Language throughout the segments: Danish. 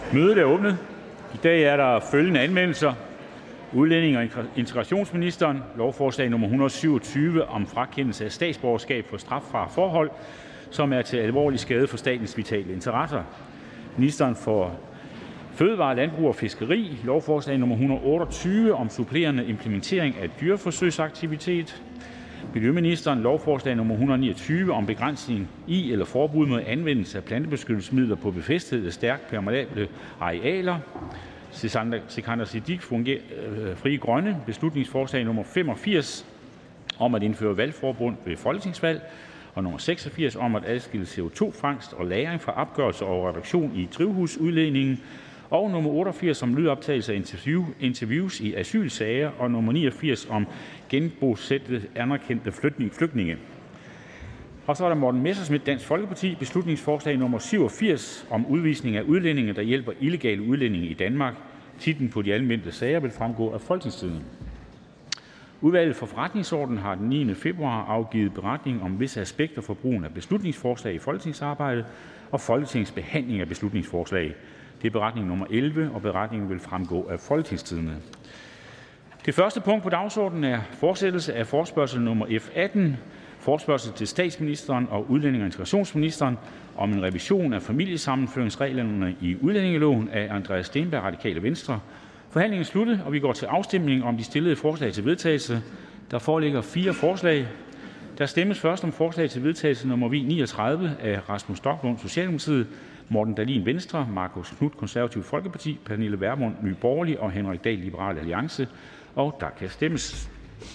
Mødet er åbnet. I dag er der følgende anmeldelser. Udlændinge- og integrationsministeren. Lovforslag nummer 127 om frakendelse af statsborgerskab for strafbare forhold, som er til alvorlig skade for statens vitale interesser. Ministeren for Fødevare, Landbrug og Fiskeri. Lovforslag nummer 128 om supplerende implementering af dyreforsøgsaktivitet. Miljøministeren. Lovforslag nummer 129 om begrænsning i eller forbud mod anvendelse af plantebeskyttelsesmidler på befæstede stærkt permanente arealer. Sikandar Siddique, Frie Grønne. Beslutningsforslag nummer 85 om at indføre valgforbund ved folketingsvalg. Og nummer 86 om at adskille CO2-fangst og lagring fra opgørelse og reduktion i drivhusudledningen. Og nummer 88 om lydoptagelse af interviews i asylsager. Og nummer 89 om genbosættede anerkendte flygtninge. Og så er der Morten Messerschmidt, Dansk Folkeparti. Beslutningsforslag nummer 87 om udvisning af udlændinge, der hjælper illegale udlændinge i Danmark. Titlen på de anmeldte sager vil fremgå af Folketingstidende. Udvalget for Forretningsordenen har den 9. februar afgivet beretning om visse aspekter for brugen af beslutningsforslag i folketingsarbejdet og Folketingets behandling af beslutningsforslag. Det er beretning nummer 11, og beretningen vil fremgå af Folketingstidende. Det første punkt på dagsordenen er fortsættelse af forespørgsel nummer F18, forespørgsel til statsministeren og udlændinge- og integrationsministeren om en revision af familiesammenføringsreglerne i udlændingeloven af Andreas Steenberg, Radikale Venstre. Forhandlingen er sluttet, og vi går til afstemning om de stillede forslag til vedtagelse. Der foreligger 4 forslag. Der stemmes først om forslag til vedtagelse nummer V 39 af Rasmus Stoklund, Socialdemokratiet, Morten Dahlin, Venstre, Marcus Knuth, Konservative Folkeparti, Pernille Vermund, Nye Borgerlige og Henrik Dahl, Liberal Alliance. Og der kan stemmes.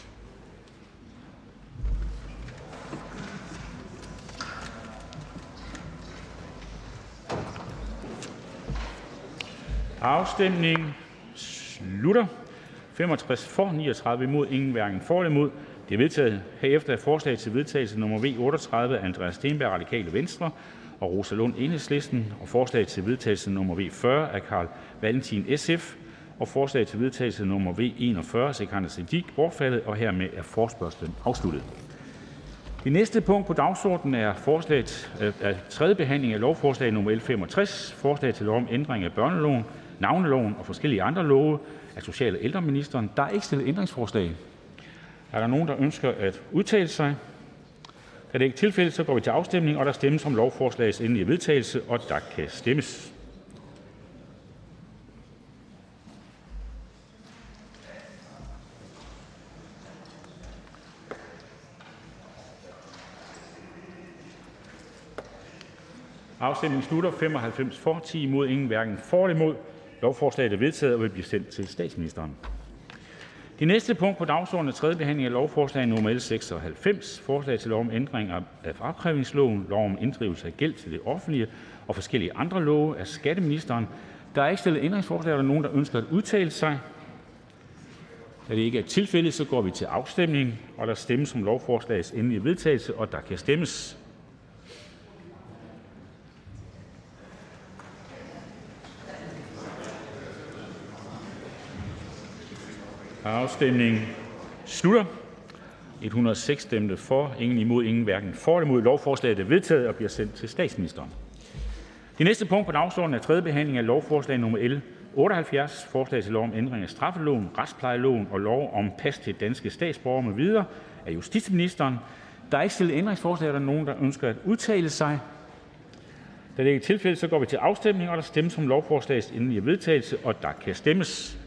Afstemningen slutter. 65 for, 39 imod, ingen hverken for eller imod. Det er vedtaget. Herefter er forslag til vedtagelse nummer V 38 af Andreas Steenberg, Radikale Venstre og Rosa Lund, Enhedslisten, og forslag til vedtagelse nummer V 40 af Carl Valentin, SF, og forslag til vedtagelse nummer V 41 af Sikandar Siddique bortfaldet, og hermed er forespørgslen afsluttet. Det næste punkt på dagsordenen er forslaget af 3. behandling af lovforslag nummer L 65, forslag til lov om ændring af børneloven, navneloven og forskellige andre love af social- og ældreministeren. Der er ikke stillet ændringsforslag. Er der nogen, der ønsker at udtale sig? Da det ikke er tilfældet, så går vi til afstemning, og der stemmes om lovforslagets endelige vedtagelse, og der kan stemmes. Afstemningen slutter. 95 for, 10 imod, ingen hverken for eller imod. Lovforslaget er vedtaget og vil blive sendt til statsministeren. Det næste punkt på dagsordenen er 3. behandling af lovforslag nummer L 96, forslag til lov om ændring af opkrævningsloven, lov om inddrivelse af gæld til det offentlige og forskellige andre love af skatteministeren. Der er ikke stillet ændringsforslag. Er der nogen, der ønsker at udtale sig? Da det ikke er tilfældet, så går vi til afstemning, og der stemmes om lovforslagets endelige vedtagelse, og der kan stemmes. Afstemningen slutter. 106 stemte for, ingen imod, ingen hverken for eller imod. Lovforslaget er vedtaget og bliver sendt til statsministeren. Det næste punkt på dagsordenen er 3. behandling af lovforslag nummer L 78, forslag til lov om ændring af straffeloven, retsplejeloven og lov om pas til danske statsborgere med videre af justitsministeren. Der er ikke stillet ændringsforslag. Er der nogen, der ønsker at udtale sig? Da det ikke er tilfældet, så går vi til afstemning, og der stemmes om lovforslagets endelige vedtagelse, og der kan stemmes.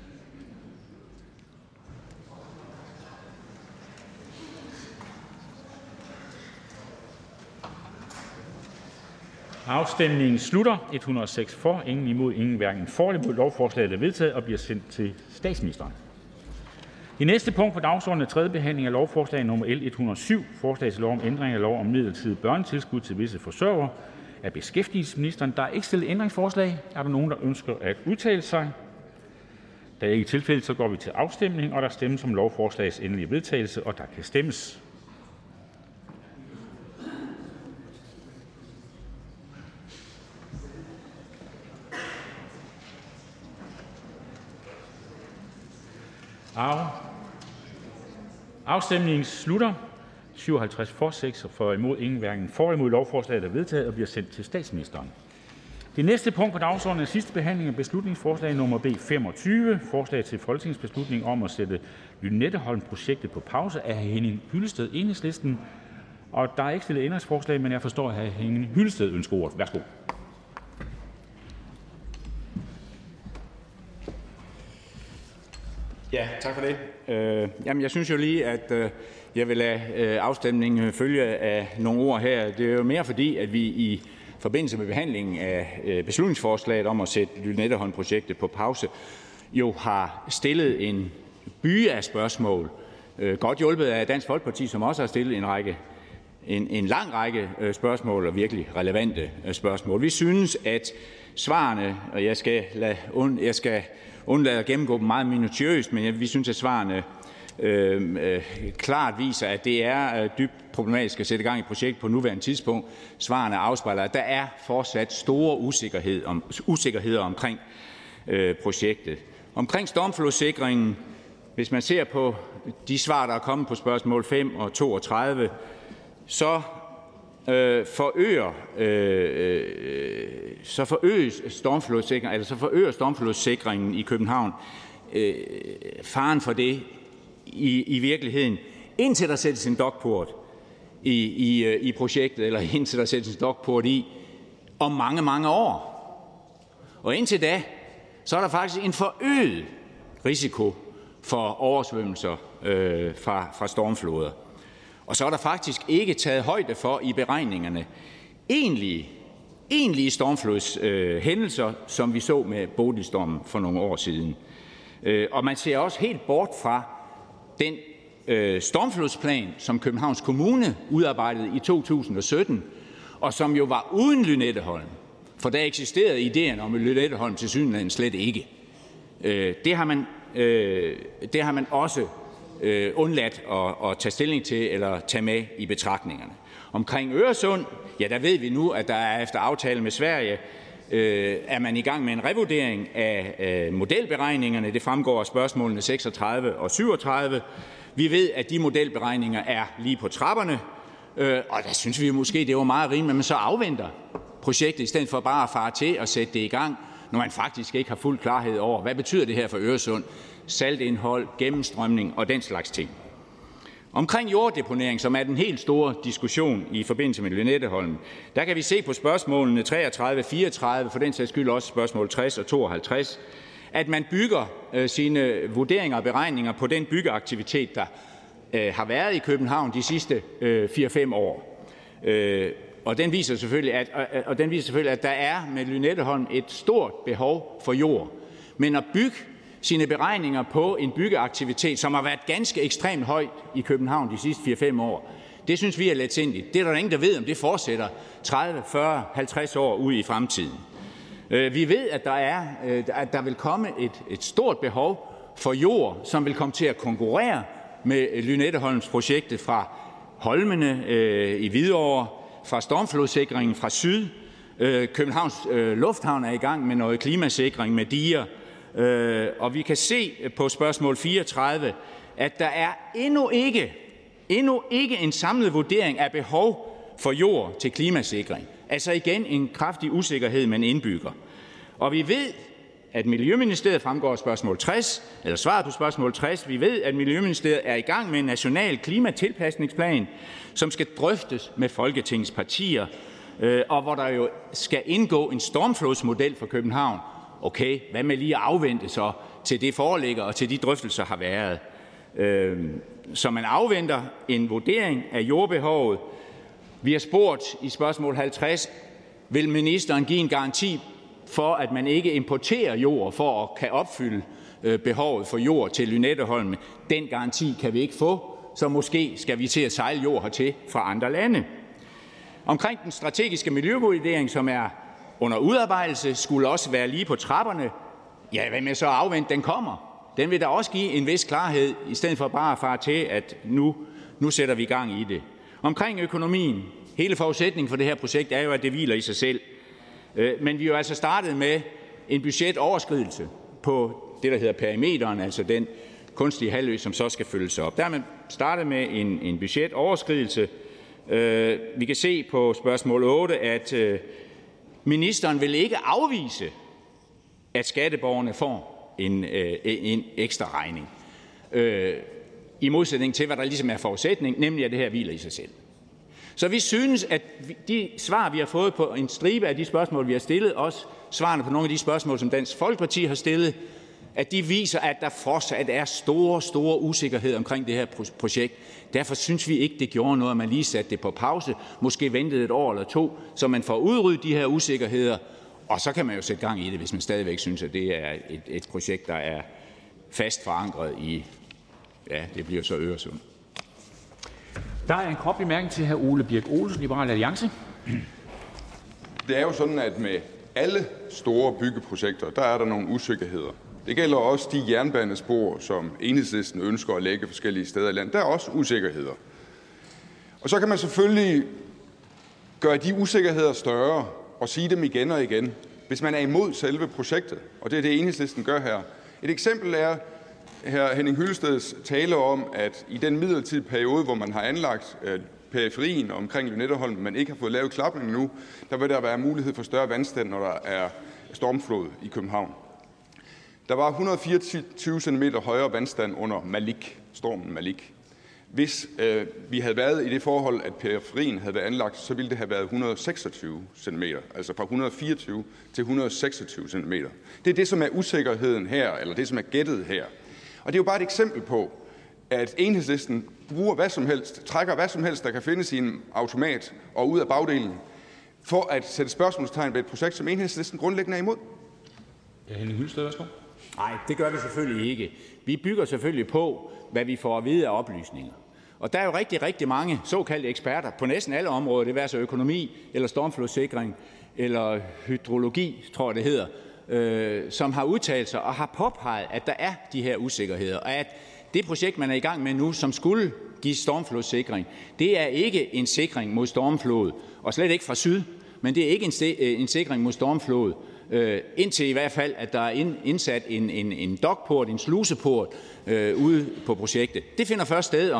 Afstemningen slutter. 106 for, ingen imod, ingen hverken for eller imod. Lovforslaget er vedtaget og bliver sendt til statsministeren. Det næste punkt på dagsordenen er 3. behandling af lovforslag nummer L 107, forslag til lov om ændring af lov om midlertidigt børnetilskud til visse forsørgere af beskæftigelsesministeren. Der er ikke stillet ændringsforslag. Er der nogen, der ønsker at udtale sig? Da det ikke er tilfældet, så går vi til afstemning, og der stemmes om lovforslagets endelige vedtagelse, og der kan stemmes. Afstemningen slutter. 57 for, 46 imod, ingen hverken for eller imod. Lovforslaget er vedtaget og bliver sendt til statsministeren. Det næste punkt på dagsordenen er sidste behandling af beslutningsforslag nummer B 25, forslag til folketingsbeslutning om at sætte Lynetteholm-projektet på pause af Henning Hyllested, Enhedslisten. Og der er ikke stillet ændringsforslag, men jeg forstår, at Henning Hyllested ønsker ordet. Værsgo. Ja, tak for det. Jamen, jeg synes jo lige, at jeg vil lade afstemningen følge af nogle ord her. Det er jo mere fordi, at vi i forbindelse med behandlingen af beslutningsforslaget om at sætte Lynetteholm-projektet på pause, jo har stillet en byge af spørgsmål, godt hjulpet af Dansk Folkeparti, som også har stillet en lang række spørgsmål og virkelig relevante spørgsmål. Vi synes, at svarene, og jeg skal undlade at gennemgå dem meget minutiøst, men vi synes, at svarene klart viser, at det er dybt problematisk at sætte gang i et projekt på nuværende tidspunkt. Svarene afspejler, at der er fortsat store usikkerheder omkring projektet. Omkring stormflodssikringen, hvis man ser på de svar, der er kommet på spørgsmål 5 og 32, så forøger stormflodssikringen i København faren for det i virkeligheden, indtil der sættes en dokport i projektet, eller indtil der sættes en dokport om mange, mange år. Og indtil da, så er der faktisk en forøget risiko for oversvømmelser fra stormfloder. Og så er der faktisk ikke taget højde for i beregningerne egentlige stormflodshændelser, som vi så med Bodilstormen for nogle år siden. Og man ser også helt bort fra den stormflodsplan, som Københavns Kommune udarbejdede i 2017, og som jo var uden Lynetteholm. For der eksisterede ideen om Lynetteholm tilsyneladende slet ikke. Det har man også undladt at tage stilling til eller tage med i betragtningerne. Omkring Øresund, ja, der ved vi nu, at der er efter aftale med Sverige, er man i gang med en revurdering af modelberegningerne. Det fremgår af spørgsmålene 36 og 37. Vi ved, at de modelberegninger er lige på trapperne, og der synes vi måske, det var meget rimeligt, at man så afventer projektet, i stedet for bare at fare til og sætte det i gang, når man faktisk ikke har fuld klarhed over, hvad betyder det her for Øresund, saltindhold, gennemstrømning og den slags ting. Omkring jorddeponering, som er den helt store diskussion i forbindelse med Lynetteholm, der kan vi se på spørgsmålene 33, 34, for den sags skyld også spørgsmål 60 og 52, at man bygger sine vurderinger og beregninger på den byggeaktivitet, der har været i København de sidste 4-5 år. Og den viser selvfølgelig, at der er med Lynetteholm et stort behov for jord. Men at bygge sine beregninger på en byggeaktivitet, som har været ganske ekstremt højt i København de sidste 4-5 år, det synes vi er letsindigt. Det er der ingen, der ved, om det fortsætter 30, 40, 50 år ud i fremtiden. Vi ved, at der vil komme et stort behov for jord, som vil komme til at konkurrere med Lynetteholms projektet fra Holmene i Hvidovre, fra stormflodssikringen fra syd. Københavns Lufthavn er i gang med noget klimasikring med diger. Og vi kan se på spørgsmål 34, at der er endnu ikke en samlet vurdering af behov for jord til klimasikring. Altså igen en kraftig usikkerhed, man indbygger. Og vi ved, at Miljøministeriet fremgår af spørgsmål 60, eller svaret på spørgsmål 60, vi ved, at Miljøministeriet er i gang med en national klimatilpasningsplan, som skal drøftes med Folketingets partier, og hvor der jo skal indgå en stormflodsmodel for København. Okay, hvad med lige at afvente så, til det foreligger og til de drøftelser har været. Så man afventer en vurdering af jordbehovet. Vi har spurgt i spørgsmål 50, vil ministeren give en garanti for, at man ikke importerer jord for at kan opfylde behovet for jord til Lynetteholm? Den garanti kan vi ikke få, så måske skal vi til at sejle jord hertil fra andre lande. Omkring den strategiske miljøvurdering, som er under udarbejdelse, skulle også være lige på trapperne. Ja, hvad med så at afvente, den kommer? Den vil da også give en vis klarhed, i stedet for bare at fare til, at nu sætter vi gang i det. Omkring økonomien. Hele forudsætningen for det her projekt er jo, at det hviler i sig selv. Men vi er jo altså startet med en budgetoverskridelse på det, der hedder perimeteren, altså den kunstige halvø, som så skal følges op. Der er man startet med en budgetoverskridelse. Vi kan se på spørgsmål 8, at Ministeren vil ikke afvise, at skatteborgerne får en ekstra regning, i modsætning til, hvad der ligesom er forudsætning, nemlig at det her hviler i sig selv. Så vi synes, at de svar, vi har fået på en stribe af de spørgsmål, vi har stillet, også svarene på nogle af de spørgsmål, som Dansk Folkeparti har stillet, at de viser, at der fortsat er store usikkerhed omkring det her projekt. Derfor synes vi ikke, det gjorde noget, at man lige satte det på pause, måske ventede et år eller to, så man får udryddet de her usikkerheder, og så kan man jo sætte gang i det, hvis man stadigvæk synes, at det er et projekt, der er fast forankret i, ja, det bliver så Øresund. Der er en kort bemærkning til hr. Ole Birk Olesen, Liberal Alliance. Det er jo sådan, at med alle store byggeprojekter, der er der nogle usikkerheder. Det gælder også de jernbanespor, som Enhedslisten ønsker at lægge forskellige steder i landet. Der er også usikkerheder. Og så kan man selvfølgelig gøre de usikkerheder større og sige dem igen og igen, hvis man er imod selve projektet. Og det er det, Enhedslisten gør her. Et eksempel er hr. Henning Hyllesteds tale om, at i den midlertidige periode, hvor man har anlagt periferien omkring Lynetteholm, men ikke har fået lavet klapning nu, der vil der være mulighed for større vandstand, når der er stormflod i København. Der var 124 cm højere vandstand under stormen Malik. Hvis vi havde været i det forhold, at periferien havde været anlagt, så ville det have været 126 cm, altså fra 124 til 126 cm. Det er det, som er usikkerheden her, eller det, som er gættet her. Og det er jo bare et eksempel på, at Enhedslisten bruger hvad som helst, trækker hvad som helst, der kan findes i en automat og ud af bagdelen, for at sætte spørgsmålstegn ved et projekt, som Enhedslisten grundlæggende er imod. Ja, Henning Hyllested, værsgo. Nej, det gør vi selvfølgelig ikke. Vi bygger selvfølgelig på, hvad vi får at vide af oplysninger. Og der er jo rigtig mange såkaldte eksperter på næsten alle områder, det vil altså økonomi, eller stormflodssikring, eller hydrologi, tror jeg det hedder, som har udtalt sig og har påpeget, at der er de her usikkerheder, og at det projekt, man er i gang med nu, som skulle give stormflodssikring, det er ikke en sikring mod stormflod, og slet ikke fra syd, men det er ikke en sikring mod stormflod, indtil i hvert fald, at der er indsat en dokport, en sluseport ude på projektet. Det finder først sted,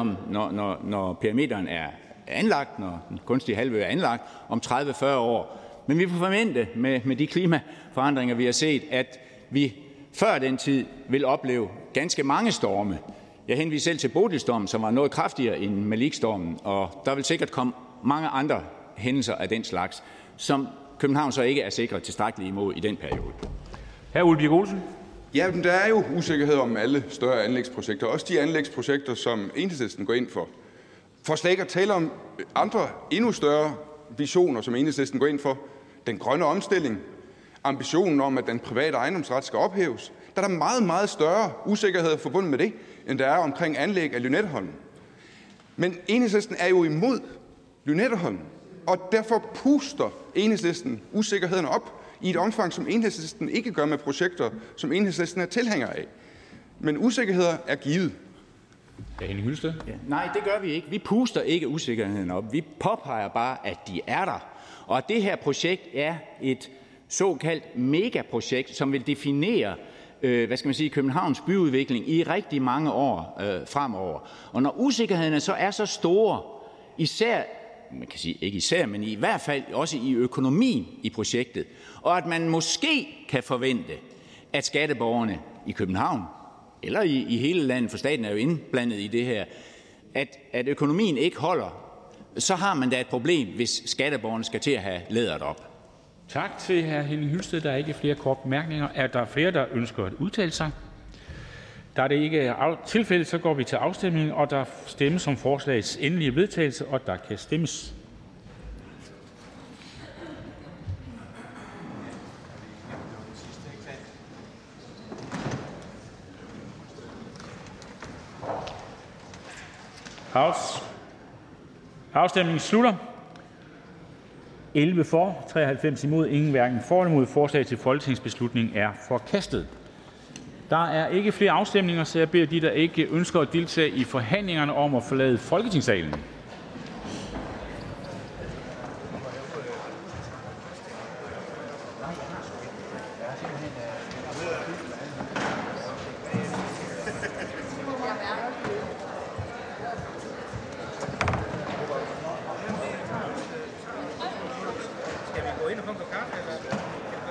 når perimeteren er anlagt, når den kunstige halvø er anlagt, om 30-40 år. Men vi får forvente med de klimaforandringer, vi har set, at vi før den tid vil opleve ganske mange storme. Jeg henviser selv til Bodilstormen, som var noget kraftigere end Malik-stormen, og der vil sikkert komme mange andre hændelser af den slags, som København så ikke er sikret tilstrækkeligt imod i den periode. Hr. Ole Birk Olesen. Ja, men der er jo usikkerhed om alle større anlægsprojekter, også de anlægsprojekter, som Enhedslisten går ind for. For slet ikke at tale om andre endnu større visioner, som Enhedslisten går ind for. Den grønne omstilling, ambitionen om, at den private ejendomsret skal ophæves. Der er meget, meget større usikkerhed forbundet med det, end der er omkring anlæg af Lynetteholm. Men Enhedslisten er jo imod Lynetteholm, og derfor puster Enhedslisten usikkerheden op i et omfang, som Enhedslisten ikke gør med projekter, som Enhedslisten er tilhænger af. Men usikkerheder er givet. Ja, Henning Hyllested. Ja, nej, det gør vi ikke. Vi puster ikke usikkerheden op. Vi påpeger bare, at de er der. Og at det her projekt er et såkaldt megaprojekt, som vil definere Københavns byudvikling i rigtig mange år fremover. Og når usikkerhederne så er så store, især, man kan sige ikke især, men i hvert fald også i økonomien i projektet, og at man måske kan forvente, at skatteborgerne i København, eller i hele landet, for staten er jo indblandet i det her, at økonomien ikke holder, så har man da et problem, hvis skatteborgerne skal til at have lædret op. Tak til hr. Henning Hyllested. Der er ikke flere korte bemærkninger. Er der flere, der ønsker at udtale sig? Da det ikke er tilfældet, så går vi til afstemning, og der stemmes om forslagets endelige vedtagelse, og der kan stemmes. Afstemningen slutter. 11 for, 93 imod, ingen hverken for eller imod. Forslag til folketingsbeslutning er forkastet. Der er ikke flere afstemninger, så jeg beder de, der ikke ønsker at deltage i forhandlingerne, om at forlade Folketingssalen. Skal vi gå ind og få en kop kaffe, eller?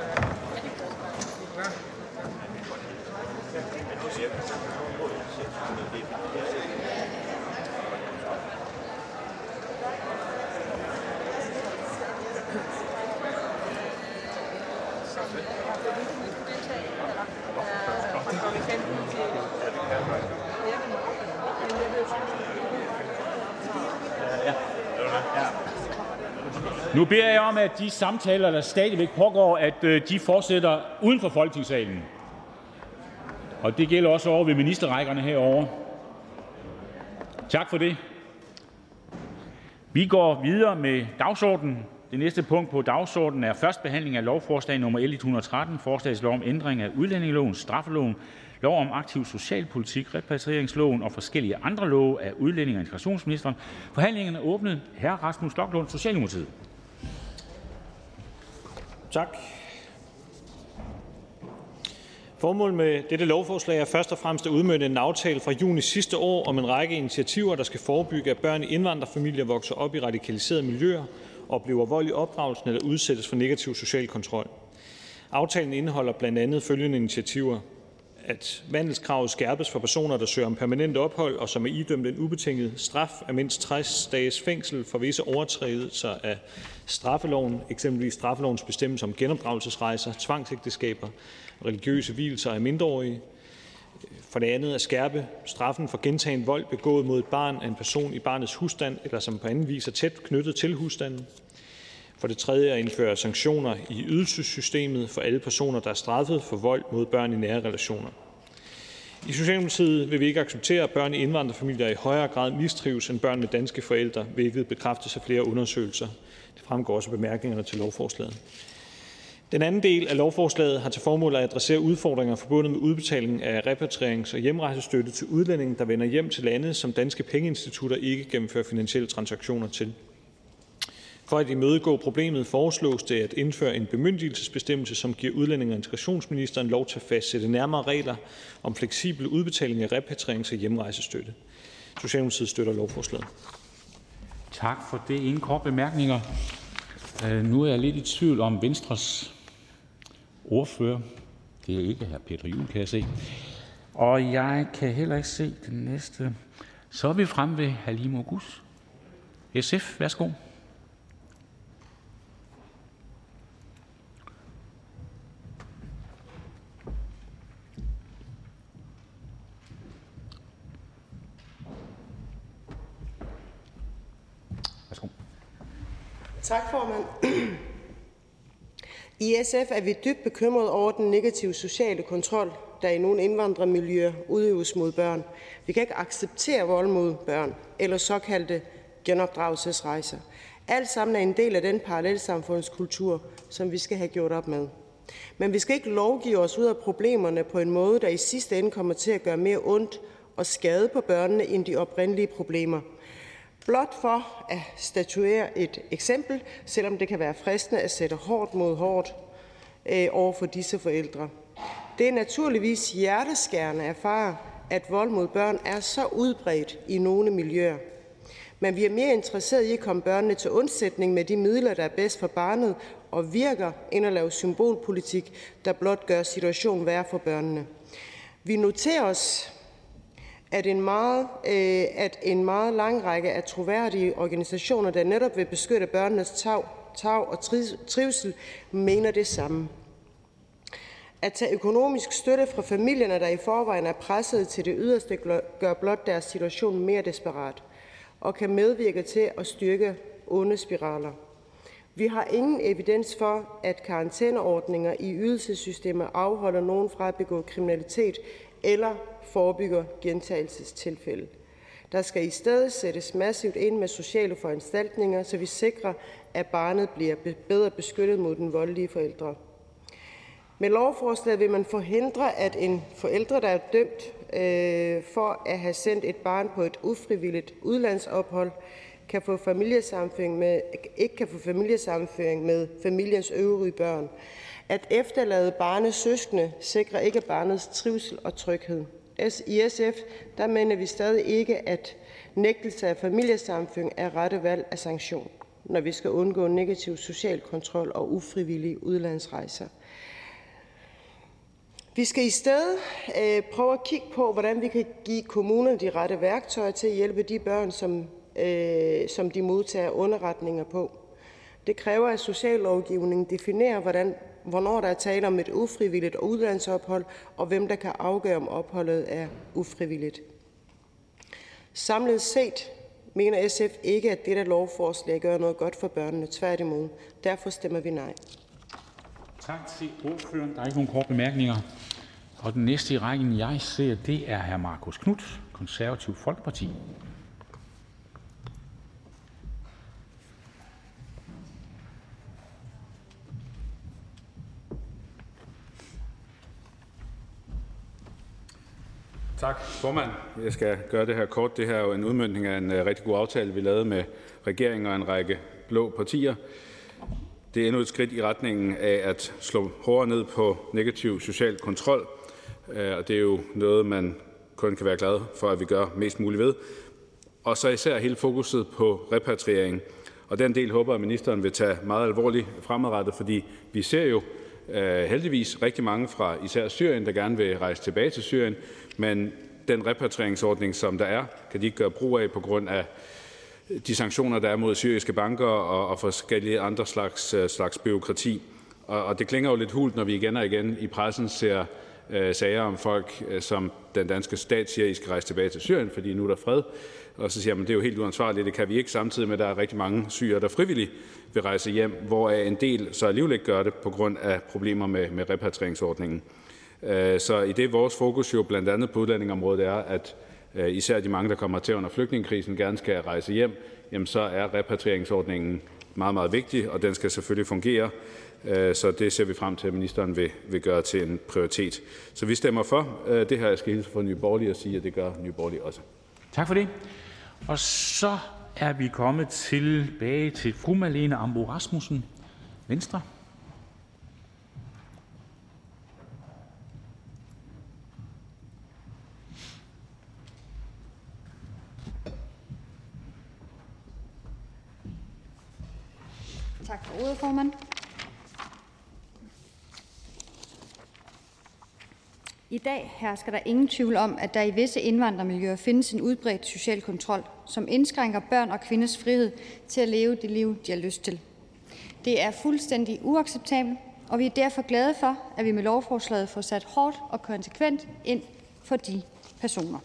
Nu beder jeg om, at de samtaler, der stadigvæk pågår, at de fortsætter uden for Folketingssalen. Og det gælder også over ved ministerrækkerne herovre. Tak for det. Vi går videre med dagsordenen. Det næste punkt på dagsordenen er første behandling af lovforslag nummer L 113, forslag til lov om ændring af udlændingeloven, straffeloven, lov om aktiv socialpolitik, repatrieringsloven og forskellige andre love af udlændinge- og integrationsministeren. Forhandlingen er åbnet. Hr. Rasmus Stoklund, Socialdemokratiet. Tak. Formålet med dette lovforslag er først og fremmest at udmønte en aftale fra juni sidste år om en række initiativer, der skal forebygge, at børn i indvandrerfamilier vokser op i radikaliserede miljøer, oplever vold i opdragelsen eller udsættes for negativ social kontrol. Aftalen indeholder blandt andet følgende initiativer: at vandelskravet skærpes for personer, der søger om permanent ophold, og som er idømt en ubetinget straf af mindst 60 dages fængsel for visse overtrædelser af straffeloven, eksempelvis straffelovens bestemmelser om genopdragelsesrejser, tvangsægteskaber og religiøse vielser af mindreårige. For det andet at skærpe straffen for gentagen vold begået mod et barn af en person i barnets husstand, eller som på anden vis er tæt knyttet til husstanden. For det tredje at indføre sanktioner i ydelsessystemet for alle personer, der er straffet for vold mod børn i nære relationer. I Socialdemokratiet vil vi ikke acceptere, at børn i indvandrerfamilier i højere grad mistrives end børn med danske forældre, hvilket bekræftes af flere undersøgelser. Det fremgår også af bemærkningerne til lovforslaget. Den anden del af lovforslaget har til formål at adressere udfordringer forbundet med udbetaling af repatrierings- og hjemrejsestøtte til udlændinge, der vender hjem til lande, som danske pengeinstitutter ikke gennemfører finansielle transaktioner til. For at imødegå problemet foreslås det at indføre en bemyndigelsesbestemmelse, som giver udlændinge- og integrationsministeren lov til at fastsætte nærmere regler om fleksibel udbetaling af repatrierings- og hjemrejsestøtte. Socialdemokratiet støtter lovforslaget. Tak for det. Ingen korte bemærkninger. Nu er jeg lidt i tvivl om Venstres ordfører. Det er ikke hr. Peter Juel, kan jeg se. Og jeg kan heller ikke se den næste. Så er vi fremme ved Halime Oguz. SF, værsgo. Tak, formand. I SF er vi dybt bekymrede over den negative sociale kontrol, der i nogle indvandrermiljøer udøves mod børn. Vi kan ikke acceptere vold mod børn eller såkaldte genopdragelsesrejser. Alt sammen er en del af den parallelsamfundskultur, som vi skal have gjort op med. Men vi skal ikke lovgive os ud af problemerne på en måde, der i sidste ende kommer til at gøre mere ondt og skade på børnene end de oprindelige problemer. Blot for at statuere et eksempel, selvom det kan være fristende at sætte hårdt mod hårdt over for disse forældre. Det er naturligvis hjerteskærende at erfare, at vold mod børn er så udbredt i nogle miljøer. Men vi er mere interesseret i at komme børnene til undsætning med de midler, der er bedst for barnet og virker, end at lave symbolpolitik, der blot gør situationen værre for børnene. Vi noterer os, at en meget lang række af troværdige organisationer, der netop vil beskytte børnenes tarv og trivsel, mener det samme. At tage økonomisk støtte fra familierne, der i forvejen er presset til det yderste, gør blot deres situation mere desperat og kan medvirke til at styrke onde spiraler. Vi har ingen evidens for, at karantæneordninger i ydelsessystemet afholder nogen fra at begå kriminalitet eller forebygger gentagelsestilfælde. Der skal i stedet sættes massivt ind med sociale foranstaltninger, så vi sikrer, at barnet bliver bedre beskyttet mod den voldelige forældre. Med lovforslaget vil man forhindre, at en forælder, der er dømt for at have sendt et barn på et ufrivilligt udlandsophold, ikke kan få familiesammenføring med familiens øvrige børn. At efterlade barnets søskende sikrer ikke barnets trivsel og tryghed. I SF mener vi stadig ikke, at nægtelse af familiesammenføring er rette valg af sanktion. når vi skal undgå negativ social kontrol og ufrivillige udlandsrejser. Vi skal i stedet prøve at kigge på, hvordan vi kan give kommunerne de rette værktøjer til at hjælpe de børn, som de modtager underretninger på. Det kræver, at sociallovgivningen definerer, hvornår der er tale om et ufrivilligt udlandsophold, og hvem der kan afgøre, om opholdet er ufrivilligt. Samlet set mener SF ikke, at dette lovforslag gør noget godt for børnene. Tværtimod. Derfor stemmer vi nej. Tak til ordføreren. Der er ikke nogen korte bemærkninger. Og den næste i rækken, jeg ser, det er hr. Marcus Knuth, Konservativ Folkeparti. Tak, formand. Jeg skal gøre det her kort. Det her er jo en udmøntning af en rigtig god aftale, vi lavede med regeringen og en række blå partier. Det er endnu et skridt i retningen af at slå hårdere ned på negativ social kontrol, og det er jo noget, man kun kan være glad for, at vi gør mest muligt ved. Og så især hele fokuset på repatriering. Og den del håber jeg, at ministeren vil tage meget alvorligt fremadrettet, fordi vi ser jo heldigvis rigtig mange fra især Syrien, der gerne vil rejse tilbage til Syrien, men den repatrieringsordning, som der er, kan de ikke gøre brug af på grund af de sanktioner, der er mod syriske banker og forskellige andre slags byråkrati. Og det klinger jo lidt hult, når vi igen og igen i pressen ser sager om folk, som den danske stat siger, I skal rejse tilbage til Syrien, fordi nu er der fred. Og så siger man, det er jo helt uansvarligt, det kan vi ikke, samtidig med, at der er rigtig mange syrere, der frivilligt vil rejse hjem, hvoraf en del så alligevel ikke gør det på grund af problemer med repatrieringsordningen. Så i det vores fokus jo blandt andet på udlændingområdet er, at især de mange, der kommer til under flygtningekrisen, gerne skal rejse hjem, jamen så er repatrieringsordningen meget, meget vigtig, og den skal selvfølgelig fungere. Så det ser vi frem til, at ministeren vil gøre til en prioritet. Så vi stemmer for det her. Jeg skal hilse fra Nye Borgerlige og sige, at det gør Nye Borgerlige også. Tak for det. Og så er vi kommet tilbage til fru Marlene Ambo-Rasmussen, Venstre. Tak for ordet, formand. I dag hersker der ingen tvivl om, at der i visse indvandrermiljøer findes en udbredt social kontrol, som indskrænker børn og kvinders frihed til at leve det liv, de har lyst til. Det er fuldstændig uacceptabelt, og vi er derfor glade for, at vi med lovforslaget får sat hårdt og konsekvent ind for de personer.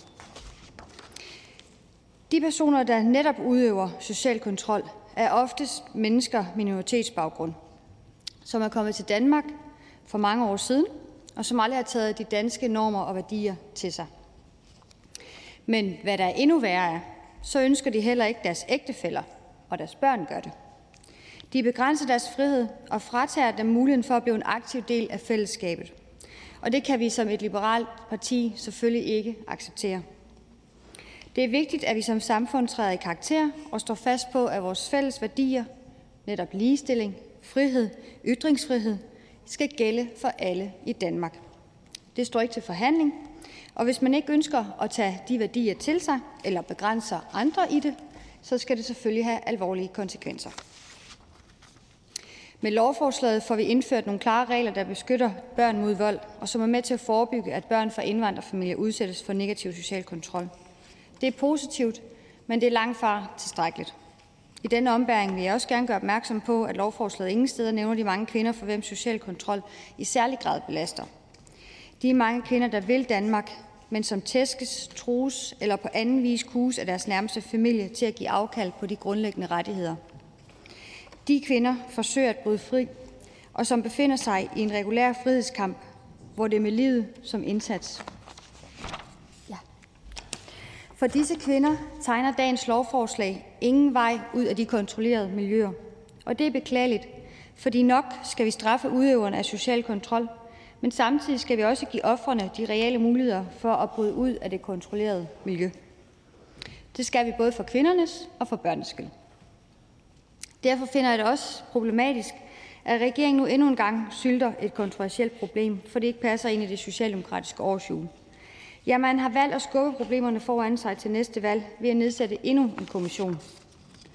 De personer, der netop udøver social kontrol, er oftest mennesker med minoritetsbaggrund, som er kommet til Danmark for mange år siden, og som aldrig har taget de danske normer og værdier til sig. Men hvad der er endnu værre er, så ønsker de heller ikke deres ægtefæller, og deres børn gør det. De begrænser deres frihed og fratager dem muligheden for at blive en aktiv del af fællesskabet. Og det kan vi som et liberalt parti selvfølgelig ikke acceptere. Det er vigtigt, at vi som samfund træder i karakter og står fast på, at vores fælles værdier, netop ligestilling, frihed, ytringsfrihed, skal gælde for alle i Danmark. Det står ikke til forhandling, og hvis man ikke ønsker at tage de værdier til sig eller begrænser andre i det, så skal det selvfølgelig have alvorlige konsekvenser. Med lovforslaget får vi indført nogle klare regler, der beskytter børn mod vold, og som er med til at forebygge, at børn fra indvandrerfamilier udsættes for negativ social kontrol. Det er positivt, men det er langt fra tilstrækkeligt. I denne ombæring vil jeg også gerne gøre opmærksom på, at lovforslaget ingen steder nævner de mange kvinder, for hvem social kontrol i særlig grad belaster. De er mange kvinder, der vil Danmark, men som tæskes, trues eller på anden vis kues af deres nærmeste familie til at give afkald på de grundlæggende rettigheder. De kvinder forsøger at bryde fri, og som befinder sig i en regulær frihedskamp, hvor det er med livet som indsats. For disse kvinder tegner dagens lovforslag ingen vej ud af de kontrollerede miljøer. Og det er beklageligt, fordi nok skal vi straffe udøverne af social kontrol, men samtidig skal vi også give ofrene de reelle muligheder for at bryde ud af det kontrollerede miljø. Det skal vi både for kvindernes og for børnenes skyld. Derfor finder jeg det også problematisk, at regeringen nu endnu en gang sylter et kontroversielt problem, for det ikke passer ind i det socialdemokratiske årshjul. Ja, man har valgt at skubbe problemerne foran sig til næste valg ved at nedsætte endnu en kommission.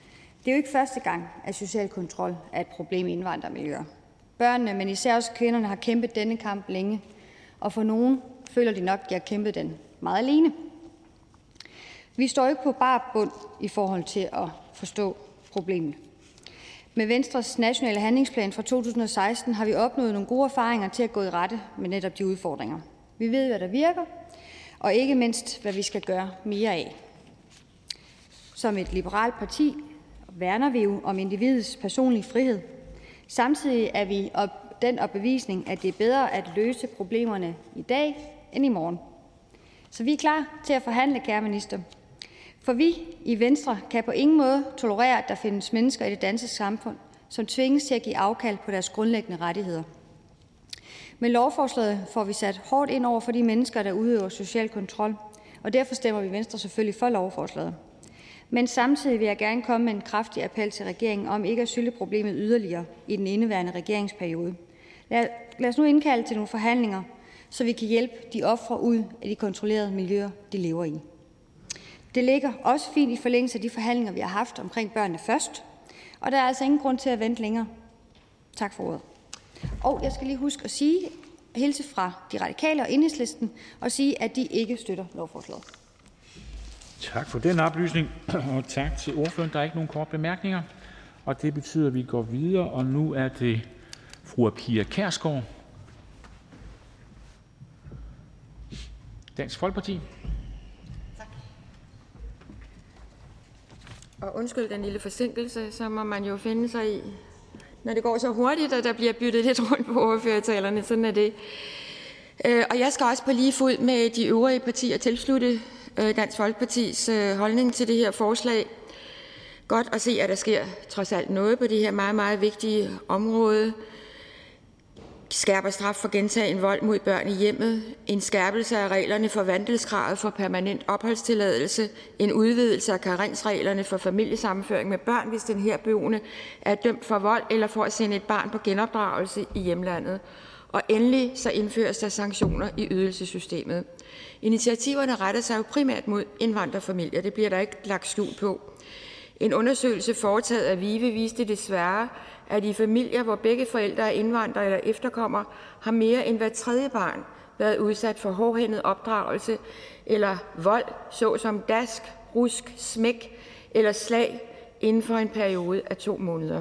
Det er jo ikke første gang, at social kontrol er et problem i indvandrermiljøer. Børnene, men især også kvinderne, har kæmpet denne kamp længe, og for nogen føler de nok, at de har kæmpet den meget alene. Vi står ikke på bar bund i forhold til at forstå problemet. Med Venstres nationale handlingsplan fra 2016 har vi opnået nogle gode erfaringer til at gå i rette med netop de udfordringer. Vi ved, hvad der virker, og ikke mindst, hvad vi skal gøre mere af. Som et liberalt parti værner vi jo om individets personlige frihed. Samtidig er vi den opbevisning, at det er bedre at løse problemerne i dag end i morgen. Så vi er klar til at forhandle, kære minister. For vi i Venstre kan på ingen måde tolerere, at der findes mennesker i det danske samfund, som tvinges til at give afkald på deres grundlæggende rettigheder. Med lovforslaget får vi sat hårdt ind over for de mennesker, der udøver social kontrol, og derfor stemmer vi i Venstre selvfølgelig for lovforslaget. Men samtidig vil jeg gerne komme med en kraftig appel til regeringen om ikke at sylte problemet yderligere i den indeværende regeringsperiode. Lad os nu indkalde til nogle forhandlinger, så vi kan hjælpe de ofre ud af de kontrollerede miljøer, de lever i. Det ligger også fint i forlængelse af de forhandlinger, vi har haft omkring børnene først, og der er altså ingen grund til at vente længere. Tak for ordet. Og jeg skal lige huske at hilse fra de radikale og Enhedslisten og sige, at de ikke støtter lovforslaget. Tak for den oplysning, og tak til ordføreren. Der er ikke nogen korte bemærkninger, og det betyder, at vi går videre, og nu er det fru Pia Kjærsgaard, Dansk Folkeparti. Tak. Og undskyld den lille forsinkelse, så må man jo finde sig i, når det går så hurtigt, at der bliver byttet lidt rundt på ordførertalerne. Sådan er det. Og jeg skal også på lige fod med de øvrige partier tilslutte Dansk Folkepartis holdning til det her forslag. Godt at se, at der sker trods alt noget på det her meget, meget vigtige område. Skærper straf for gentagen vold mod børn i hjemmet, en skærpelse af reglerne for vandelskravet for permanent opholdstilladelse, en udvidelse af karensreglerne for familiesammenføring med børn, hvis den herboende er dømt for vold eller for at sende et barn på genopdragelse i hjemlandet. Og endelig så indføres der sanktioner i ydelsessystemet. Initiativerne retter sig jo primært mod indvandrerfamilier, det bliver der ikke lagt skjul på. En undersøgelse foretaget af VIVE viste desværre, at i familier, hvor begge forældre er indvandrere eller efterkommere, har mere end hver tredje barn været udsat for hårdhændet opdragelse eller vold, såsom dask, rusk, smæk eller slag inden for en periode af 2 måneder.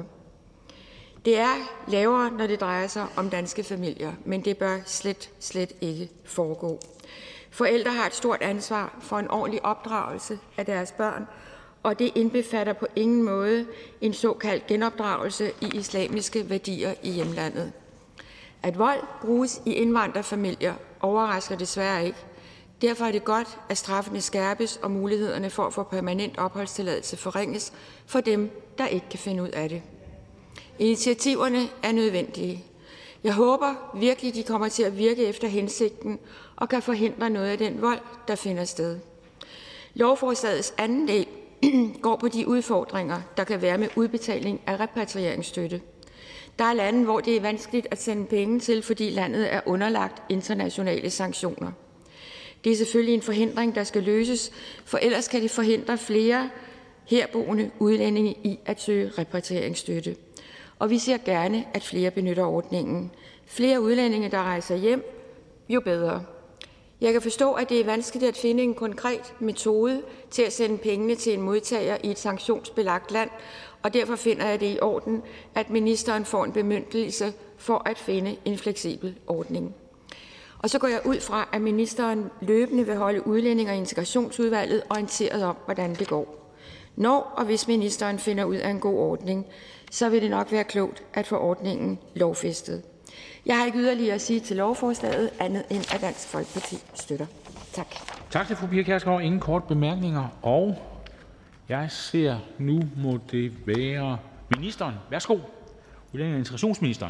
Det er lavere, når det drejer sig om danske familier, men det bør slet ikke foregå. Forældre har et stort ansvar for en ordentlig opdragelse af deres børn, og det indbefatter på ingen måde en såkaldt genopdragelse i islamiske værdier i hjemlandet. At vold bruges i indvandrerfamilier overrasker desværre ikke. Derfor er det godt, at straffene skærpes og mulighederne for at få permanent opholdstilladelse forringes for dem, der ikke kan finde ud af det. Initiativerne er nødvendige. Jeg håber virkelig, de kommer til at virke efter hensigten og kan forhindre noget af den vold, der finder sted. Lovforslagets anden del går på de udfordringer, der kan være med udbetaling af repatrieringsstøtte. Der er lande, hvor det er vanskeligt at sende penge til, fordi landet er underlagt internationale sanktioner. Det er selvfølgelig en forhindring, der skal løses, for ellers kan det forhindre flere herboende udlændinge i at søge repatrieringsstøtte. Og vi ser gerne, at flere benytter ordningen. Flere udlændinge, der rejser hjem, jo bedre. Jeg kan forstå, at det er vanskeligt at finde en konkret metode til at sende pengene til en modtager i et sanktionsbelagt land, og derfor finder jeg det i orden, at ministeren får en bemyndigelse for at finde en fleksibel ordning. Og så går jeg ud fra, at ministeren løbende vil holde Udlændinge- og Integrationsudvalget orienteret om, hvordan det går. Når og hvis ministeren finder ud af en god ordning, så vil det nok være klogt at få ordningen lovfæstet. Jeg har ikke yderligere at sige til lovforslaget, andet end at Dansk Folkeparti støtter. Tak. Tak til fru Pia Kjærsgaard. Ingen korte bemærkninger. Og jeg ser, nu må det være ministeren. Værsgo. Udlændinge- og integrationsministeren.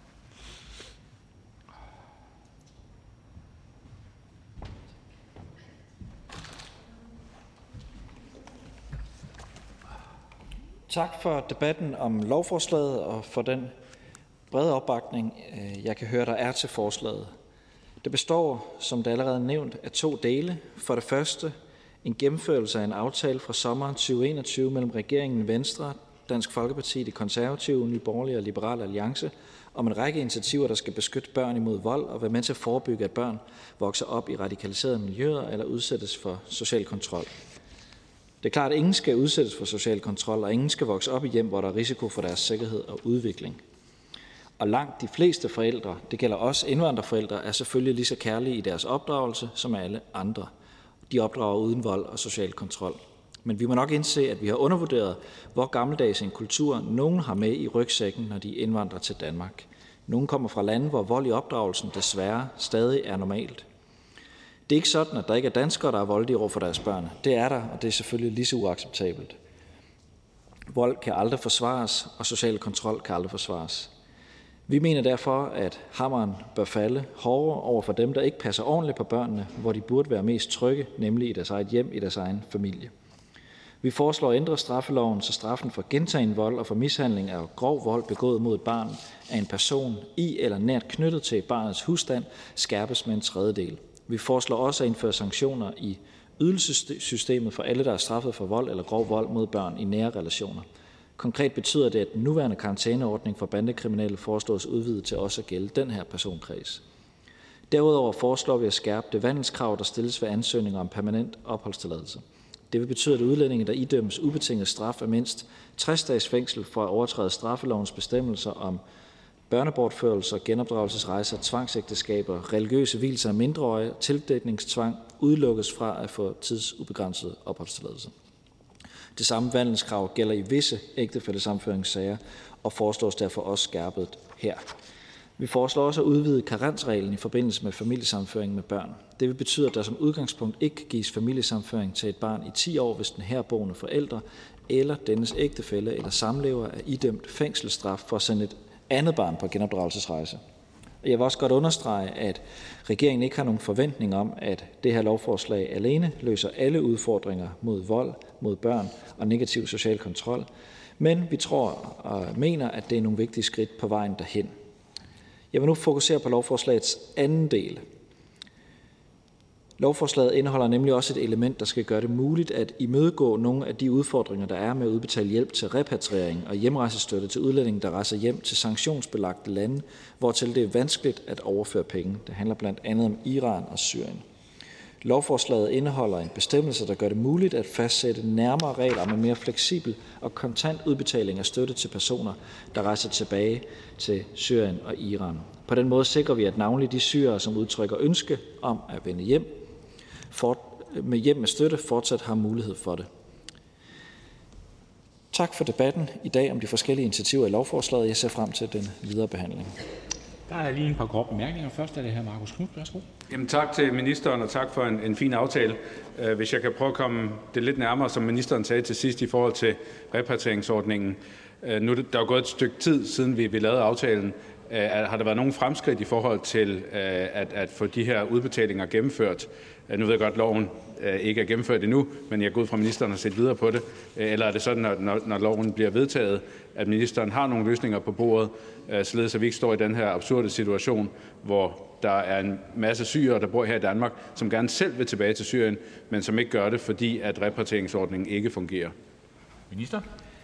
Tak for debatten om lovforslaget og for den brede opbakning, jeg kan høre, der er til forslaget. Det består, som det allerede er nævnt, af 2 dele. For det første en gennemførelse af en aftale fra sommeren 2021 mellem regeringen, Venstre, Dansk Folkeparti, De Konservative, Nye Borgerlige og Liberal Alliance om en række initiativer, der skal beskytte børn imod vold og være med til at forebygge, at børn vokser op i radikaliserede miljøer eller udsættes for social kontrol. Det er klart, at ingen skal udsættes for social kontrol, og ingen skal vokse op i hjem, hvor der er risiko for deres sikkerhed og udvikling. Og langt de fleste forældre, det gælder også indvandrerforældre, er selvfølgelig lige så kærlige i deres opdragelse som alle andre. De opdrager uden vold og social kontrol. Men vi må nok indse, at vi har undervurderet, hvor gammeldags en kultur nogen har med i rygsækken, når de indvandrer til Danmark. Nogle kommer fra lande, hvor vold i opdragelsen desværre stadig er normalt. Det er ikke sådan, at der ikke er danskere, der er voldelige over for deres børn. Det er der, og det er selvfølgelig lige så uacceptabelt. Vold kan aldrig forsvares, og social kontrol kan aldrig forsvares. Vi mener derfor, at hammeren bør falde hårdere over for dem, der ikke passer ordentligt på børnene, hvor de burde være mest trygge, nemlig i deres eget hjem, i deres egen familie. Vi foreslår at ændre straffeloven, så straffen for gentagen vold og for mishandling af grov vold begået mod et barn af en person i eller nært knyttet til barnets husstand skærpes med 1/3. Vi foreslår også at indføre sanktioner i ydelsessystemet for alle, der er straffet for vold eller grov vold mod børn i nære relationer. Konkret betyder det, at den nuværende karantæneordning for bandekriminelle foreslås udvidet til også at gælde den her personkreds. Derudover foreslår vi at skærpe det vandelskrav, der stilles ved ansøgninger om permanent opholdstilladelse. Det vil betyde, at udlændinge, der idømmes ubetinget straf af mindst 60 dages fængsel for at overtræde straffelovens bestemmelser om børnebortførelser, genopdragelsesrejser, tvangsægteskaber, religiøse vielser af mindreårige, tildækningstvang, udelukkes fra at få tidsubegrænset opholdstilladelse. Det samme vandelskrav gælder i visse ægtefællesammenføringssager og foreslås derfor også skærpet her. Vi foreslår også at udvide karensreglen i forbindelse med familiesammenføring med børn. Det vil betyde, at der som udgangspunkt ikke kan gives familiesammenføring til et barn i 10 år, hvis den herboende forælder eller dennes ægtefælle eller samlever er idømt fængselsstraf for at sende et andet barn på genopdragelsesrejse. Jeg vil også godt understrege, at regeringen ikke har nogen forventning om, at det her lovforslag alene løser alle udfordringer mod vold, mod børn og negativ social kontrol, men vi tror og mener, at det er nogle vigtige skridt på vejen derhen. Jeg vil nu fokusere på lovforslagets anden del. Lovforslaget indeholder nemlig også et element, der skal gøre det muligt at imødegå nogle af de udfordringer, der er med at udbetale hjælp til repatriering og hjemrejsestøtte til udlændinge, der rejser hjem til sanktionsbelagte lande, hvortil det er vanskeligt at overføre penge. Det handler blandt andet om Iran og Syrien. Lovforslaget indeholder en bestemmelse, der gør det muligt at fastsætte nærmere regler om en mere fleksibel og kontant udbetaling af støtte til personer, der rejser tilbage til Syrien og Iran. På den måde sikrer vi, at navnlig de syrere, som udtrykker ønske om at vende hjem med støtte, fortsat har mulighed for det. Tak for debatten i dag om de forskellige initiativer i lovforslaget. Jeg ser frem til den videre behandling. Der er lige en par korte bemærkninger. Først er det her Marcus Knuth. Værsgo. Jamen, tak til ministeren, og tak for en fin aftale. Hvis jeg kan prøve at komme det lidt nærmere, som ministeren sagde til sidst i forhold til repatrieringsordningen. Nu er der jo gået et stykke tid, siden vi lavede aftalen. Har der været nogen fremskridt i forhold til at få de her udbetalinger gennemført? Nu ved jeg godt, at loven ikke er gennemført endnu, men jeg går ud fra, at ministeren har set videre på det. Eller er det sådan, at når loven bliver vedtaget, at ministeren har nogle løsninger på bordet, således at vi ikke står i den her absurde situation, hvor der er en masse syrere, der bor her i Danmark, som gerne selv vil tilbage til Syrien, men som ikke gør det, fordi at repatrieringsordningen ikke fungerer? Minister?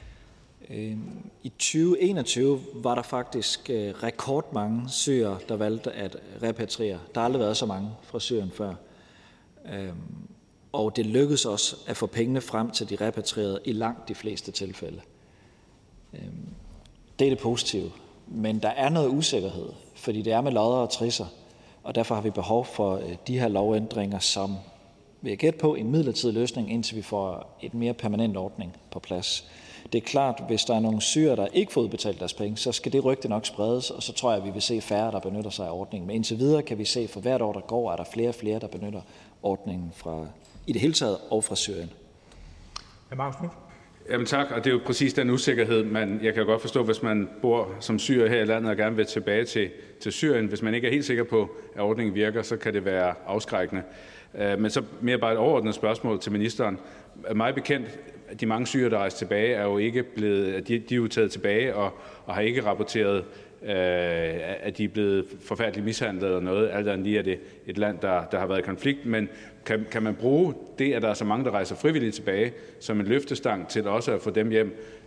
I 2021 var der faktisk rekordmange syrere, der valgte at repatriere. Der har aldrig været så mange fra Syrien før. Og det lykkedes også at få pengene frem til de repatrierede i langt de fleste tilfælde. Det er det positive. Men der er noget usikkerhed, fordi det er med lodder og trisser, og derfor har vi behov for de her lovændringer, som vil jeg gætte på en midlertidig løsning, indtil vi får et mere permanent ordning på plads. Det er klart, hvis der er nogle syrere, der ikke får udbetalt deres penge, så skal det rygte nok spredes, og så tror jeg, at vi vil se færre, der benytter sig af ordningen. Men indtil videre kan vi se, for hvert år, der går, er der flere og flere, der benytter ordningen fra i det hele taget og fra Syrien. Jamen tak, og det er jo præcis den usikkerhed, jeg kan godt forstå, hvis man bor som syrer her i landet og gerne vil tilbage til Syrien. Hvis man ikke er helt sikker på, at ordningen virker, så kan det være afskrækkende. Men så mere bare et overordnet spørgsmål til ministeren. Mig bekendt, de mange syrere, der rejser tilbage, er jo ikke blevet, de er jo taget tilbage og har ikke rapporteret, at de er blevet forfærdeligt mishandlet eller noget. Alt andet lige er det et land, der har været i konflikt. Men kan man bruge det, at der er så mange, der rejser frivilligt tilbage, som en løftestang til også at få dem hjem,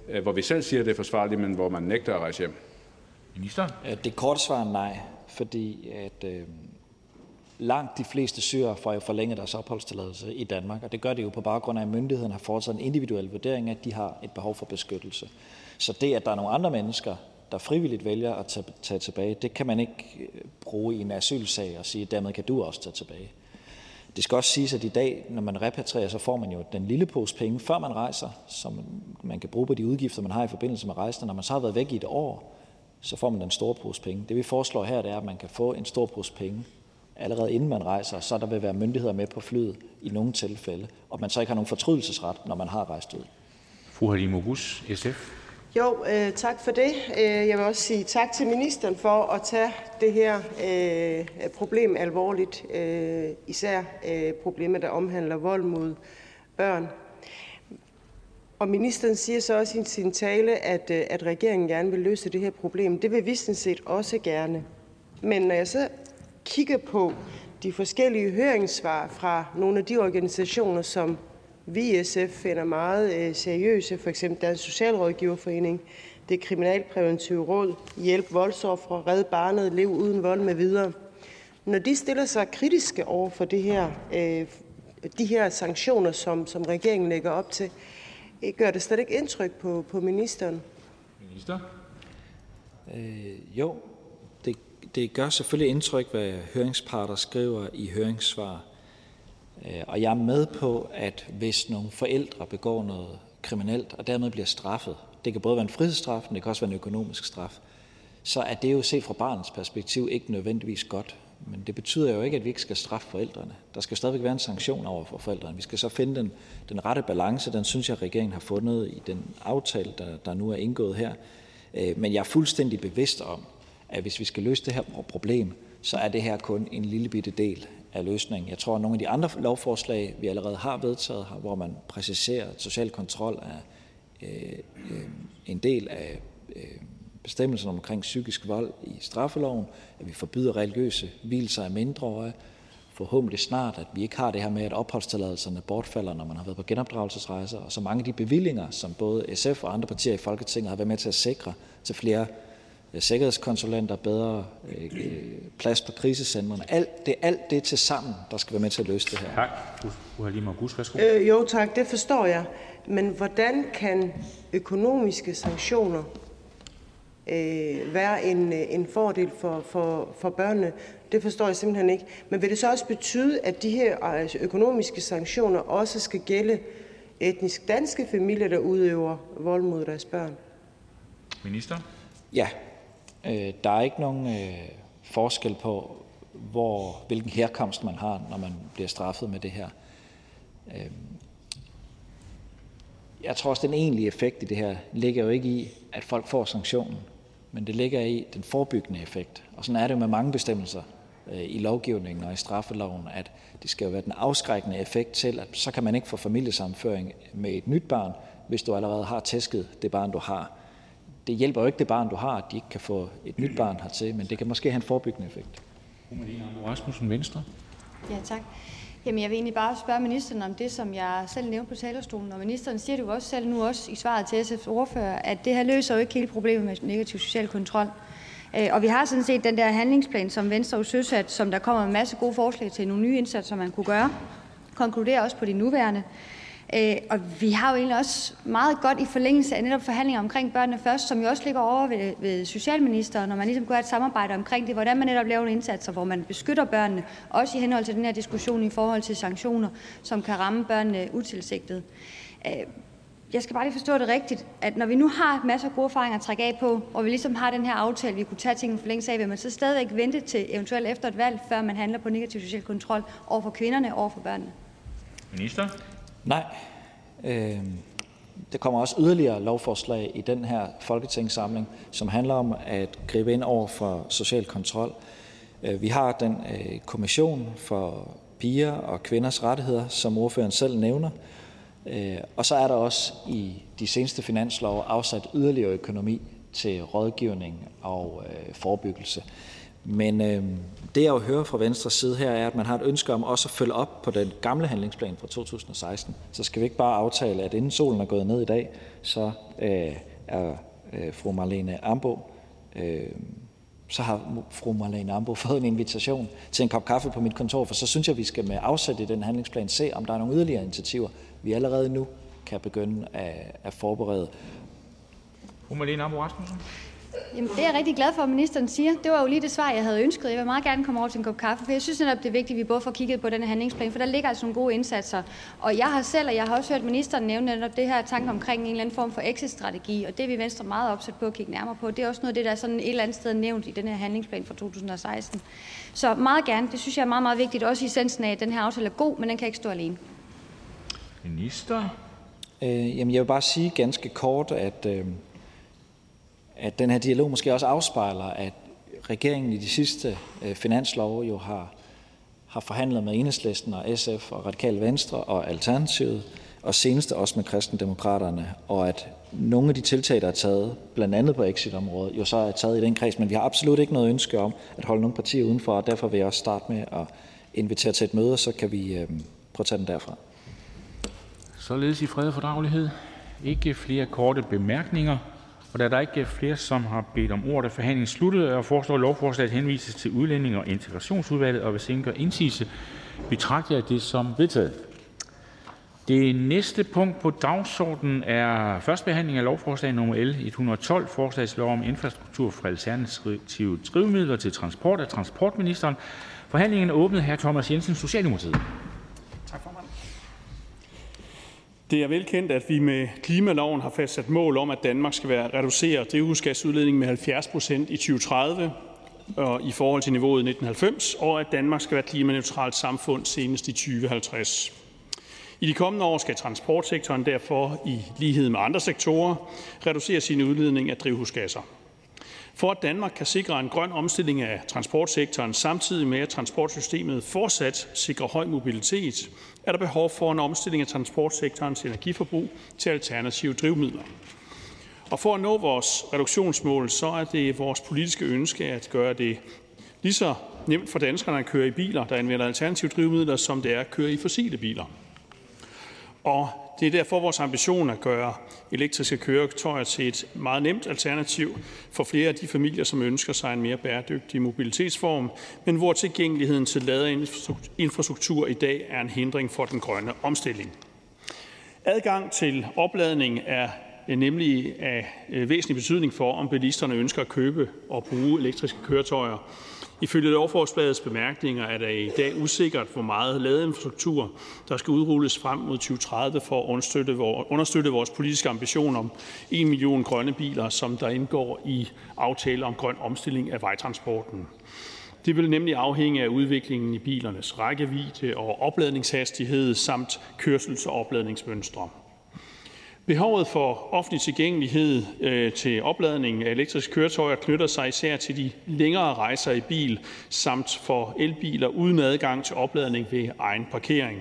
hvor vi selv siger, det er forsvarligt, men hvor man nægter at rejse hjem? Minister? Det korte svar er nej, fordi at langt de fleste syrere får jo forlænget deres opholdstilladelse i Danmark, og det gør det jo på baggrund af, at myndighederne har foretaget en individuel vurdering af, at de har et behov for beskyttelse. Så det, at der er nogle andre mennesker, der frivilligt vælger at tage tilbage, det kan man ikke bruge i en asylsag og sige, at dermed kan du også tage tilbage. Det skal også siges, at i dag, når man repatrierer, så får man jo den lille pose penge, før man rejser, som man kan bruge på de udgifter, man har i forbindelse med rejsen. Når man så har været væk i et år, så får man den store pose penge. Det vi foreslår her, det er, at man kan få en stor pose penge allerede inden man rejser, så der vil være myndigheder med på flyet i nogle tilfælde, og man så ikke har nogen fortrydelsesret, når man har rejst ud. Fru Halime Oguz, SF. Jo, tak for det. Jeg vil også sige tak til ministeren for at tage det her problem alvorligt, især problemer, der omhandler vold mod børn. Og ministeren siger så også i sin tale, at regeringen gerne vil løse det her problem. Det vil vi sådan set også gerne. Men når jeg så kigger på de forskellige høringssvar fra nogle af de organisationer, som vi i SF finder meget seriøse, f.eks. Dansk Socialrådgiverforening, det Kriminalpræventive Råd, Hjælp voldsofre, Red Barnet, Lev uden vold med videre. Når de stiller sig kritiske over for det her, de her sanktioner, som regeringen lægger op til, gør det slet ikke indtryk på ministeren? Minister? Jo, det gør selvfølgelig indtryk, hvad høringsparter skriver i høringssvar. Og jeg er med på, at hvis nogle forældre begår noget kriminelt og dermed bliver straffet, det kan både være en frihedsstraf, men det kan også være en økonomisk straf, så er det jo set fra barnets perspektiv ikke nødvendigvis godt. Men det betyder jo ikke, at vi ikke skal straffe forældrene. Der skal stadigvæk være en sanktion over for forældrene. Vi skal så finde den rette balance. Den synes jeg, at regeringen har fundet i den aftale, der nu er indgået her. Men jeg er fuldstændig bevidst om, at hvis vi skal løse det her problem, så er det her kun en lille bitte del af løsningen. Jeg tror, at nogle af de andre lovforslag, vi allerede har vedtaget her, hvor man præciserer, at social kontrol er en del af bestemmelserne omkring psykisk vold i straffeloven, at vi forbyder religiøse vielser af mindreårige, forhåbentlig snart, at vi ikke har det her med, at opholdstilladelserne bortfalder, når man har været på genopdragelsesrejser, og så mange af de bevillinger, som både SF og andre partier i Folketinget har været med til at sikre til flere sikkerhedskonsulenter, bedre plads på krisecentrene. Alt det til sammen, der skal være med til at løse det her. Tak. Fru Halime Oguz, værsgo. Jo tak, det forstår jeg. Men hvordan kan økonomiske sanktioner være en fordel for børnene? Det forstår jeg simpelthen ikke. Men vil det så også betyde, at de her økonomiske sanktioner også skal gælde etnisk danske familier, der udøver vold mod deres børn? Minister? Ja. Der er ikke nogen forskel på, hvilken herkomst man har, når man bliver straffet med det her. Jeg tror også, den egentlige effekt i det her ligger jo ikke i, at folk får sanktionen, men det ligger i den forebyggende effekt. Og sådan er det jo med mange bestemmelser i lovgivningen og i straffeloven, at det skal jo være den afskrækkende effekt til, at så kan man ikke få familiesammenføring med et nyt barn, hvis du allerede har tæsket det barn, du har. Det hjælper jo ikke det barn, du har, at de ikke kan få et nyt barn hertil, men det kan måske have en forebyggende effekt. Fru Marlene Ambo-Rasmussen, Venstre. Ja, tak. Jamen, jeg vil egentlig bare spørge ministeren om det, som jeg selv nævnte på talerstolen. Og ministeren siger det jo også selv nu også i svaret til SF's ordfører, at det her løser jo ikke hele problemet med negativ social kontrol. Og vi har sådan set den der handlingsplan, som Venstre jo søsat, som der kommer en masse gode forslag til nogle nye indsatser, man kunne gøre. Konkluderer også på de nuværende. Og vi har jo egentlig også meget godt i forlængelse af netop forhandlinger omkring børnene først, som jo også ligger over ved socialministeren, når man ligesom gør et samarbejde omkring det, hvordan man netop laver nogle indsatser, hvor man beskytter børnene, også i henhold til den her diskussion i forhold til sanktioner, som kan ramme børnene utilsigtet. Jeg skal bare lige forstå det rigtigt, at når vi nu har masser af gode erfaringer at trække af på, og vi ligesom har den her aftale, vi kunne tage tingene for længe af, vil man så stadigvæk vente til eventuelt efter et valg, før man handler på negativ social kontrol over for kvinderne og over for børnene? Minister? Nej. Der kommer også yderligere lovforslag i den her folketingssamling, som handler om at gribe ind over for social kontrol. Vi har den kommission for piger og kvinders rettigheder, som ordføreren selv nævner. Og så er der også i de seneste finanslove afsat yderligere økonomi til rådgivning og forebyggelse. Men det, jeg jo hører fra Venstres side her, er, at man har et ønske om også at følge op på den gamle handlingsplan fra 2016. Så skal vi ikke bare aftale, at inden solen er gået ned i dag, så har fru Marlene Ambo fået en invitation til en kop kaffe på mit kontor, for så synes jeg, vi skal med afsæt i den handlingsplan se, om der er nogle yderligere initiativer, vi allerede nu kan begynde at forberede. Fru Marlene Ambo Rasmussen. Jamen, det er jeg rigtig glad for, at ministeren siger. Det var jo lige det svar, jeg havde ønsket. Jeg vil meget gerne komme over til en kop kaffe, for jeg synes netop, det er vigtigt, at vi både får kigget på den her handlingsplan, for der ligger altså nogle gode indsatser. Og jeg har også hørt ministeren nævne netop det her tanke omkring en eller anden form for exit-strategi, og det er vi i Venstre meget opsat på at kigge nærmere på. Det er også noget af det, der er sådan et eller andet sted nævnt i den her handlingsplan fra 2016. Så meget gerne. Det synes jeg er meget, meget vigtigt. Også i essensen af, at den her aftale er god, men den kan ikke stå alene. Minister? Jamen, jeg vil bare sige ganske kort, at den her dialog måske også afspejler, at regeringen i de sidste finanslove jo har forhandlet med Enhedslisten og SF og Radikale Venstre og Alternativet, og senest også med Kristendemokraterne, og at nogle af de tiltag, der er taget, blandt andet på exit-området, jo så er taget i den kreds, men vi har absolut ikke noget ønske om at holde nogle partier udenfor, og derfor vil jeg også starte med at invitere til et møde, og så kan vi prøve at tage den derfra. Således i fred og fordragelighed. Ikke flere korte bemærkninger. Og da der ikke er flere, som har bedt om ordet, er forhandlingen sluttet, og jeg foreslår, at lovforslaget henvises til Udlændinge- og Integrationsudvalget, og hvis ingen gør indsigelse, betragter jeg det som vedtaget. Det næste punkt på dagsordenen er første behandling af lovforslag nummer L 112, forslag til lov om infrastruktur for alternative drivmidler til transport af transportministeren. Forhandlingen er åbnet. Hr. Thomas Jensen, Socialdemokratiet. Tak, formand. Det er velkendt, at vi med klimaloven har fastsat mål om, at Danmark skal reducere drivhusgasudledningen med 70% i 2030 i forhold til niveauet i 1990, og at Danmark skal være et klimaneutralt samfund senest i 2050. I de kommende år skal transportsektoren derfor, i lighed med andre sektorer, reducere sin udledning af drivhusgasser. For at Danmark kan sikre en grøn omstilling af transportsektoren, samtidig med at transportsystemet fortsat sikrer høj mobilitet, er der behov for en omstilling af transportsektorens energiforbrug til alternative drivmidler. Og for at nå vores reduktionsmål, så er det vores politiske ønske at gøre det lige så nemt for danskerne at køre i biler, der anvender alternative drivmidler, som det er at køre i fossile biler. Og det er derfor vores ambition at gøre elektriske køretøjer til et meget nemt alternativ for flere af de familier, som ønsker sig en mere bæredygtig mobilitetsform, men hvor tilgængeligheden til ladeinfrastruktur i dag er en hindring for den grønne omstilling. Adgang til opladning er nemlig af væsentlig betydning for, om bilisterne ønsker at købe og bruge elektriske køretøjer. Ifølge lovforslagets bemærkninger er det i dag usikkert, hvor meget ladeinfrastruktur, der skal udrulles frem mod 2030 for at understøtte vores politiske ambition om 1 million grønne biler, som der indgår i aftale om grøn omstilling af vejtransporten. Det vil nemlig afhænge af udviklingen i bilernes rækkevidde og opladningshastighed samt kørsels- og opladningsmønstre. Behovet for offentlig tilgængelighed til opladning af elektriske køretøjer knytter sig især til de længere rejser i bil, samt for elbiler uden adgang til opladning ved egen parkering.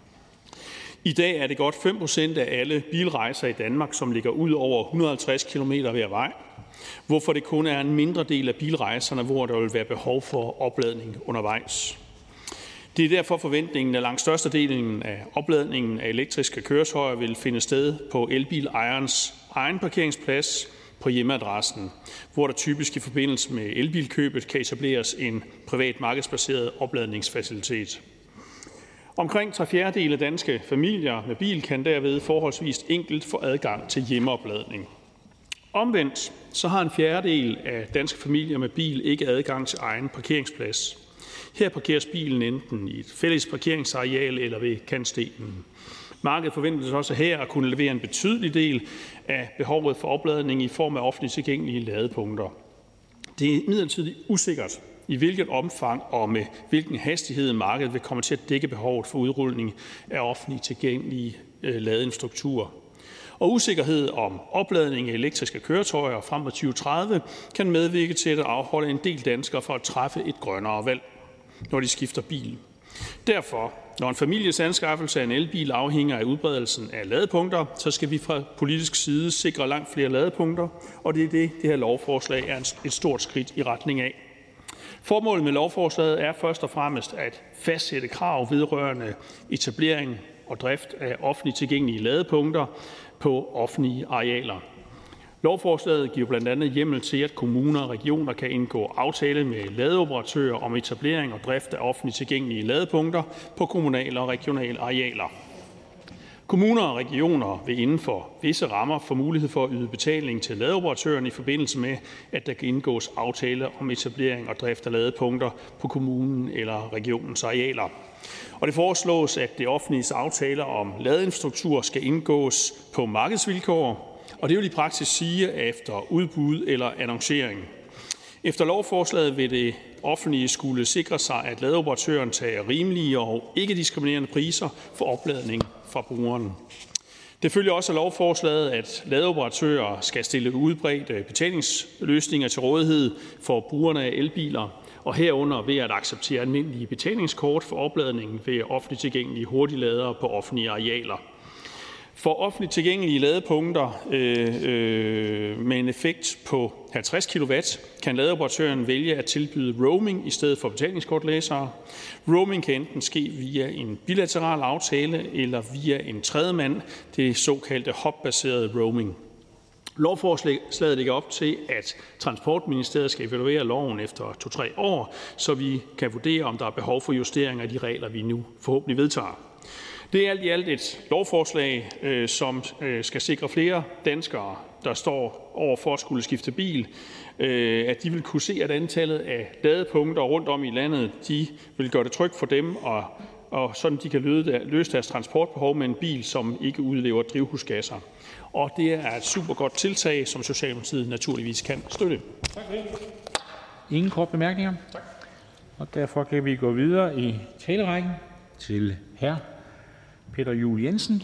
I dag er det godt 5% af alle bilrejser i Danmark, som ligger ud over 150 km hver vej, hvorfor det kun er en mindre del af bilrejserne, hvor der vil være behov for opladning undervejs. Det er derfor forventningen, at langt størstedelen af opladningen af elektriske køretøjer vil finde sted på elbilejerens egen parkeringsplads på hjemmeadressen, hvor der typisk i forbindelse med elbilkøbet kan etableres en privat markedsbaseret opladningsfacilitet. Omkring 3/4 af danske familier med bil kan derved forholdsvis enkelt få adgang til hjemmeopladning. Omvendt så har 1/4 af danske familier med bil ikke adgang til egen parkeringsplads. Her parkeres bilen enten i et fælles parkeringsareal eller ved kantstenen. Markedet forventes også her at kunne levere en betydelig del af behovet for opladning i form af offentligt tilgængelige ladepunkter. Det er imidlertid usikkert, i hvilket omfang og med hvilken hastighed markedet vil komme til at dække behovet for udrulning af offentligt tilgængelige ladeinfrastrukturer. Og usikkerhed om opladning af elektriske køretøjer frem mod 2030 kan medvirke til at afholde en del danskere fra at træffe et grønnere valg, når de skifter bil. Derfor, når en families anskaffelse af en elbil afhænger af udbredelsen af ladepunkter, så skal vi fra politisk side sikre langt flere ladepunkter, og det er det her lovforslag er et stort skridt i retning af. Formålet med lovforslaget er først og fremmest at fastsætte krav vedrørende etablering og drift af offentligt tilgængelige ladepunkter på offentlige arealer. Lovforslaget giver blandt andet hjemmel til, at kommuner og regioner kan indgå aftale med ladeoperatører om etablering og drift af offentligt tilgængelige ladepunkter på kommunale og regionale arealer. Kommuner og regioner vil inden for visse rammer få mulighed for at yde betaling til ladeoperatørerne i forbindelse med, at der kan indgås aftale om etablering og drift af ladepunkter på kommunen eller regionens arealer. Og det foreslås, at det offentliges aftaler om ladeinfrastruktur skal indgås på markedsvilkår, og det vil i praksis sige efter udbud eller annoncering. Efter lovforslaget vil det offentlige skulle sikre sig, at ladeoperatøren tager rimelige og ikke-diskriminerende priser for opladning fra brugeren. Det følger også af lovforslaget, at ladeoperatører skal stille udbredte betalingsløsninger til rådighed for brugerne af elbiler, og herunder ved at acceptere almindelige betalingskort for opladning ved offentligt tilgængelige hurtigladere på offentlige arealer. For offentligt tilgængelige ladepunkter med en effekt på 50 kW kan ladeoperatøren vælge at tilbyde roaming i stedet for betalingskortlæsere. Roaming kan enten ske via en bilateral aftale eller via en tredjemand, det såkaldte hub-baserede roaming. Lovforslaget lægger op til, at Transportministeriet skal evaluere loven efter 2-3 år, så vi kan vurdere, om der er behov for justeringer af de regler, vi nu forhåbentlig vedtager. Det er alt i alt et lovforslag, som skal sikre flere danskere, der står over for at skulle skifte bil, at de vil kunne se, at antallet af ladepunkter rundt om i landet, de vil gøre det trygt for dem, og sådan de kan løse deres transportbehov med en bil, som ikke udlever drivhusgasser. Og det er et super godt tiltag, som Socialdemokratiet naturligvis kan støtte. Tak for det. Ingen korte bemærkninger. Tak. Og derfor kan vi gå videre i talerækken til hr. Peter Juel-Jensen.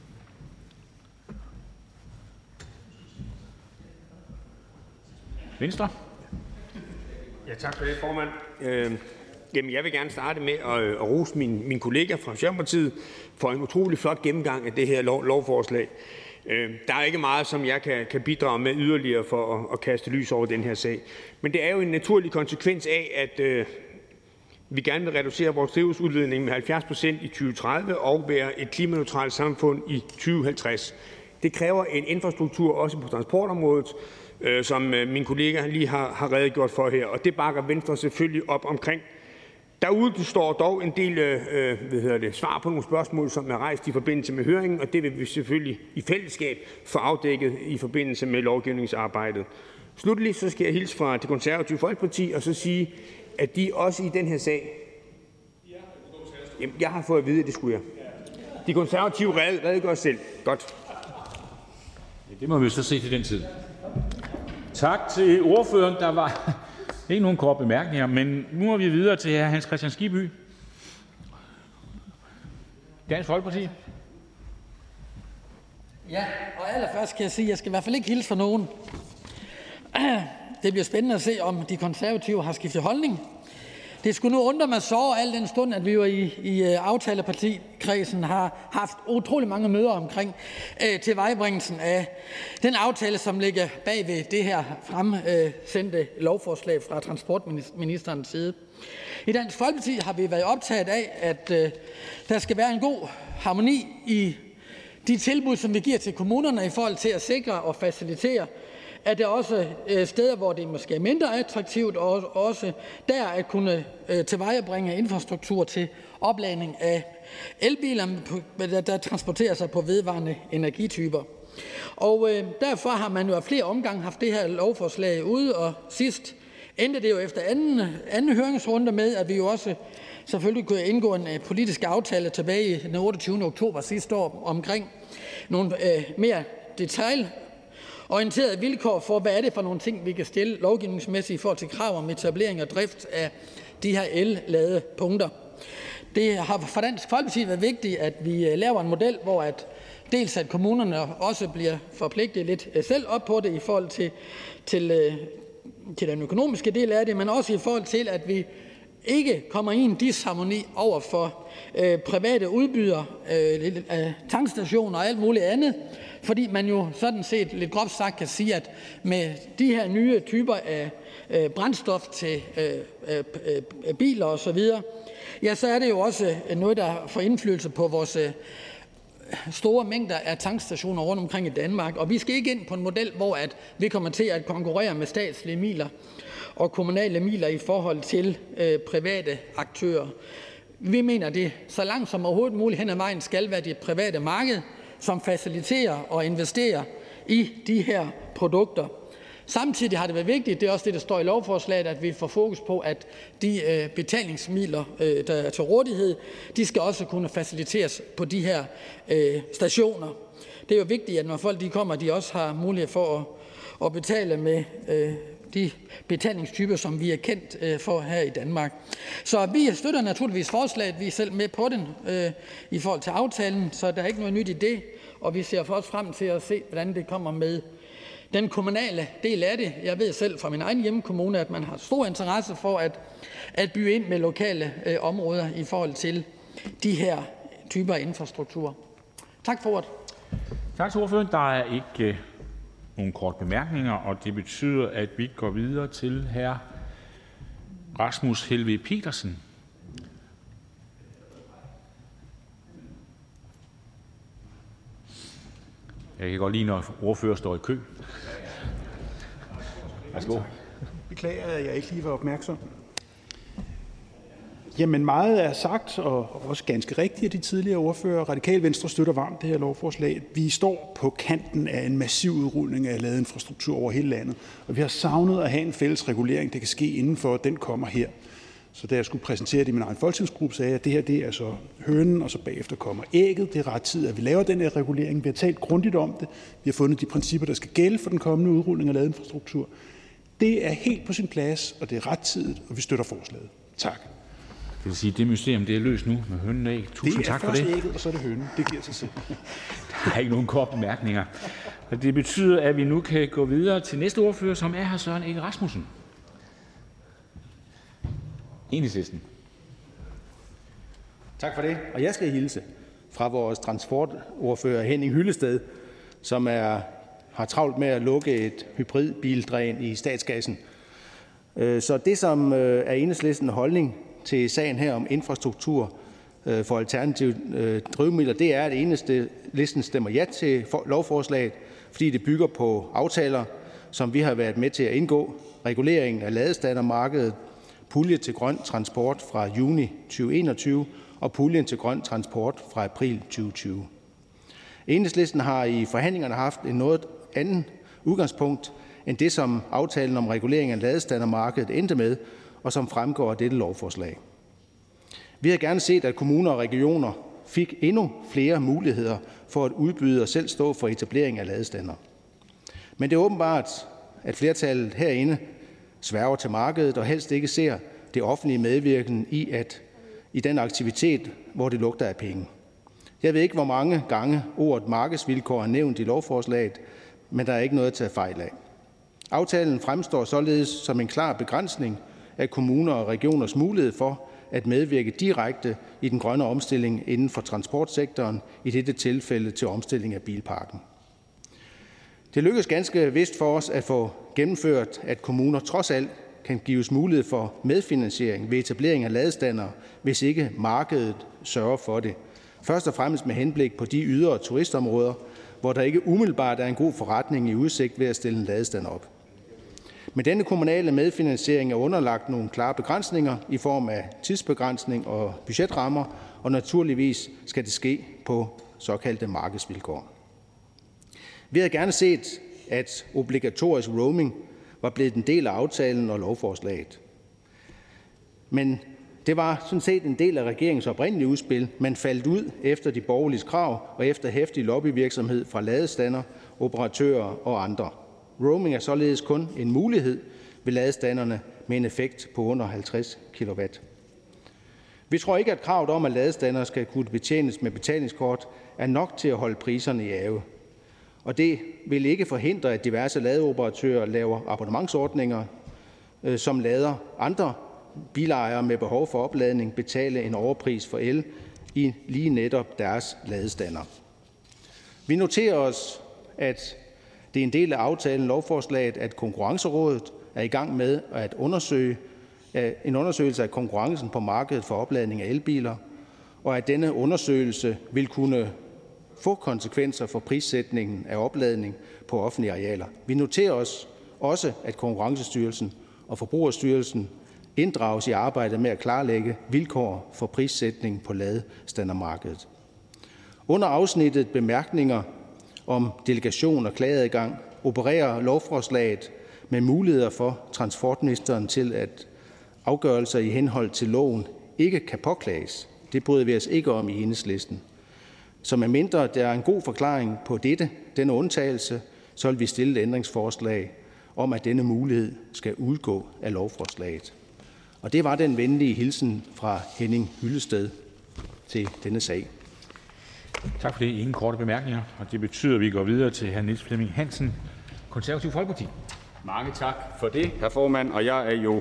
Venstre. Ja, tak for det, formand. Jamen, jeg vil gerne starte med at rose min kollega fra Socialdemokratiet for en utrolig flot gennemgang af det her lovforslag. Der er ikke meget, som jeg kan bidrage med yderligere for at kaste lys over den her sag. Men det er jo en naturlig konsekvens af, at vi gerne vil reducere vores drivhusudledning med 70% i 2030 og være et klimaneutralt samfund i 2050. Det kræver en infrastruktur også på transportområdet, som min kollega lige har redegjort for her, og det bakker Venstre selvfølgelig op omkring. Derude står dog en del svar på nogle spørgsmål, som er rejst i forbindelse med høringen, og det vil vi selvfølgelig i fællesskab få afdækket i forbindelse med lovgivningsarbejdet. Slutlig så skal jeg hilse fra Det Konservative Folkeparti og så sige, at de også i den her sag... Jamen, jeg har fået at vide, at det skulle jeg. De konservative redegør selv. Godt. Det må vi så se til den tid. Tak til ordføreren. Der var ikke nogen korte bemærkninger, men nu er vi videre til hr. Hans Kristian Skibby. Dansk Folkeparti. Ja, og allerførst kan jeg sige, at jeg skal i hvert fald ikke hilse for nogen. Det bliver spændende at se, om de konservative har skiftet holdning. Det skulle nu undre mig så al den stund, at vi jo i aftalepartikredsen har haft utrolig mange møder omkring tilvejebringelsen af den aftale, som ligger bag ved det her fremsendte lovforslag fra transportministerens side. I Dansk Folkeparti har vi været optaget af, at der skal være en god harmoni i de tilbud, som vi giver til kommunerne i forhold til at sikre og facilitere, at der også steder, hvor det måske er mindre attraktivt, og også der at kunne tilvejebringe infrastruktur til opladning af elbiler, der transporterer sig på vedvarende energityper. Og derfor har man jo af flere omgange haft det her lovforslag ude, og sidst endte det jo efter anden høringsrunde med, at vi jo også selvfølgelig kunne indgå en politisk aftale tilbage den 28. oktober sidste år omkring nogle mere orienterede vilkår for, hvad er det for nogle ting, vi kan stille lovgivningsmæssigt i forhold til krav om etablering og drift af de her el-ladepunkter. Det har for Dansk Folkeparti været vigtigt, at vi laver en model, hvor dels at kommunerne også bliver forpligtet lidt selv op på det i forhold til den økonomiske del af det, men også i forhold til, at vi ikke kommer i en disharmoni over for private udbydere af tankstationer og alt muligt andet, fordi man jo sådan set lidt groft sagt kan sige, at med de her nye typer af brændstof til biler osv., ja, så er det jo også noget, der får indflydelse på vores store mængder af tankstationer rundt omkring i Danmark. Og vi skal ikke ind på en model, hvor at vi kommer til at konkurrere med statslige midler og kommunale midler i forhold til private aktører. Vi mener, det så langt som overhovedet muligt hen ad vejen skal være det private marked, som faciliterer og investerer i de her produkter. Samtidig har det været vigtigt, det er også det, der står i lovforslaget, at vi får fokus på, at de betalingsmidler, der er til rådighed, de skal også kunne faciliteres på de her stationer. Det er jo vigtigt, at når folk de kommer, de også har mulighed for at betale med de betalingstyper, som vi er kendt for her i Danmark. Så vi støtter naturligvis forslaget. Vi er selv med på den i forhold til aftalen, så der er ikke noget nyt i det. Og vi ser også frem til at se, hvordan det kommer med den kommunale del af det. Jeg ved selv fra min egen hjemkommune, at man har stor interesse for at bygge ind med lokale områder i forhold til de her typer af infrastruktur. Tak for ordet. Tak til ordføreren. Der er ikke nogen korte bemærkninger, og det betyder, at vi går videre til hr. Rasmus Helveg Petersen. Jeg kan godt lide, når ordfører står i kø. Værsgo. Beklager, at jeg ikke lige var opmærksom. Jamen meget er sagt, og også ganske rigtigt af de tidligere ordfører. Radikale Venstre støtter varmt det her lovforslag. Vi står på kanten af en massiv udrulning af ladeinfrastruktur over hele landet, og vi har savnet at have en fælles regulering, der kan ske indenfor, og den kommer her. Så da jeg skulle præsentere det i min egen folketingsgruppe, sagde jeg, at det her det er så hønen, og så bagefter kommer ægget. Det er ret tid, at vi laver den her regulering. Vi har talt grundigt om det. Vi har fundet de principper, der skal gælde for den kommende udrulning af ladeinfrastruktur. Det er helt på sin plads, og det er rettidigt, og vi støtter forslaget. Tak. Det vil sige, at det mysterium det er løst nu med hønnen og æg. Tusind tak for det. Det er først ægget, og så er det hønen. Det giver sig selv. Der er ikke nogen korte bemærkninger. Og det betyder, at vi nu kan gå videre til næste ordfører, som er hr. Søren Egge Rasmussen. Enhedslisten. Tak for det. Og jeg skal hilse fra vores transportordfører Henning Hyllested, som har travlt med at lukke et hybridbildræn i statskassen. Så det, som er Enhedslistens holdning til sagen her om infrastruktur for alternative drivmidler, det er, at Enhedslisten stemmer ja til lovforslaget, fordi det bygger på aftaler, som vi har været med til at indgå. Reguleringen af ladestandermarkedet, pulje til grøn transport fra juni 2021 og puljen til grøn transport fra april 2020. Enhedslisten har i forhandlingerne haft en noget anden udgangspunkt end det, som aftalen om regulering af ladestandermarkedet endte med, og som fremgår af dette lovforslag. Vi havde gerne set, at kommuner og regioner fik endnu flere muligheder for at udbyde og selv stå for etablering af ladestander. Men det er åbenbart, at flertallet herinde sværger til markedet og helst ikke ser det offentlige medvirken i den aktivitet, hvor det lugter af penge. Jeg ved ikke, hvor mange gange ordet markedsvilkår er nævnt i lovforslaget, men der er ikke noget at tage fejl af. Aftalen fremstår således som en klar begrænsning af kommuner og regioners mulighed for at medvirke direkte i den grønne omstilling inden for transportsektoren, i dette tilfælde til omstilling af bilparken. Det lykkedes ganske vist for os at få gennemført, at kommuner trods alt kan gives mulighed for medfinansiering ved etablering af ladestander, hvis ikke markedet sørger for det. Først og fremmest med henblik på de ydre turistområder, hvor der ikke umiddelbart er en god forretning i udsigt ved at stille en ladestander op. Men denne kommunale medfinansiering er underlagt nogle klare begrænsninger i form af tidsbegrænsning og budgetrammer, og naturligvis skal det ske på såkaldte markedsvilkår. Vi havde gerne set, at obligatorisk roaming var blevet en del af aftalen og lovforslaget. Men det var sådan set en del af regeringens oprindelige udspil, men faldt ud efter de borgerliges krav og efter heftig lobbyvirksomhed fra ladestander, operatører og andre. Roaming er således kun en mulighed ved ladestanderne med en effekt på under 50 kW. Vi tror ikke, at kravet om, at ladestander skal kunne betjenes med betalingskort, er nok til at holde priserne i ave. Og det vil ikke forhindre, at diverse ladeoperatører laver abonnementsordninger, som lader andre bilejere med behov for opladning betale en overpris for el i lige netop deres ladestander. Vi noterer os, at det er en del af aftalen lovforslaget, at Konkurrencerådet er i gang med at undersøge en undersøgelse af konkurrencen på markedet for opladning af elbiler, og at denne undersøgelse vil kunne få konsekvenser for prissætningen af opladning på offentlige arealer. Vi noterer os også, at Konkurrencestyrelsen og Forbrugerstyrelsen inddrages i arbejdet med at klarlægge vilkår for prissætning på ladestandermarkedet. Under afsnittet bemærkninger om delegation og klageadgang opererer lovforslaget med muligheder for transportministeren til, at afgørelser i henhold til loven ikke kan påklages. Det bryder vi os ikke om i Enhedslisten. Så medmindre der er en god forklaring på denne undtagelse, så vil vi stille et ændringsforslag om, at denne mulighed skal udgå af lovforslaget. Og det var den venlige hilsen fra Henning Hyllested til denne sag. Tak for det. Ingen korte bemærkninger, og det betyder, at vi går videre til hr. Niels Flemming Hansen, Konservativ Folkeparti. Mange tak for det, hr. formand, og jeg er jo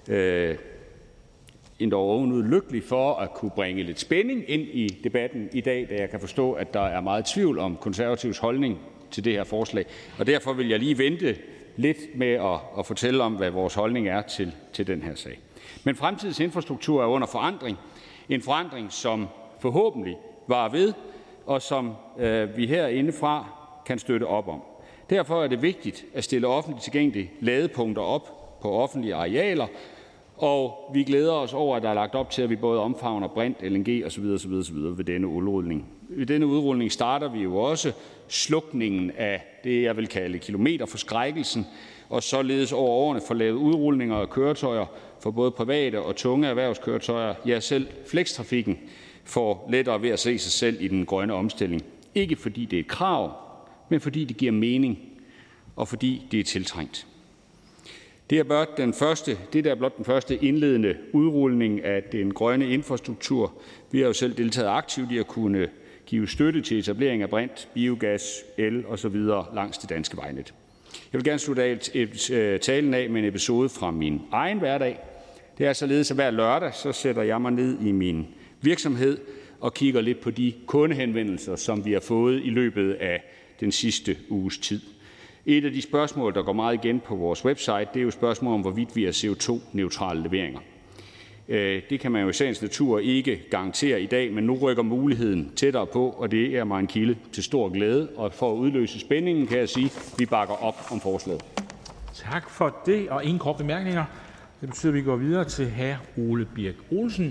endda ovenud lykkelig for at kunne bringe lidt spænding ind i debatten i dag, da jeg kan forstå, at der er meget tvivl om konservativs holdning til det her forslag. Og derfor vil jeg lige vente lidt med at fortælle om, hvad vores holdning er til den her sag. Men fremtidens infrastruktur er under forandring. En forandring, som forhåbentlig varer ved, og som vi herindefra kan støtte op om. Derfor er det vigtigt at stille offentligt tilgængelige ladepunkter op på offentlige arealer, og vi glæder os over, at der er lagt op til, at vi både omfavner brint, LNG osv. ved denne udrulning. I denne udrulning starter vi jo også slukningen af det, jeg vil kalde kilometerforskrækkelsen, og således over årene får lavet udrulninger af køretøjer for både private og tunge erhvervskøretøjer. Ja, selv flekstrafikken får lettere ved at se sig selv i den grønne omstilling. Ikke fordi det er et krav, men fordi det giver mening, og fordi det er tiltrængt. Det er blot den første indledende udrulning af den grønne infrastruktur. Vi har jo selv deltaget aktivt i at kunne give støtte til etablering af brint, biogas, el osv. langs det danske vejnet. Jeg vil gerne slutte talen af med en episode fra min egen hverdag. Det er således, at hver lørdag så sætter jeg mig ned i min virksomhed og kigger lidt på de kundehenvendelser, som vi har fået i løbet af den sidste uges tid. Et af de spørgsmål, der går meget igen på vores website, det er jo spørgsmål om, hvorvidt vi er CO2-neutrale leveringer. Det kan man jo i sagens natur ikke garantere i dag, men nu rykker muligheden tættere på, og det er mig en kilde til stor glæde. Og for at udløse spændingen kan jeg sige, at vi bakker op om forslaget. Tak for det, og ingen korte bemærkninger. Det betyder, at vi går videre til hr. Ole Birk Olesen,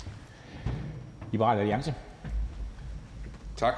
Liberal Alliance. Tak.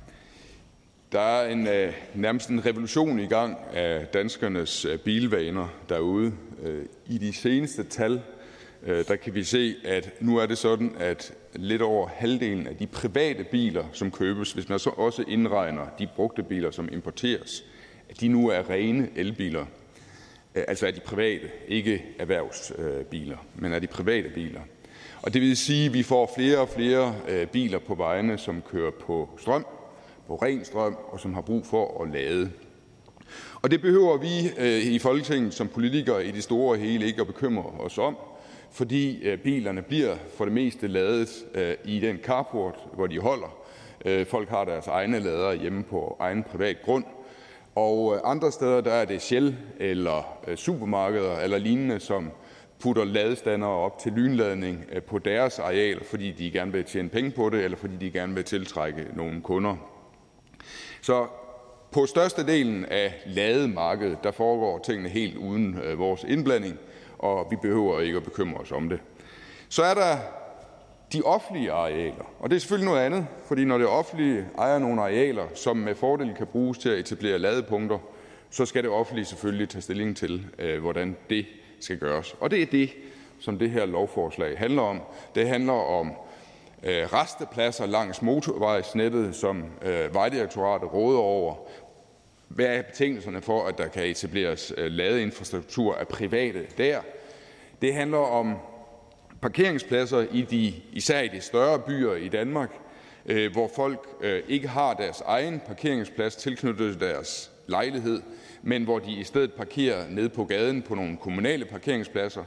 Der er nærmest en revolution i gang af danskernes bilvaner derude. I de seneste tal, der kan vi se, at nu er det sådan, at lidt over halvdelen af de private biler, som købes, hvis man så også indregner de brugte biler, som importeres, at de nu er rene elbiler. Altså er de private, ikke erhvervsbiler, men er de private biler. Og det vil sige, at vi får flere og flere biler på vejene, som kører på strøm, på ren strøm, og som har brug for at lade. Og det behøver vi i Folketinget som politikere i det store og hele ikke at bekymre os om, fordi bilerne bliver for det meste ladet i den carport, hvor de holder. Folk har deres egne ladere hjemme på egen privat grund. Og andre steder, der er det Shell eller supermarkeder eller lignende, som putter ladestandere op til lynladning på deres areal, fordi de gerne vil tjene penge på det, eller fordi de gerne vil tiltrække nogle kunder. Så på størstedelen af lademarkedet, der foregår tingene helt uden vores indblanding, og vi behøver ikke at bekymre os om det. Så er der de offentlige arealer, og det er selvfølgelig noget andet, fordi når det offentlige ejer nogle arealer, som med fordel kan bruges til at etablere ladepunkter, så skal det offentlige selvfølgelig tage stilling til, hvordan det skal gøres. Og det er det, som det her lovforslag handler om. Det handler om rastepladser langs motorvejsnettet, som Vejdirektoratet råder over. Hvad er betingelserne for, at der kan etableres ladeinfrastruktur af private der? Det handler om parkeringspladser især i de større byer i Danmark, hvor folk ikke har deres egen parkeringsplads tilknyttet deres lejlighed, men hvor de i stedet parkerer nede på gaden på nogle kommunale parkeringspladser.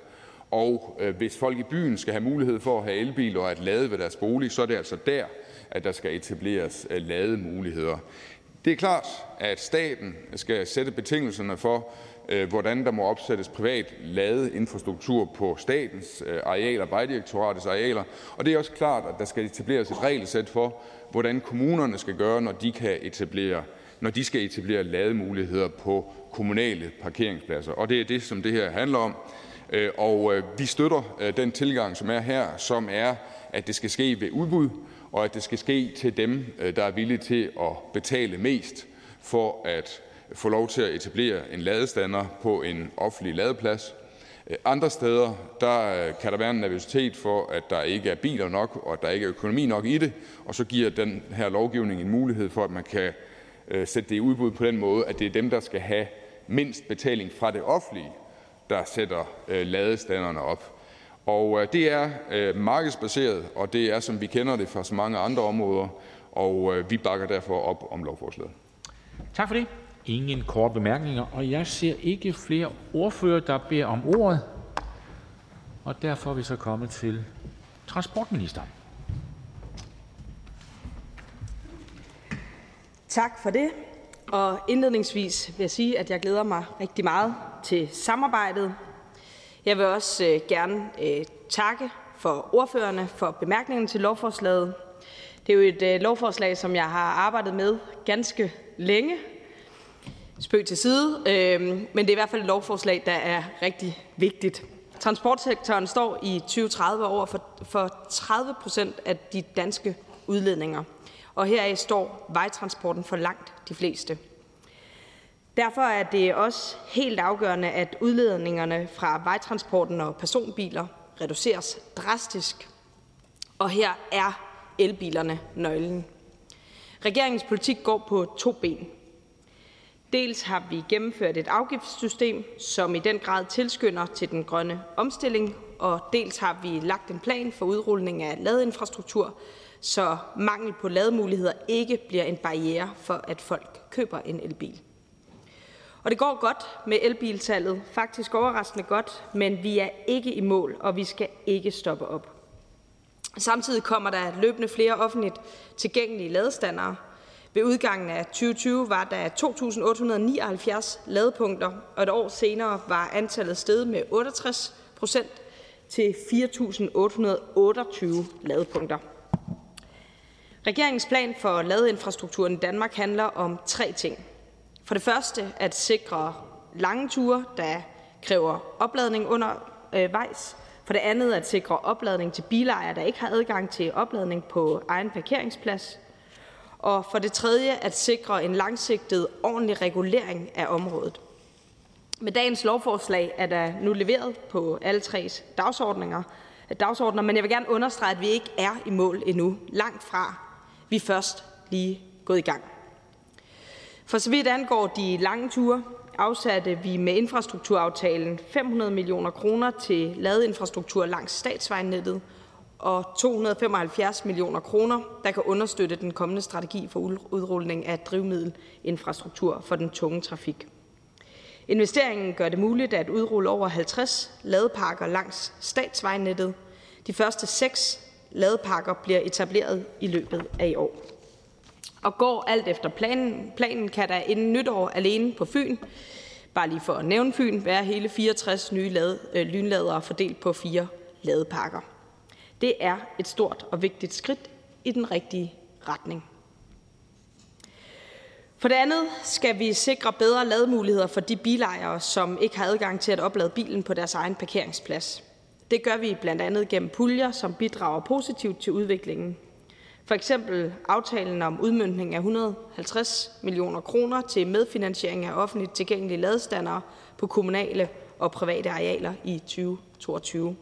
Og hvis folk i byen skal have mulighed for at have elbil og at lade ved deres bolig, så er det altså der, at der skal etableres lademuligheder. Det er klart, at staten skal sætte betingelserne for, hvordan der må opsættes privat ladeinfrastruktur på statens arealer, Vejdirektoratets arealer, og det er også klart, at der skal etableres et regelsæt for, hvordan kommunerne skal gøre, når de skal etablere lademuligheder på kommunale parkeringspladser. Og det er det, som det her handler om. Og vi støtter den tilgang, som er her, som er, at det skal ske ved udbud, og at det skal ske til dem, der er villige til at betale mest for at få lov til at etablere en ladestander på en offentlig ladeplads. Andre steder kan der være en nervøsitet for, at der ikke er biler nok, og at der ikke er økonomi nok i det, og så giver den her lovgivning en mulighed for, at man kan sætte det i udbud på den måde, at det er dem, der skal have mindst betaling fra det offentlige, der sætter ladestanderne op. Og det er markedsbaseret, og det er, som vi kender det fra så mange andre områder, og vi bakker derfor op om lovforslaget. Tak for det. Ingen korte bemærkninger, og jeg ser ikke flere ordførere, der beder om ordet. Og derfor er vi så kommet til transportministeren. Tak for det. Og indledningsvis vil jeg sige, at jeg glæder mig rigtig meget til samarbejdet. Jeg vil også gerne takke for ordførerne for bemærkningerne til lovforslaget. Det er jo et lovforslag, som jeg har arbejdet med ganske længe. Spøg til side, men det er i hvert fald et lovforslag, der er rigtig vigtigt. Transportsektoren står i 2030 over for 30% af de danske udledninger, og heraf står vejtransporten for langt de fleste. Derfor er det også helt afgørende, at udledningerne fra vejtransporten og personbiler reduceres drastisk, og her er elbilerne nøglen. Regeringens politik går på 2 ben. Dels har vi gennemført et afgiftssystem, som i den grad tilskynder til den grønne omstilling, og dels har vi lagt en plan for udrulning af ladeinfrastruktur, så mangel på lademuligheder ikke bliver en barriere for, at folk køber en elbil. Og det går godt med elbilsalget, faktisk overraskende godt, men vi er ikke i mål, og vi skal ikke stoppe op. Samtidig kommer der løbende flere offentligt tilgængelige ladestandere. Ved udgangen af 2020 var der 2.879 ladepunkter, og et år senere var antallet steget med 68% til 4.828 ladepunkter. Regeringens plan for ladeinfrastrukturen i Danmark handler om 3 ting. For det første at sikre lange ture, der kræver opladning undervejs. For det andet at sikre opladning til bilejere, der ikke har adgang til opladning på egen parkeringsplads. Og for det tredje at sikre en langsigtet ordentlig regulering af området. Med dagens lovforslag er der nu leveret på alle 3 dagsordner, men jeg vil gerne understrege, at vi ikke er i mål endnu. Langt fra. Vi er først lige gået i gang. For så vidt angår de lange ture, afsatte vi med infrastrukturaftalen 500 millioner kroner til ladeinfrastruktur langs statsvejnettet og 275 millioner kroner, der kan understøtte den kommende strategi for udrulning af drivmiddelinfrastruktur for den tunge trafik. Investeringen gør det muligt at udrulle over 50 ladeparker langs statsvejnettet. De første 6 ladeparker bliver etableret i løbet af i år. Og går alt efter planen, kan der inden nytår alene på Fyn, bare lige for at nævne Fyn, være hele 64 nye lynladere fordelt på 4 ladeparker. Det er et stort og vigtigt skridt i den rigtige retning. For det andet skal vi sikre bedre lademuligheder for de bilejere, som ikke har adgang til at oplade bilen på deres egen parkeringsplads. Det gør vi blandt andet gennem puljer, som bidrager positivt til udviklingen. For eksempel aftalen om udmøntning af 150 millioner kroner til medfinansiering af offentligt tilgængelige ladestandere på kommunale og private arealer i 2022.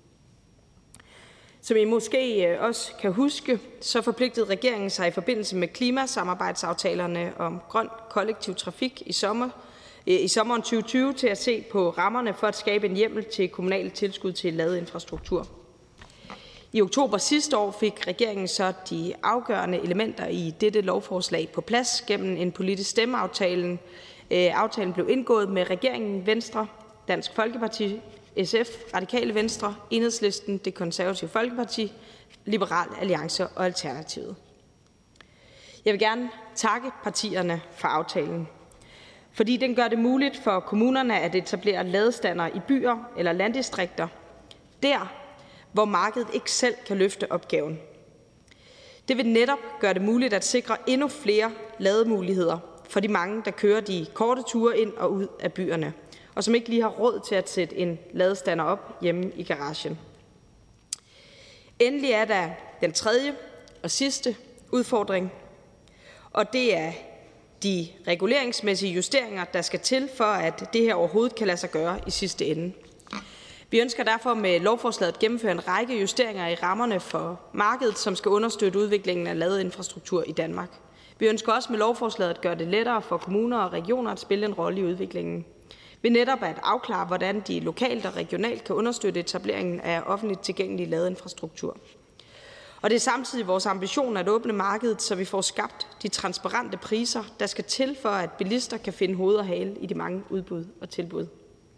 Som I måske også kan huske, så forpligtede regeringen sig i forbindelse med klimasamarbejdsaftalerne om grøn kollektiv trafik i sommeren 2020 til at se på rammerne for at skabe en hjemmel til kommunale tilskud til ladeinfrastruktur. I oktober sidste år fik regeringen så de afgørende elementer i dette lovforslag på plads gennem en politisk stemmeaftale. Aftalen blev indgået med regeringen, Venstre, Dansk Folkeparti, SF, Radikale Venstre, Enhedslisten, Det Konservative Folkeparti, Liberal Alliance og Alternativet. Jeg vil gerne takke partierne for aftalen, fordi den gør det muligt for kommunerne at etablere ladestander i byer eller landdistrikter, der hvor markedet ikke selv kan løfte opgaven. Det vil netop gøre det muligt at sikre endnu flere lademuligheder for de mange, der kører de korte ture ind og ud af byerne, og som ikke lige har råd til at sætte en ladestander op hjemme i garagen. Endelig er der den tredje og sidste udfordring, og det er de reguleringsmæssige justeringer, der skal til, for at det her overhovedet kan lade sig gøre i sidste ende. Vi ønsker derfor med lovforslaget at gennemføre en række justeringer i rammerne for markedet, som skal understøtte udviklingen af ladeinfrastruktur i Danmark. Vi ønsker også med lovforslaget at gøre det lettere for kommuner og regioner at spille en rolle i udviklingen, ved netop at afklare, hvordan de lokalt og regionalt kan understøtte etableringen af offentligt tilgængelig ladeinfrastruktur. Og det er samtidig vores ambition at åbne markedet, så vi får skabt de transparente priser, der skal til for, at bilister kan finde hoved og hale i de mange udbud og tilbud.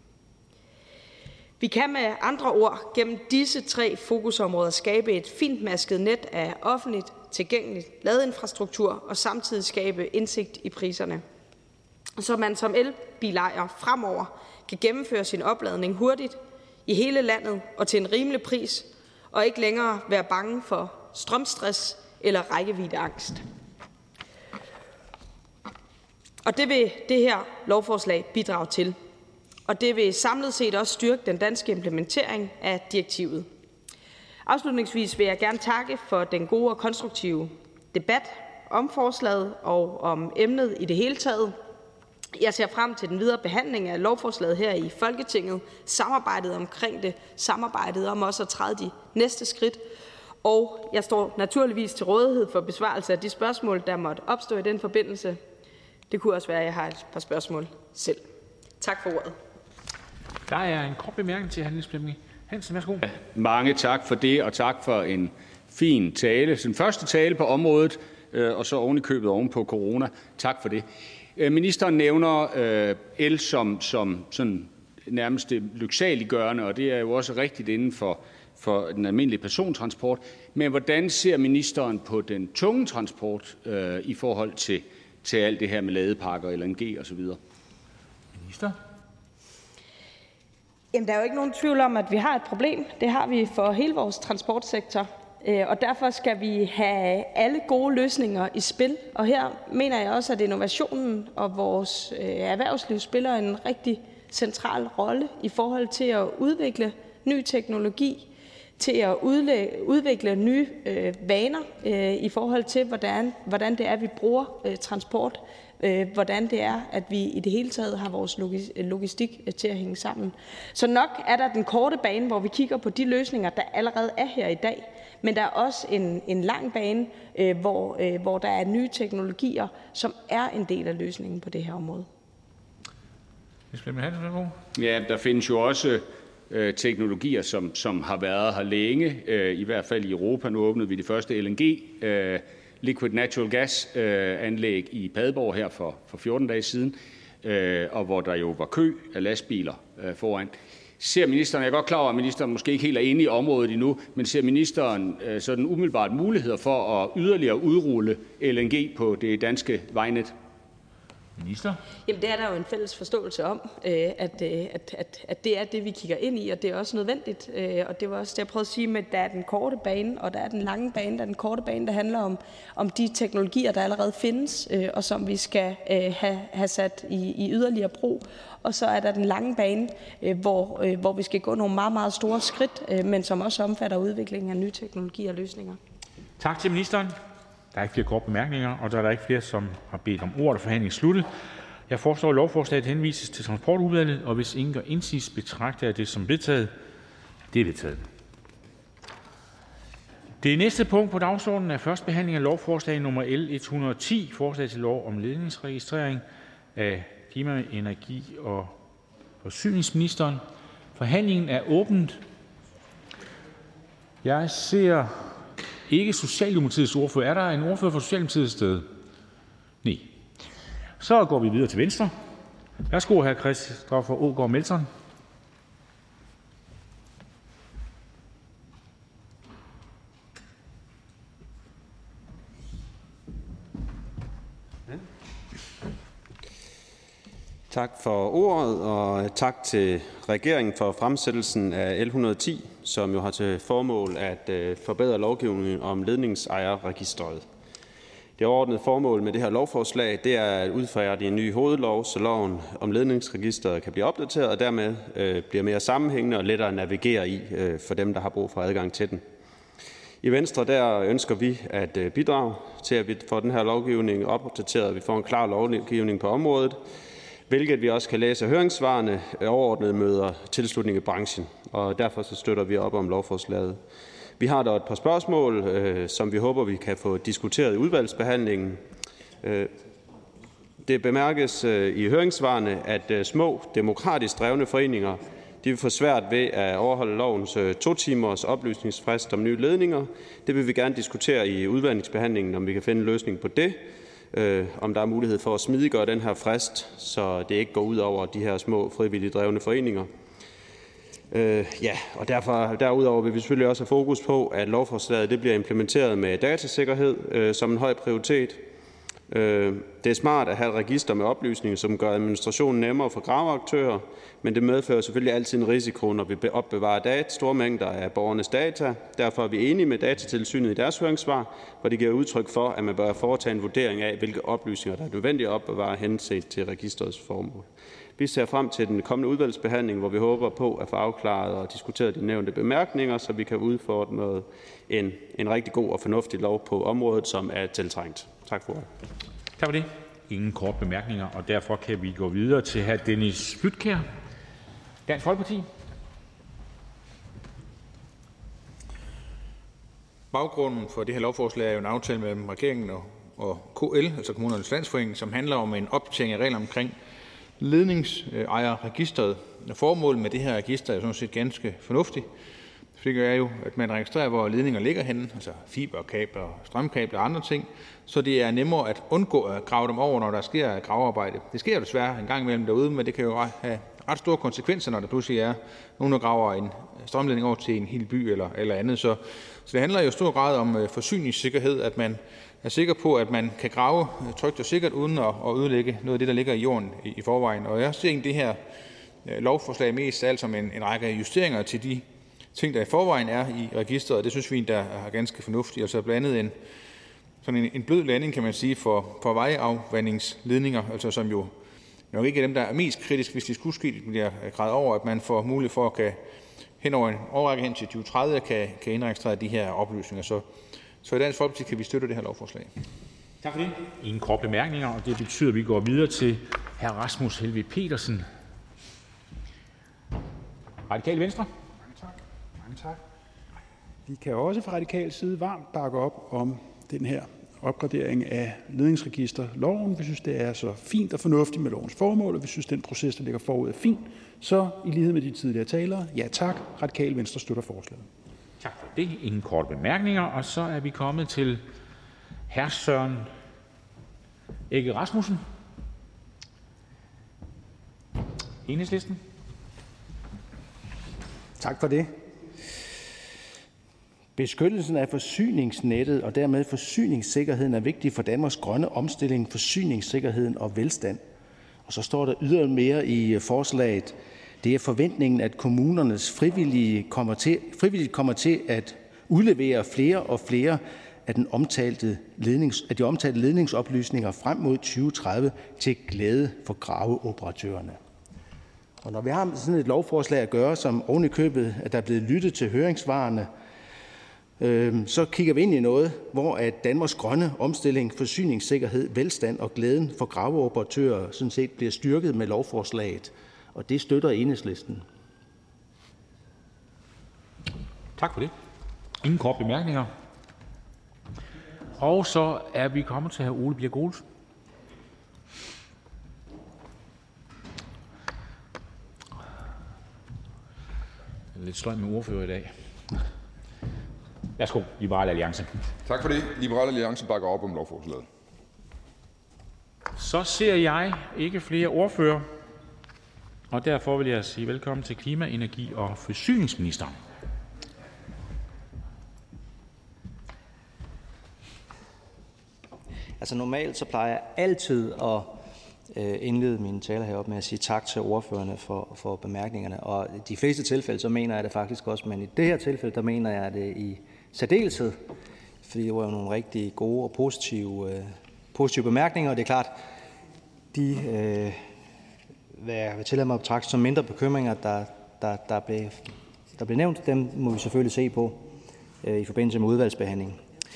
Vi kan med andre ord gennem disse 3 fokusområder skabe et fintmasket net af offentligt tilgængelig ladeinfrastruktur og samtidig skabe indsigt i priserne, så man som elbilejer fremover kan gennemføre sin opladning hurtigt i hele landet og til en rimelig pris, og ikke længere være bange for strømstress eller rækkeviddeangst. Og det vil det her lovforslag bidrage til. Og det vil samlet set også styrke den danske implementering af direktivet. Afslutningsvis vil jeg gerne takke for den gode og konstruktive debat om forslaget og om emnet i det hele taget. Jeg ser frem til den videre behandling af lovforslaget her i Folketinget, samarbejdet omkring det, samarbejdet om også at træde de næste skridt. Og jeg står naturligvis til rådighed for besvarelse af de spørgsmål, der måtte opstå i den forbindelse. Det kunne også være, at jeg har et par spørgsmål selv. Tak for ordet. Der er en kort bemærkning til Niels Flemming Hansen. Værsgo. Mange tak for det, og tak for en fin tale. Den første tale på området, og så oven i købet oven på corona. Tak for det. Ministeren nævner el som sådan nærmest lyksaliggørende, og det er jo også rigtigt inden for den almindelige persontransport. Men hvordan ser ministeren på den tunge transport i forhold til alt det her med ladeparker, LNG osv.? Minister? Jamen, der er jo ikke nogen tvivl om, at vi har et problem. Det har vi for hele vores transportsektor. Og derfor skal vi have alle gode løsninger i spil. Og her mener jeg også, at innovationen og vores erhvervsliv spiller en rigtig central rolle i forhold til at udvikle ny teknologi, til at udvikle nye vaner i forhold til, hvordan det er, vi bruger transport, hvordan det er, at vi i det hele taget har vores logistik til at hænge sammen. Så nok er der den korte bane, hvor vi kigger på de løsninger, der allerede er her i dag, men der er også en lang bane, hvor der er nye teknologier, som er en del af løsningen på det her område. Ja, der findes jo også teknologier, som har været her længe, i hvert fald i Europa. Nu åbnede vi det første LNG, Liquid Natural Gas anlæg i Padborg her for 14 dage siden, og hvor der jo var kø af lastbiler foran. Ser ministeren, jeg er godt klar over, at ministeren måske ikke helt er inde i området endnu, men ser ministeren sådan umiddelbart muligheder for at yderligere udrulle LNG på det danske vejnet? Minister? Jamen, det er der jo en fælles forståelse om, at det er det, vi kigger ind i, og det er også nødvendigt. Og det var også det, jeg prøvede at sige med, at der er den korte bane, og der er den lange bane. Der er den korte bane, der handler om de teknologier, der allerede findes, og som vi skal have sat i yderligere brug. Og så er der den lange bane, hvor vi skal gå nogle meget, meget store skridt, men som også omfatter udviklingen af nye teknologier og løsninger. Tak til ministeren. Der er ikke flere korte bemærkninger, og der er ikke flere, som har bedt om ordet, og forhandlingen sluttet. Jeg foreslår, at lovforslaget henvises til Transportudvalget, og hvis ingen gør indsigelse, betragter jeg det som vedtaget. Det er vedtaget. Det næste punkt på dagsordenen er første behandling af lovforslag nummer L 110, forslag til lov om ledningsregistrering af klima-, energi- og forsyningsministeren. Forhandlingen er åbent. Jeg ser ikke Socialdemokratiets ordfører. Er der en ordfører for Socialdemokratiets sted? Nej. Så går vi videre til Venstre. Værsgo, hr. Christoffer Aagaard Melson. Tak for ordet, og tak til regeringen for fremsættelsen af L 110, som jo har til formål at forbedre lovgivningen om ledningsejerregistret. Det overordnede formål med det her lovforslag, det er at udfærdige en ny hovedlov, så loven om ledningsregistret kan blive opdateret og dermed bliver mere sammenhængende og lettere at navigere i for dem, der har brug for adgang til den. I Venstre der ønsker vi at bidrage til, at vi får den her lovgivning opdateret, og vi får en klar lovgivning på området, hvilket vi også kan læse af høringssvarene overordnet møder tilslutning i branchen, og derfor så støtter vi op om lovforslaget. Vi har dog et par spørgsmål, som vi håber, vi kan få diskuteret i udvalgsbehandlingen. Det bemærkes i høringssvarene, at små demokratisk drevne foreninger de vil få svært ved at overholde lovens 2 timers oplysningsfrist om nye ledninger. Det vil vi gerne diskutere i udvalgsbehandlingen, om vi kan finde en løsning på det. Om der er mulighed for at smidiggøre den her frist, så det ikke går ud over de her små frivilligt drevne foreninger. Og derudover vil vi selvfølgelig også have fokus på, at lovforslaget det bliver implementeret med datasikkerhed som en høj prioritet. Det er smart at have et register med oplysninger, som gør administrationen nemmere for graveaktører, men det medfører selvfølgelig altid en risiko, når vi opbevarer store mængder af borgernes data. Derfor er vi enige med Datatilsynet i deres høringssvar, hvor de giver udtryk for, at man bør foretage en vurdering af, hvilke oplysninger, der er nødvendige at opbevare henset til registrets formål. Vi ser frem til den kommende udvalgsbehandling, hvor vi håber på at få afklaret og diskuteret de nævnte bemærkninger, så vi kan udfordre en rigtig god og fornuftig lov på området, som er tiltrængt. Tak for ordet. Tak for det. Ingen kort bemærkninger, og derfor kan vi gå videre til hr. Dennis Flydtkjær, Dansk Folkeparti. Baggrunden for det her lovforslag er jo en aftale mellem regeringen og KL, altså Kommunernes Landsforening, som handler om en opdatering af regler omkring ledningsejerregistret. Formålet med det her register er sådan set ganske fornuftigt. Det er jo, at man registrerer, hvor ledninger ligger henne, altså fiberkabler, strømkabler og andre ting, så det er nemmere at undgå at grave dem over, når der sker gravearbejde. Det sker jo desværre en gang imellem derude, men det kan jo have ret store konsekvenser, når der pludselig er nogen, der graver en strømledning over til en hel by eller andet. Så det handler jo i stor grad om forsyningssikkerhed, at man er sikker på, at man kan grave trygt og sikkert, uden at ødelægge noget af det, der ligger i jorden i forvejen. Og jeg ser egentlig det her lovforslag mest alt som en række justeringer til de ting, der i forvejen er i registret, og det synes vi, der er ganske fornuftigt. Altså blandt andet en blød landing, kan man sige, for vejafvandingsledninger, altså som jo nok ikke er dem, der er mest kritisk, hvis de skulle ske, bliver gravet over, at man får mulighed for at hen over en årrække hen til 2030 kan indregistrere de her oplysninger. Så i Dansk Folkeparti kan vi støtte det her lovforslag. Tak for det. Ingen kort bemærkninger, og det betyder, at vi går videre til hr. Rasmus Helveg Petersen, Radikale Venstre. Mange tak. Vi kan også fra radikal side varmt bakke op om den her opgradering af ledningsregisterloven. Vi synes, det er så fint og fornuftigt med lovens formål, og vi synes, den proces, der ligger forud, er fin. Så i lighed med de tidligere talere, ja tak, Radikale Venstre støtter forslaget. Tak for det. Ingen korte bemærkninger, og så er vi kommet til hr. Søren Egge Rasmussen, Enhedslisten. Tak for det. Beskyttelsen af forsyningsnettet og dermed forsyningssikkerheden er vigtig for Danmarks grønne omstilling, forsyningssikkerheden og velstand. Og så står der ydermere i forslaget, det er forventningen, at kommunernes frivilligt kommer til at udlevere flere og flere af de omtalte ledningsoplysninger frem mod 2030 til glæde for graveoperatørerne. Og når vi har sådan et lovforslag at gøre, som oven i købet, at der er blevet lyttet til høringssvarene, så kigger vi ind i noget, hvor at Danmarks grønne omstilling, forsyningssikkerhed, velstand og glæden for graveoperatører sådan set bliver styrket med lovforslaget. Og det støtter Enhedslisten. Tak for det. Ingen kort bemærkninger. Og så er vi kommet til hr. Ole Birk Olesen. Lidt sløj med ordfører i dag. Værsgo, Liberal Alliance. Tak for det. Liberal Alliance bakker op om lovforslaget. Så ser jeg ikke flere ordfører, og derfor vil jeg sige velkommen til klima-, energi- og forsyningsministeren. Altså normalt så plejer jeg altid at indlede mine taler heroppe med at sige tak til ordførerne for bemærkningerne. Og i de fleste tilfælde, så mener jeg det faktisk også, men i det her tilfælde, der mener jeg det i særdeleshed, fordi det var jo nogle rigtig gode og positive bemærkninger, og det er klart, jeg vil tillade mig at betragte som mindre bekymringer, der blev nævnt, dem må vi selvfølgelig se på i forbindelse med udvalgsbehandlingen.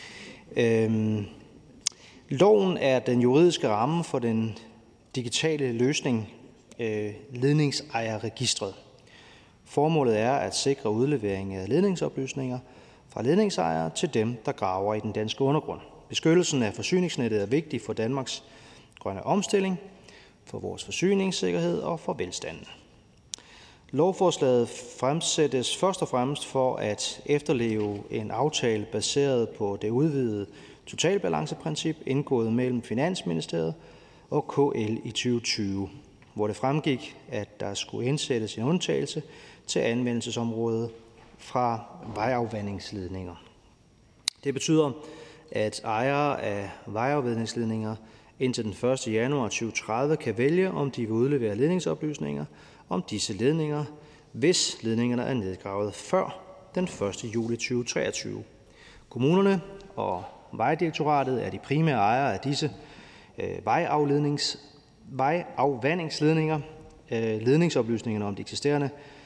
Loven er den juridiske ramme for den digitale løsning, ledningsejerregistret. Formålet er at sikre udlevering af ledningsoplysninger fra ledningsejere til dem, der graver i den danske undergrund. Beskyttelsen af forsyningsnettet er vigtig for Danmarks grønne omstilling, for vores forsyningssikkerhed og for velstanden. Lovforslaget fremsættes først og fremmest for at efterleve en aftale baseret på det udvidede totalbalanceprincip indgået mellem Finansministeriet og KL i 2020, hvor det fremgik, at der skulle indsættes en undtagelse til anvendelsesområdet fra vejafvandingsledninger. Det betyder, at ejere af vejafvandingsledninger indtil den 1. januar 2030 kan vælge, om de vil udlevere ledningsoplysninger om disse ledninger, hvis ledningerne er nedgravet før den 1. juli 2023. Kommunerne og Vejdirektoratet er de primære ejere af disse vejafvandingsledninger. Ledningsoplysningerne om de eksisterende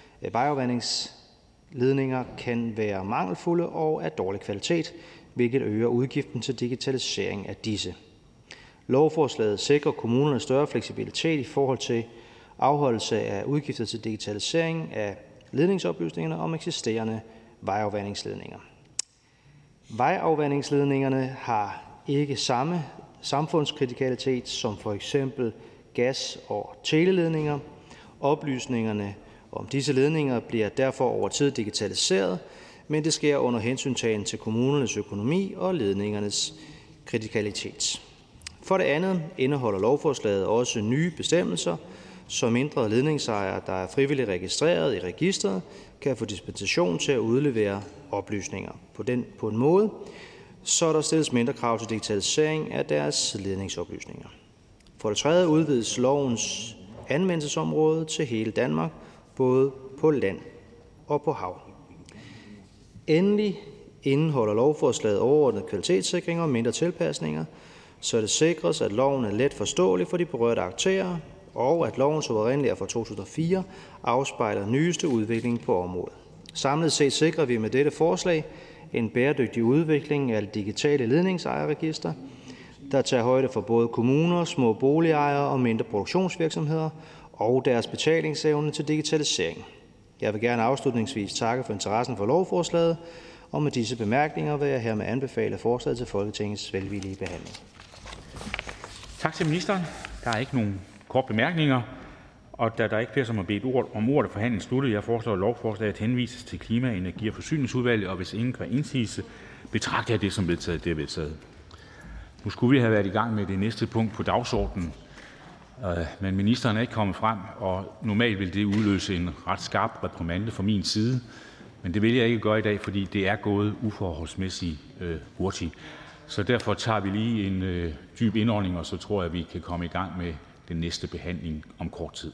vejafvandingsledninger kan være mangelfulde og af dårlig kvalitet, hvilket øger udgiften til digitalisering af disse. Lovforslaget sikrer kommunerne større fleksibilitet i forhold til afholdelse af udgifter til digitalisering af ledningsoplysningerne om eksisterende vejafvandingsledninger. Vejafvandingsledningerne har ikke samme samfundskritikalitet som for eksempel gas- og teleledninger. Oplysningerne om disse ledninger bliver derfor over tid digitaliseret, men det sker under hensyntagen til kommunernes økonomi og ledningernes kritikalitet. For det andet indeholder lovforslaget også nye bestemmelser, så mindre ledningsejere, der er frivilligt registreret i registret, kan få dispensation til at udlevere oplysninger på en måde, så der stilles mindre krav til digitalisering af deres ledningsoplysninger. For det tredje udvides lovens anvendelsesområde til hele Danmark, både på land og på hav. Endelig indeholder lovforslaget overordnet kvalitetssikring og mindre tilpasninger, så det sikres, at loven er let forståelig for de berørte aktører, og at loven, som oprindeligt er fra 2004, afspejler nyeste udvikling på området. Samlet set sikrer vi med dette forslag en bæredygtig udvikling af det digitale ledningsejerregister, der tager højde for både kommuner, små boligejere og mindre produktionsvirksomheder og deres betalingsevne til digitalisering. Jeg vil gerne afslutningsvis takke for interessen for lovforslaget, og med disse bemærkninger vil jeg hermed anbefale forslaget til Folketingets velvillige behandling. Tak til ministeren. Der er ikke nogen korte bemærkninger, og da der ikke er flere, som har bedt om ordet, forhandlingen sluttet. Jeg foreslår, at lovforslaget henvises til Klima-, Energi- og Forsyningsudvalget, og hvis ingen gør indsigelse, betragter jeg det som vedtaget. Det er vedtaget. Nu skulle vi have været i gang med det næste punkt på dagsordenen, men ministeren er ikke kommet frem, og normalt vil det udløse en ret skarp reprimande fra min side, men det vil jeg ikke gøre i dag, fordi det er gået uforholdsmæssigt hurtigt. Så derfor tager vi lige en dyb indånding, og så tror jeg, vi kan komme i gang med den næste behandling om kort tid.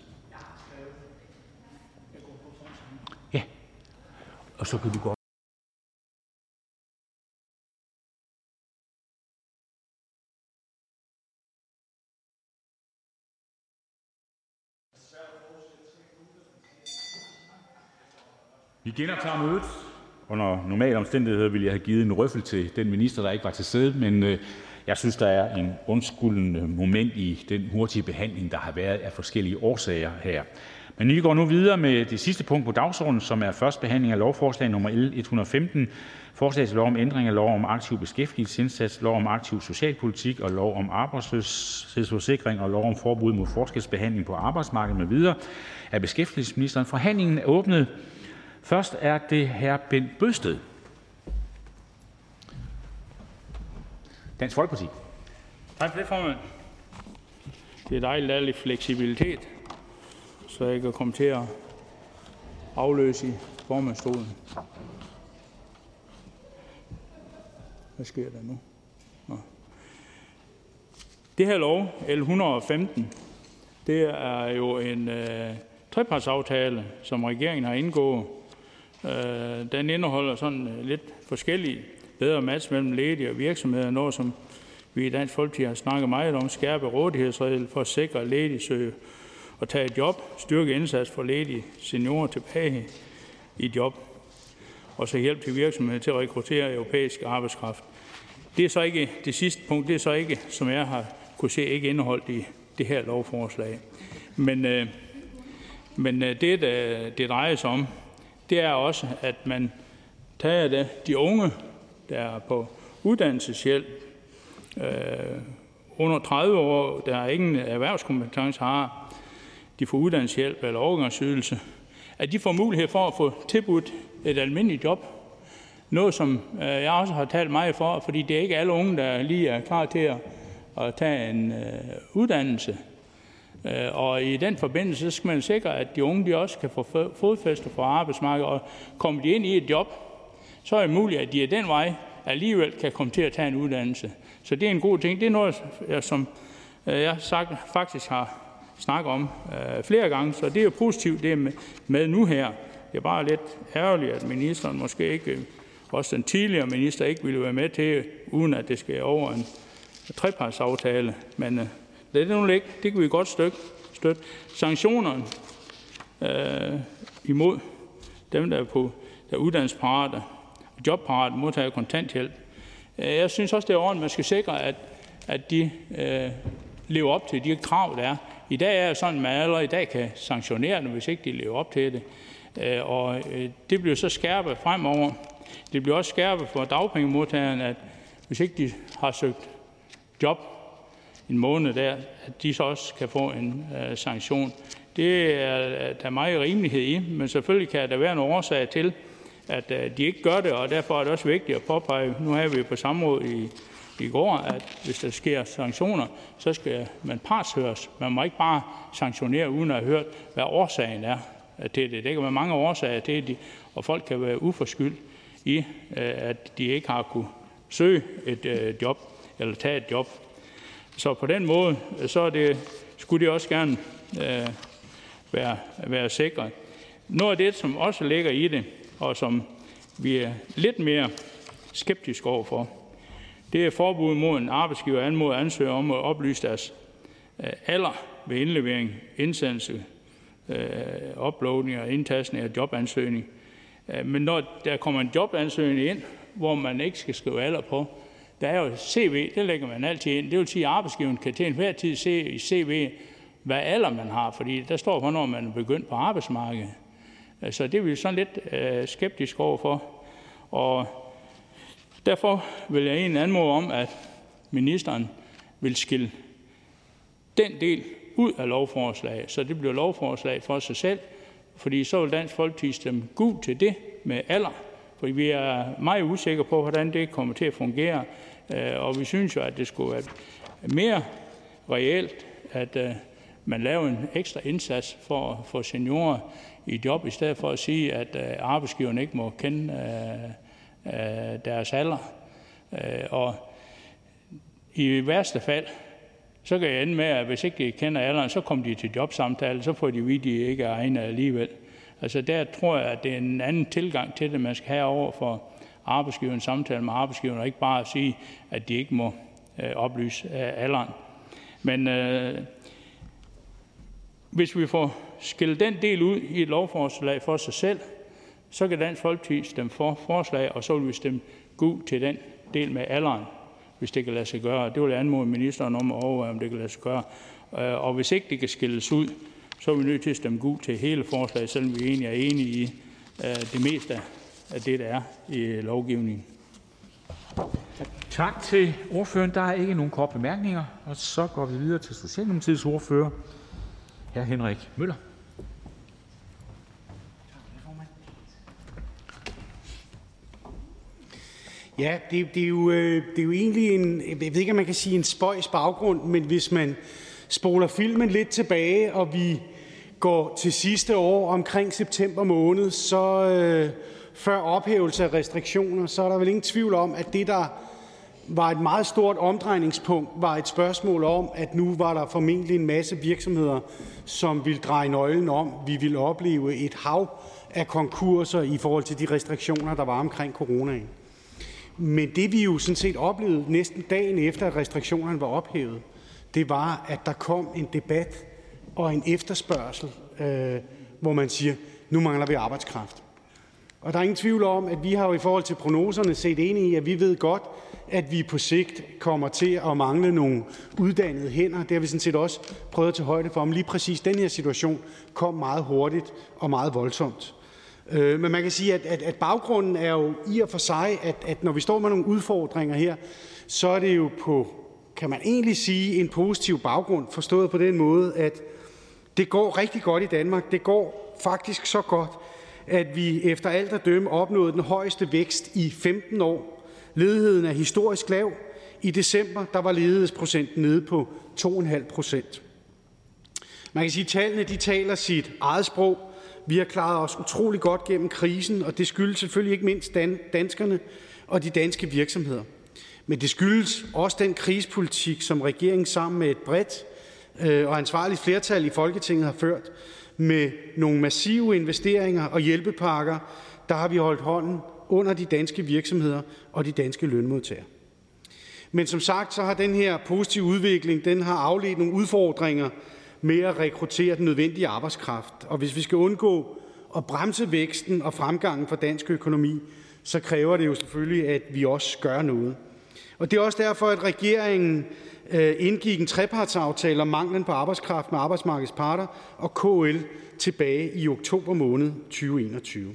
Ja, og så kan du gå. Vi genoptager mødet. Under normale omstændigheder ville jeg have givet en røffel til den minister, der ikke var til stede, men jeg synes, der er en undskyldende moment i den hurtige behandling, der har været af forskellige årsager her. Men vi går nu videre med det sidste punkt på dagsordenen, som er første behandling af lovforslag nummer L 115, forslag til lov om ændring af lov om aktiv beskæftigelsesindsats, lov om aktiv socialpolitik og lov om arbejdsløshedsforsikring og lov om forbud mod forskelsbehandling på arbejdsmarkedet med videre af beskæftigelsesministeren. Forhandlingen er åbnet. Først er det hr. Bent Bøgsted, Dansk Folkeparti. Tak for det, formand. Det er dejligt, at der er lidt fleksibilitet, så jeg kan komme til at afløse i formandsstolen. Hvad sker der nu? Det her lov, L 115, Det er jo en trepartsaftale, som regeringen har indgået. Den indeholder sådan lidt forskellige bedre match mellem ledige og virksomheder, noget som vi i Dansk Folkeparti har snakket meget om, skærpe rådighedsregler for at sikre, at ledige søger at tage et job, styrke indsats for ledige seniorer tilbage i job, og så hjælp til virksomheder til at rekruttere europæisk arbejdskraft. Det er så ikke det sidste punkt, det er så ikke, som jeg har kunne se, ikke indeholdt i det her lovforslag. Men det drejer sig om, det er også, at man tager de unge, der er på uddannelseshjælp, under 30 år, der ingen erhvervskompetence har, de får uddannelseshjælp eller overgangsydelse, at de får mulighed for at få tilbudt et almindeligt job. Noget, som jeg også har talt meget for, fordi det er ikke alle unge, der lige er klar til at tage en uddannelse. Og i den forbindelse så skal man sikre, at de unge de også kan få fodfæste på arbejdsmarkedet, og kommer de ind i et job, så er det muligt, at de af den vej alligevel kan komme til at tage en uddannelse. Så det er en god ting. Det er noget, som jeg faktisk har snakket om flere gange, så det er jo positivt, det er med nu her. Det er bare lidt ærgerligt, at ministeren måske ikke, også den tidligere minister, ikke ville være med til, uden at det skal over en trepartsaftale. Men det er nu ikke. Det kan vi godt støtte. Sanktionerne imod dem, der er uddannelsesparate og jobparate, modtager kontanthjælp. Jeg synes også, det er ordentligt, man skal sikre, at de lever op til de krav, der er. I dag er det sådan, at man allerede i dag kan sanktionere dem, hvis ikke de lever op til det. Og det bliver så skærpet fremover. Det bliver også skærpet for dagpengemodtagerne, at hvis ikke de har søgt job en måned der, at de så også kan få en sanktion. Det er der meget rimelighed i, men selvfølgelig kan der være nogle årsager til, at de ikke gør det, og derfor er det også vigtigt at påpege, nu har vi på samråd i går, at hvis der sker sanktioner, så skal man partshøres. Man må ikke bare sanktionere, uden at have hørt, hvad årsagen er til det. Det kan være mange årsager til det, og folk kan være uforskyldt i, at de ikke har kunne søge et job eller tage et job. Så på den måde, skulle det også gerne være sikret. Noget af det, som også ligger i det, og som vi er lidt mere skeptiske overfor, det er forbud mod en arbejdsgiver anmoder ansøger om at oplyse deres alder ved indlevering, indsendelse, uploading og indtastning af jobansøgning. Men når der kommer en jobansøgning ind, hvor man ikke skal skrive alder på, der er jo et CV, det lægger man altid ind. Det vil sige, at arbejdsgiveren kan til enhver tid se i CV, hvad alder man har, fordi der står, hvornår man er begyndt på arbejdsmarkedet. Så det er vi sådan lidt skeptiske overfor. Og derfor vil jeg egentlig anmode om, at ministeren vil skille den del ud af lovforslaget, så det bliver lovforslag for sig selv, fordi så vil Dansk Folkeparti stemme gult til det med alder, for vi er meget usikre på, hvordan det kommer til at fungere, og vi synes jo, at det skulle være mere reelt, at man laver en ekstra indsats for at få seniorer i job, i stedet for at sige, at arbejdsgiverne ikke må kende deres alder. Og i værste fald, så kan jeg ende med, at hvis ikke de kender alderen, så kommer de til jobsamtale, så får de vidt, de ikke er egne alligevel. Altså der tror jeg, at det er en anden tilgang til det, man skal have over for arbejdsgiveren, samtale med arbejdsgiveren, og ikke bare sige, at de ikke må oplyse alderen. Men hvis vi får skilt den del ud i et lovforslag for sig selv, så kan Dansk Folkeparti stemme for forslag, og så vil vi stemme gult til den del med alderen, hvis det kan lade sig gøre. Det vil jeg anmode ministeren om at overveje, om det kan lade sig gøre. Og hvis ikke det kan skilles ud, så er vi nødt til at stemme gult til hele forslaget, selvom vi egentlig er enige i det meste af det, der er i lovgivningen. Tak til ordføreren. Der er ikke nogen korte bemærkninger, og så går vi videre til Socialdemokratiets ordfører, hr. Henrik Møller. Ja, det er jo egentlig jeg ved ikke, om man kan sige en spøjs baggrund, men hvis man spoler filmen lidt tilbage, og vi går til sidste år omkring september måned, så før ophævelse af restriktioner, så er der vel ingen tvivl om, at det, der var et meget stort omdrejningspunkt, var et spørgsmål om, at nu var der formentlig en masse virksomheder, som ville dreje nøglen om. Vi ville opleve et hav af konkurser i forhold til de restriktioner, der var omkring coronaen. Men det vi jo sådan set oplevede næsten dagen efter, at restriktionerne var ophævet, det var, at der kom en debat og en efterspørgsel, hvor man siger, nu mangler vi arbejdskraft. Og der er ingen tvivl om, at vi har jo i forhold til prognoserne set ind i, at vi ved godt, at vi på sigt kommer til at mangle nogle uddannede hænder. Det har vi sådan set også prøvet at tage højde for, men lige præcis den her situation kom meget hurtigt og meget voldsomt. Men man kan sige, at baggrunden er jo i og for sig, at når vi står med nogle udfordringer her, så er det jo på, kan man egentlig sige, en positiv baggrund, forstået på den måde, at det går rigtig godt i Danmark. Det går faktisk så godt, at vi efter alt at dømme opnåede den højeste vækst i 15 år. Ledigheden er historisk lav. I december der var ledighedsprocenten nede på 2,5%. Man kan sige, at tallene de taler sit eget sprog. Vi har klaret os utrolig godt gennem krisen, og det skyldes selvfølgelig ikke mindst danskerne og de danske virksomheder. Men det skyldes også den krisepolitik, som regeringen sammen med et bredt og ansvarligt flertal i Folketinget har ført. Med nogle massive investeringer og hjælpepakker, der har vi holdt hånden under de danske virksomheder og de danske lønmodtagere. Men som sagt, så har den her positive udvikling, den har afledt nogle udfordringer med at rekruttere den nødvendige arbejdskraft. Og hvis vi skal undgå at bremse væksten og fremgangen for dansk økonomi, så kræver det jo selvfølgelig, at vi også gør noget. Og det er også derfor, at regeringen indgik en trepartsaftale om manglen på arbejdskraft med arbejdsmarkedets parter og KL tilbage i oktober måned 2021.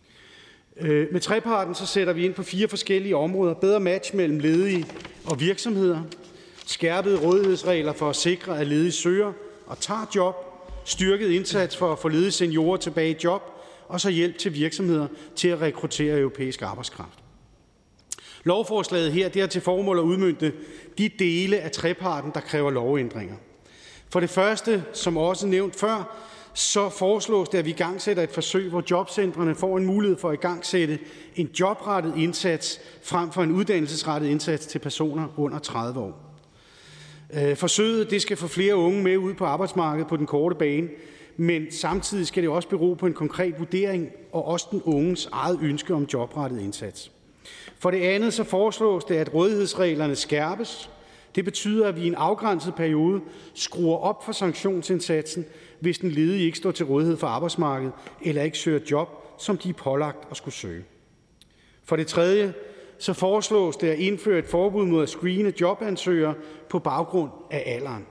Med treparten så sætter vi ind på 4 forskellige områder. Bedre match mellem ledige og virksomheder. Skærpede rådighedsregler for at sikre, at ledige søger og tager job. Styrket indsats for at få ledige seniorer tilbage i job. Og så hjælp til virksomheder til at rekruttere europæisk arbejdskraft. Lovforslaget her det har til formål at udmønte de dele af treparten, der kræver lovændringer. For det første, som også nævnt før, så foreslås det, at vi igangsætter et forsøg, hvor jobcentrene får en mulighed for at igangsætte en jobrettet indsats frem for en uddannelsesrettet indsats til personer under 30 år. Forsøget det skal få flere unge med ud på arbejdsmarkedet på den korte bane, men samtidig skal det også bero på en konkret vurdering og også den unges eget ønske om jobrettet indsats. For det andet så foreslås det, at rådighedsreglerne skærpes. Det betyder, at vi i en afgrænset periode skruer op for sanktionsindsatsen, hvis den ledige ikke står til rådighed for arbejdsmarkedet eller ikke søger job, som de er pålagt at skulle søge. For det tredje så foreslås det at indføre et forbud mod at screene jobansøgere på baggrund af alderen.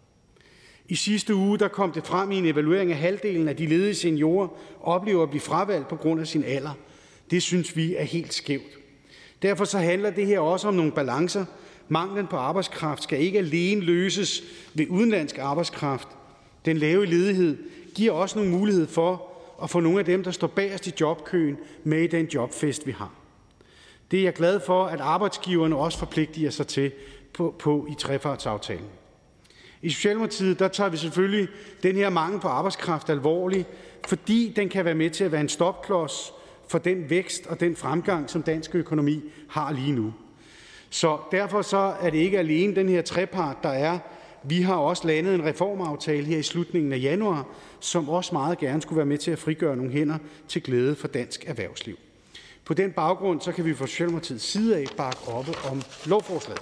I sidste uge der kom det frem i en evaluering af halvdelen af de ledige seniorer oplever at blive fravalgt på grund af sin alder. Det synes vi er helt skævt. Derfor så handler det her også om nogle balancer. Manglen på arbejdskraft skal ikke alene løses ved udenlandsk arbejdskraft. Den lave ledighed giver også nogle mulighed for at få nogle af dem, der står bagerst i jobkøen, med i den jobfest, vi har. Det er jeg glad for, at arbejdsgiverne også forpligtiger sig til på i trepartsaftalen. I Socialdemokratiet der tager vi selvfølgelig den her mangel på arbejdskraft alvorligt, fordi den kan være med til at være en stopklods for den vækst og den fremgang, som dansk økonomi har lige nu. Så derfor så er det ikke alene den her trepart, der er. Vi har også landet en reformaftale her i slutningen af januar, som også meget gerne skulle være med til at frigøre nogle hænder til glæde for dansk erhvervsliv. På den baggrund så kan vi fra Socialdemokratiets side af bakke op om lovforslaget.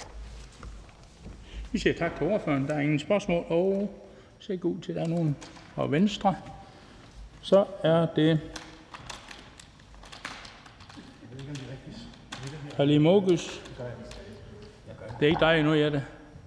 Vi siger tak til ordføreren. Der er ingen spørgsmål, og ser ikke ud til, at der er nogen fra Venstre. Så er det Halime Oguz. Det er ikke dig endnu, Jette.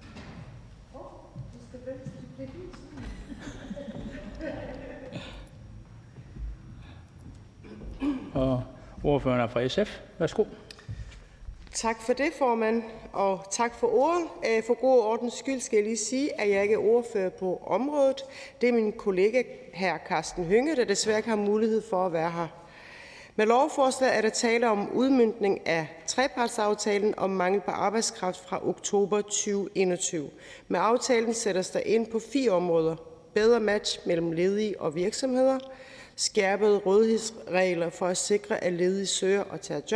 Og ordføreren er fra SF. Værsgo. Tak for det, formand, og tak for ordet. For god ordens skyld skal jeg lige sige, at jeg ikke er ordfører på området. Det er min kollega, hr. Karsten Hønge, der desværre ikke har mulighed for at være her. Med lovforslaget er der tale om udmøntning af trepartsaftalen om mangel på arbejdskraft fra oktober 2021. Med aftalen sættes der ind på 4 områder. Bedre match mellem ledige og virksomheder, skærpede rådighedsregler for at sikre, at ledige søger og tager job,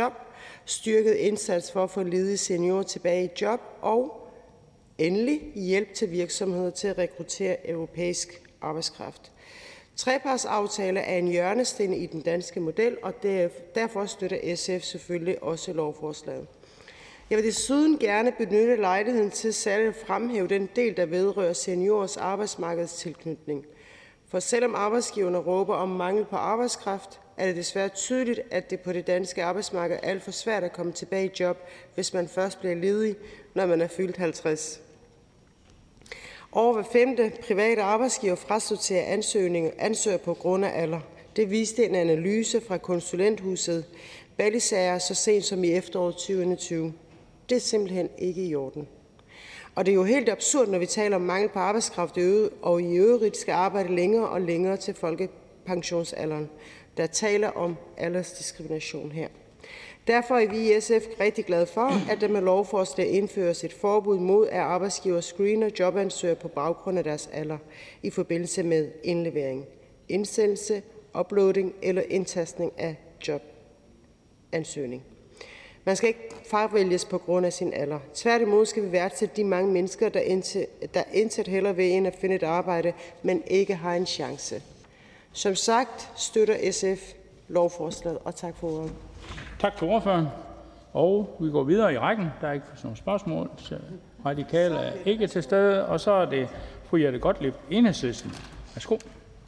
styrket indsats for at få ledige seniorer tilbage i job og endelig hjælp til virksomheder til at rekruttere europæisk arbejdskraft. Trepartsaftale er en hjørnesten i den danske model, og derfor støtter SF selvfølgelig også lovforslaget. Jeg vil desuden gerne benytte lejligheden til særligt at fremhæve den del, der vedrører seniorers arbejdsmarkedstilknytning. For selvom arbejdsgiverne råber om mangel på arbejdskraft, er det desværre tydeligt, at det på det danske arbejdsmarked er alt for svært at komme tilbage i job, hvis man først bliver ledig, når man er fyldt 50. Over hver 5. private arbejdsgiver frasorterer ansøger på grund af alder. Det viste en analyse fra konsulenthuset Ballisager så sent som i efteråret 2021. Det er simpelthen ikke i orden. Og det er jo helt absurd, når vi taler om mangel på arbejdskraft og i øvrigt skal arbejde længere og længere til folkepensionsalderen. Der taler om aldersdiskrimination her. Derfor er vi i SF rigtig glade for, at der med lovforslaget indføres et forbud mod, at arbejdsgiver screener jobansøgere på baggrund af deres alder i forbindelse med indlevering, indsendelse, uploading eller indtastning af jobansøgning. Man skal ikke fravælges på grund af sin alder. Tværtimod skal vi værdsætte de mange mennesker, der intet hellere vil end at finde et arbejde, men ikke har en chance. Som sagt støtter SF lovforslaget, og tak for ordet. Tak til ordføreren. Og vi går videre i rækken. Der er ikke nogen spørgsmål. Radikale er ikke til stede. Og så er det fru Jette Gottlieb, Enhedslisten. Værsgo.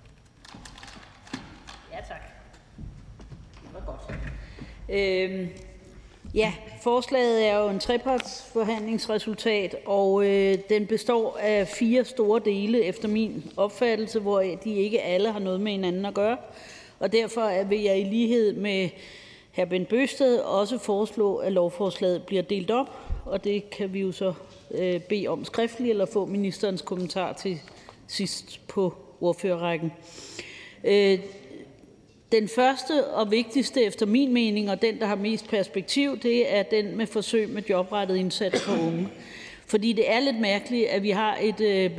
Ja, tak. Det var godt. Forslaget er jo en trepartsforhandlingsresultat, og den består af 4 store dele efter min opfattelse, hvor de ikke alle har noget med hinanden at gøre. Og derfor vil jeg i lighed med hr. Bent Bøgsted også foreslå, at lovforslaget bliver delt op, og det kan vi jo så bede om skriftligt eller få ministerens kommentar til sidst på ordførerrækken. Den første og vigtigste efter min mening, og den, der har mest perspektiv, det er den med forsøg med jobrettet indsats for unge. Fordi det er lidt mærkeligt, at vi har et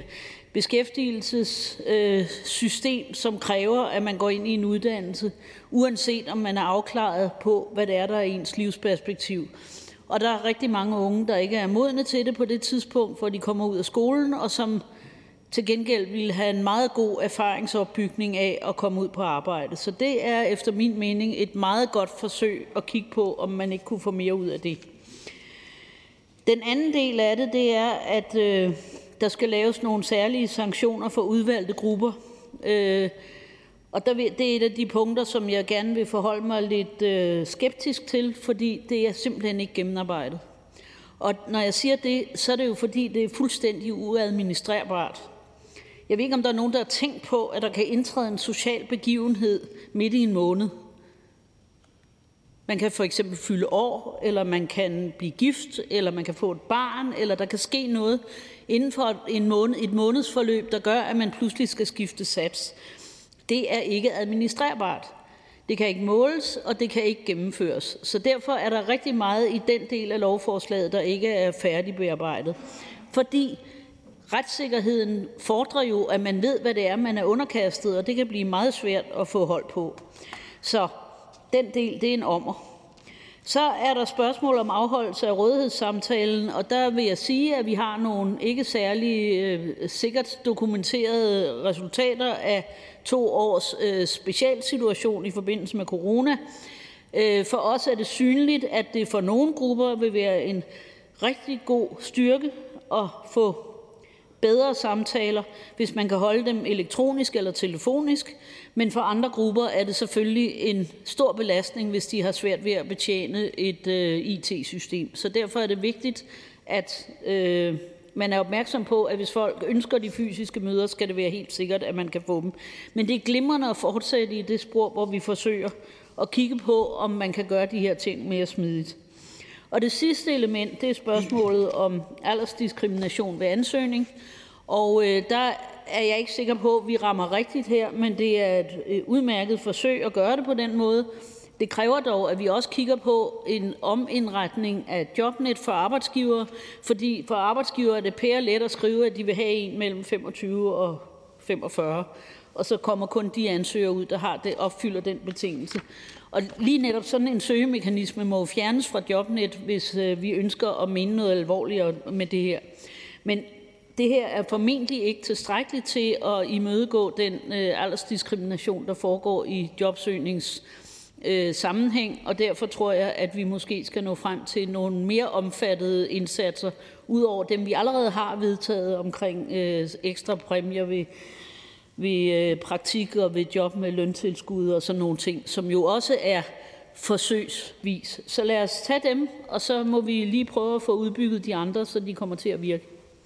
beskæftigelsessystem, som kræver, at man går ind i en uddannelse, uanset om man er afklaret på, hvad det er, der er ens livsperspektiv. Og der er rigtig mange unge, der ikke er modne til det på det tidspunkt, hvor de kommer ud af skolen, og som til gengæld ville have en meget god erfaringsopbygning af at komme ud på arbejde. Så det er efter min mening et meget godt forsøg at kigge på, om man ikke kunne få mere ud af det. Den anden del af det er, at der skal laves nogle særlige sanktioner for udvalgte grupper. Og det er et af de punkter, som jeg gerne vil forholde mig lidt skeptisk til, fordi det er simpelthen ikke gennemarbejdet. Og når jeg siger det, så er det jo fordi, det er fuldstændig uadministrerbart. Jeg ved ikke, om der er nogen, der har tænkt på, at der kan indtræde en social begivenhed midt i en måned. Man kan for eksempel fylde år, eller man kan blive gift, eller man kan få et barn, eller der kan ske noget inden for et månedsforløb, der gør, at man pludselig skal skifte sats. Det er ikke administrerbart. Det kan ikke måles, og det kan ikke gennemføres. Så derfor er der rigtig meget i den del af lovforslaget, der ikke er færdigbearbejdet. Fordi retssikkerheden fordrer jo, at man ved, hvad det er, man er underkastet, og det kan blive meget svært at få hold på. Så den del, det er en ommer. Så er der spørgsmål om afholdelse af rådighedssamtalen, og der vil jeg sige, at vi har nogle ikke særlig sikkert dokumenterede resultater af 2 års specialsituation i forbindelse med corona. For os er det synligt, at det for nogle grupper vil være en rigtig god styrke at få bedre samtaler, hvis man kan holde dem elektronisk eller telefonisk, men for andre grupper er det selvfølgelig en stor belastning, hvis de har svært ved at betjene et IT-system. Så derfor er det vigtigt, at man er opmærksom på, at hvis folk ønsker de fysiske møder, skal det være helt sikkert, at man kan få dem. Men det er glimrende at fortsætte i det spor, hvor vi forsøger at kigge på, om man kan gøre de her ting mere smidigt. Og det sidste element, det er spørgsmålet om aldersdiskrimination ved ansøgning. Og der er jeg ikke sikker på, at vi rammer rigtigt her, men det er et udmærket forsøg at gøre det på den måde. Det kræver dog, at vi også kigger på en omindretning af Jobnet for arbejdsgivere, fordi for arbejdsgivere er det pærelet at skrive, at de vil have en mellem 25 og 45, og så kommer kun de ansøgere ud, der opfylder den betingelse. Og lige netop sådan en søgemekanisme må fjernes fra Jobnet, hvis vi ønsker at mene noget alvorligere med det her. Men det her er formentlig ikke tilstrækkeligt til at imødegå den aldersdiskrimination, der foregår i jobsøgningssammenhæng, og derfor tror jeg, at vi måske skal nå frem til nogle mere omfattede indsatser, ud over dem, vi allerede har vedtaget omkring ekstra præmier ved praktik og ved job med løntilskud og sådan nogle ting, som jo også er forsøgsvis. Så lad os tage dem, og så må vi lige prøve at få udbygget de andre, så de kommer til at virke.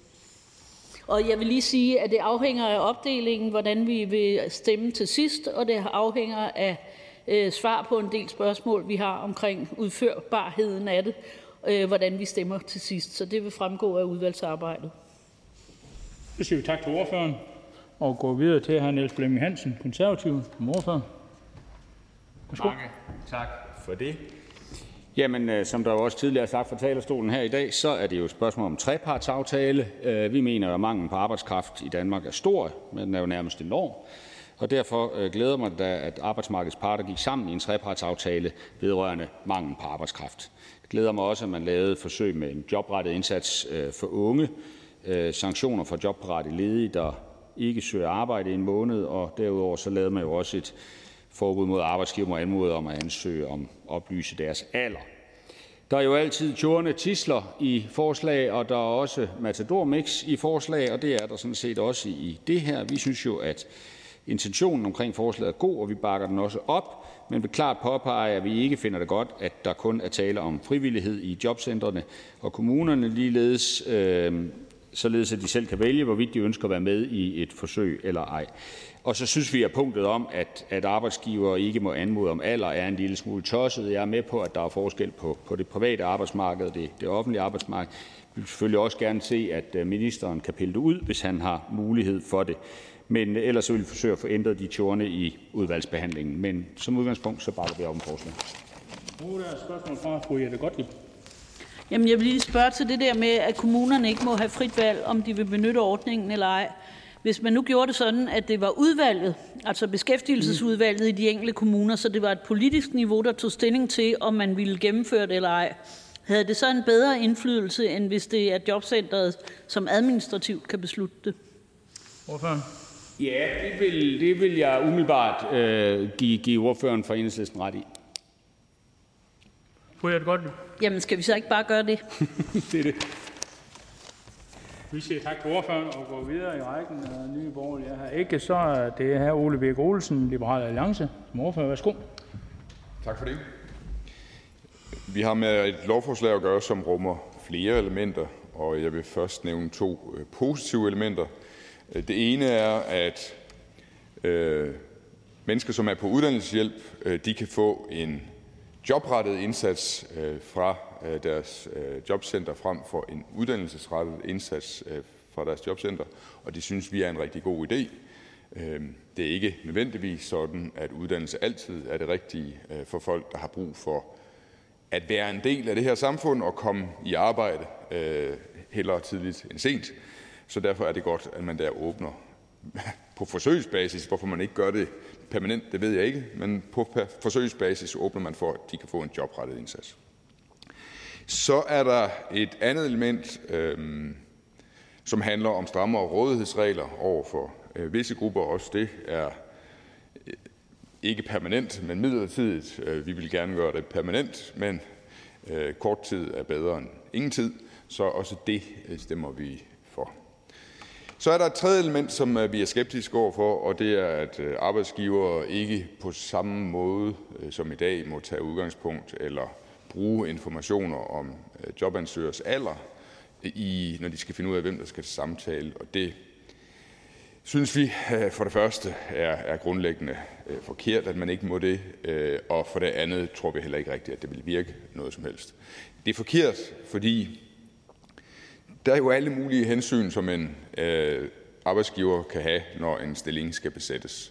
Og jeg vil lige sige, at det afhænger af opdelingen, hvordan vi vil stemme til sidst, og det afhænger af svar på en del spørgsmål, vi har omkring udførbarheden af det, hvordan vi stemmer til sidst. Så det vil fremgå af udvalgsarbejdet. Så siger vi tak til ordføreren og går videre til hr. Niels Flemming Hansen, konservativ, som ordfører. Mange tak for det. Jamen, som der jo også tidligere er sagt fra talerstolen her i dag, så er det jo et spørgsmål om trepartsaftale. Vi mener, at manglen på arbejdskraft i Danmark er stor, men den er jo nærmest enorm. Og derfor glæder mig da, at arbejdsmarkedets parter gik sammen i en trepartsaftale vedrørende manglen på arbejdskraft. Det glæder mig også, at man lavede forsøg med en jobrettet indsats for unge, sanktioner for jobparate ledige, der ikke søger arbejde i en måned, og derudover så lavede man jo også et forbud mod arbejdsgiver må anmode om at ansøge om oplyse deres alder. Der er jo altid tjorne tidsler i forslag, og der er også matadormix i forslag, og det er der sådan set også i det her. Vi synes jo, at intentionen omkring forslaget er god, og vi bakker den også op, men vil klart påpege, at vi ikke finder det godt, at der kun er tale om frivillighed i jobcentrene og kommunerne ligeledes, således at de selv kan vælge, hvorvidt de ønsker at være med i et forsøg eller ej. Og så synes vi, at punktet om, at arbejdsgivere ikke må anmode om alder, er en lille smule tosset. Jeg er med på, at der er forskel på det private arbejdsmarked og det offentlige arbejdsmarked. Vi vil selvfølgelig også gerne se, at ministeren kan pille det ud, hvis han har mulighed for det. Men ellers så vil vi forsøge at få ændret de tjorne i udvalgsbehandlingen. Men som udgangspunkt, så bakker vi op om forslaget. Nu er der et spørgsmål fra fru Jette Gottlieb. Jamen, jeg vil lige spørge til det der med, at kommunerne ikke må have frit valg, om de vil benytte ordningen eller ej. Hvis man nu gjorde det sådan, at det var udvalget, altså beskæftigelsesudvalget i de enkelte kommuner, så det var et politisk niveau, der tog stilling til, om man ville gennemføre det eller ej, havde det så en bedre indflydelse, end hvis det er jobcentret, som administrativt kan beslutte det? Ordføreren? Ja, det vil jeg umiddelbart give ordføreren fra Enhedslisten ret i. Fru Jette Gottlieb? Jamen, skal vi så ikke bare gøre det? Det er det. Vi siger tak til ordføreren og går videre i rækken af nye borgerlige. Jeg har ikke, så er det her Ole Birk Olesen, Liberal Alliance, som ordfører. Værsgo. Tak for det. Vi har med et lovforslag at gøre, som rummer flere elementer, og jeg vil først nævne 2 positive elementer. Det ene er, at mennesker, som er på uddannelseshjælp, de kan få en jobrettet indsats fra deres jobcenter frem for en uddannelsesrettet indsats fra deres jobcenter, og det synes vi er en rigtig god idé. Det er ikke nødvendigvis sådan, at uddannelse altid er det rigtige for folk, der har brug for at være en del af det her samfund og komme i arbejde hellere tidligt end sent. Så derfor er det godt, at man der åbner på forsøgsbasis. Hvorfor man ikke gør det permanent, det ved jeg ikke, men på forsøgsbasis åbner man for, at de kan få en jobrettet indsats. Så er der et andet element, som handler om strammere rådighedsregler over for visse grupper. Også det er ikke permanent, men midlertidigt. Vi vil gerne gøre det permanent, men kort tid er bedre end ingen tid, så også det stemmer vi for. Så er der et tredje element, som vi er skeptiske overfor, og det er, at arbejdsgivere ikke på samme måde som i dag må tage udgangspunkt eller bruge informationer om jobansøgers alder, når de skal finde ud af, hvem der skal til samtale. Og det synes vi for det første er grundlæggende forkert, at man ikke må det, og for det andet tror vi heller ikke rigtigt, at det vil virke noget som helst. Det er forkert, fordi der er jo alle mulige hensyn, som en arbejdsgiver kan have, når en stilling skal besættes.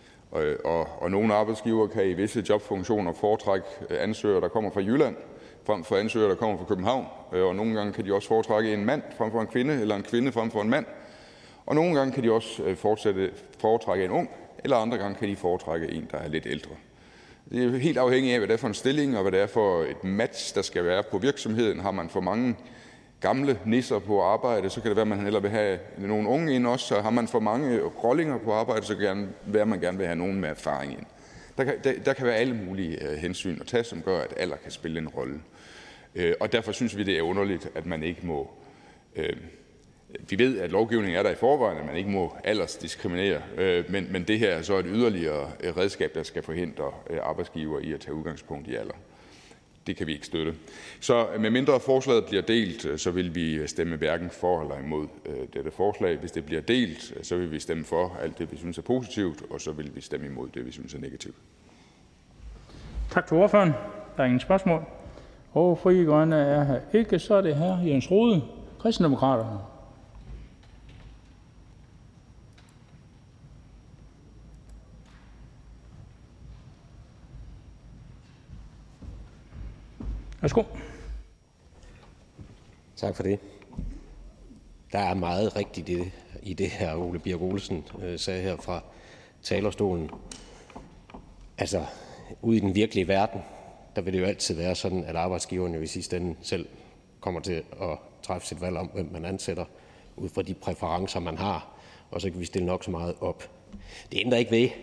Og nogle arbejdsgiver kan i visse jobfunktioner foretrække ansøgere, der kommer fra Jylland, frem for ansøgere, der kommer fra København. Og nogle gange kan de også foretrække en mand frem for en kvinde, eller en kvinde frem for en mand. Og nogle gange kan de også foretrække en ung, eller andre gange kan de foretrække en, der er lidt ældre. Det er helt afhængigt af, hvad det er for en stilling, og hvad det er for et match, der skal være på virksomheden. Har man for mange gamle nisser på arbejde, så kan det være, at man hellere vil have nogle unge ind også. Og har man for mange rollinger på arbejde, så kan det være, at man gerne vil have nogen med erfaring ind. Der kan være alle mulige hensyn at tage, som gør, at alder kan spille en rolle. Og derfor synes vi, det er underligt, at man ikke må... Vi ved, at lovgivningen er der i forvejen, at man ikke må aldersdiskriminere, men det her er så et yderligere redskab, der skal forhindre arbejdsgiver i at tage udgangspunkt i alder. Det kan vi ikke støtte. Så medmindre forslaget bliver delt, så vil vi stemme hverken for eller imod dette forslag. Hvis det bliver delt, så vil vi stemme for alt det, vi synes er positivt, og så vil vi stemme imod det, vi synes er negativt. Tak til ordføreren. Der er ingen spørgsmål. Og Frie Grønne er her ikke, så er det her Jens Rohde, Kristendemokraterne. Værsgo. Tak for det. Der er meget rigtigt i det her, Ole Birk Olesen sagde her fra talerstolen. Altså, ude i den virkelige verden, der vil det jo altid være sådan, at arbejdsgiveren jo i sidste ende selv kommer til at træffe sit valg om, hvem man ansætter, ud fra de præferencer, man har, og så kan vi stille nok så meget op. Det ændrer ikke ved,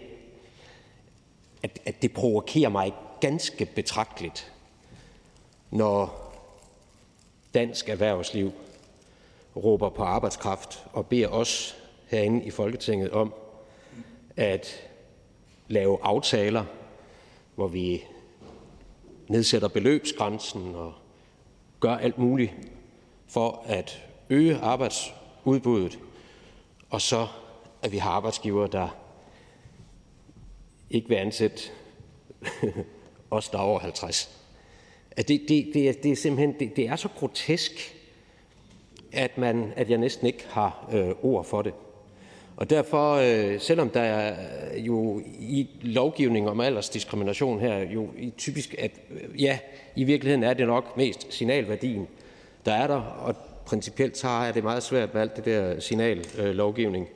at det provokerer mig ganske betragteligt, når dansk erhvervsliv råber på arbejdskraft og beder os herinde i Folketinget om at lave aftaler, hvor vi nedsætter beløbsgrænsen og gør alt muligt for at øge arbejdsudbuddet, og så at vi har arbejdsgivere, der ikke vil ansætte os, der er over 50. Det er simpelthen det er så grotesk, at jeg næsten ikke har ord for det. Og derfor, selvom der er jo i lovgivning om aldersdiskrimination her jo typisk, at ja, i virkeligheden er det nok mest signalværdien, der er der, og principielt så er det meget svært med alt det der signallovgivning,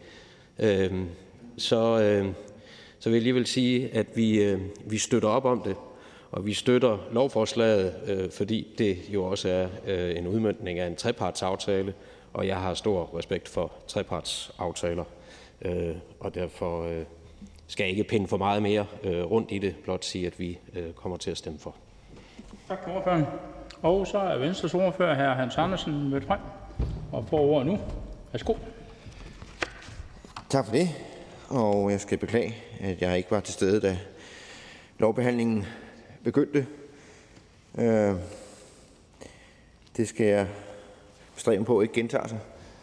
så vil jeg alligevel sige, at vi støtter op om det, og vi støtter lovforslaget, fordi det jo også er en udmøntning af en trepartsaftale, og jeg har stor respekt for trepartsaftaler, og derfor skal jeg ikke pinde for meget mere rundt i det, blot sige, at vi kommer til at stemme for. Tak til ordføreren. Og så er Venstres ordfører, hr. Hans Andersen, mødt frem og får ordet nu. Værsgo. Tak for det, og jeg skal beklage, at jeg ikke var til stede, da lovbehandlingen begyndte. Det skal jeg bestræbe på ikke gentager sig.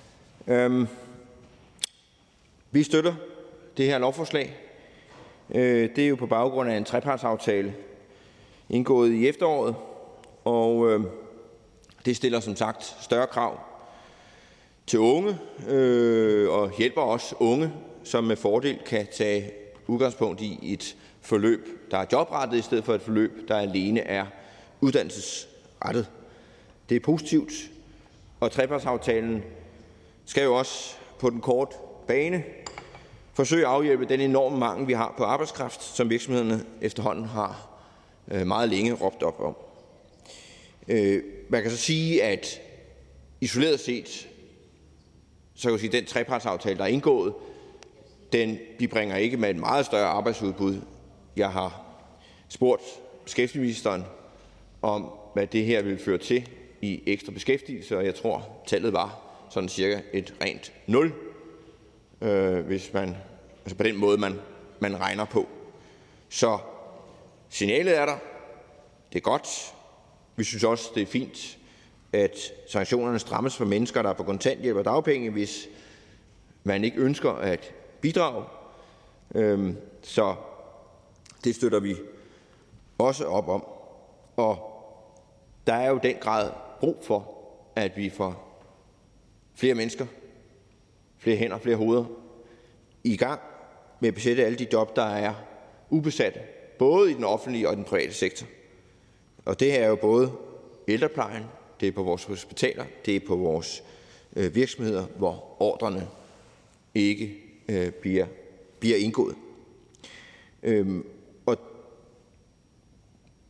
Vi støtter det her lovforslag. Det er jo på baggrund af en trepartsaftale indgået i efteråret, og det stiller som sagt større krav til unge og hjælper også unge, som med fordel kan tage udgangspunkt i et forløb, der er jobrettet, i stedet for et forløb, der alene er uddannelsesrettet. Det er positivt, og trepartsaftalen skal jo også på den korte bane forsøge at afhjælpe den enorme mangel, vi har på arbejdskraft, som virksomhederne efterhånden har meget længe råbt op om. Man kan så sige, at isoleret set, så kan jeg sige, at den trepartsaftale, der er indgået, den bibringer ikke med et meget større arbejdsudbud. Jeg har spurgt beskæftigelsesministeren om, hvad det her vil føre til i ekstra beskæftigelse, og jeg tror, tallet var sådan cirka et rent 0, hvis man, altså på den måde, man regner på. Så signalet er der. Det er godt. Vi synes også, det er fint, at sanktionerne strammes for mennesker, der er på kontanthjælp og dagpenge, hvis man ikke ønsker at bidrage. Så det støtter vi også op om. Og der er jo den grad brug for, at vi får flere mennesker, flere hænder, flere hoveder i gang med at besætte alle de job, der er ubesatte, både i den offentlige og den private sektor. Og det her er jo både ældreplejen, det er på vores hospitaler, det er på vores virksomheder, hvor ordrene ikke bliver indgået. Og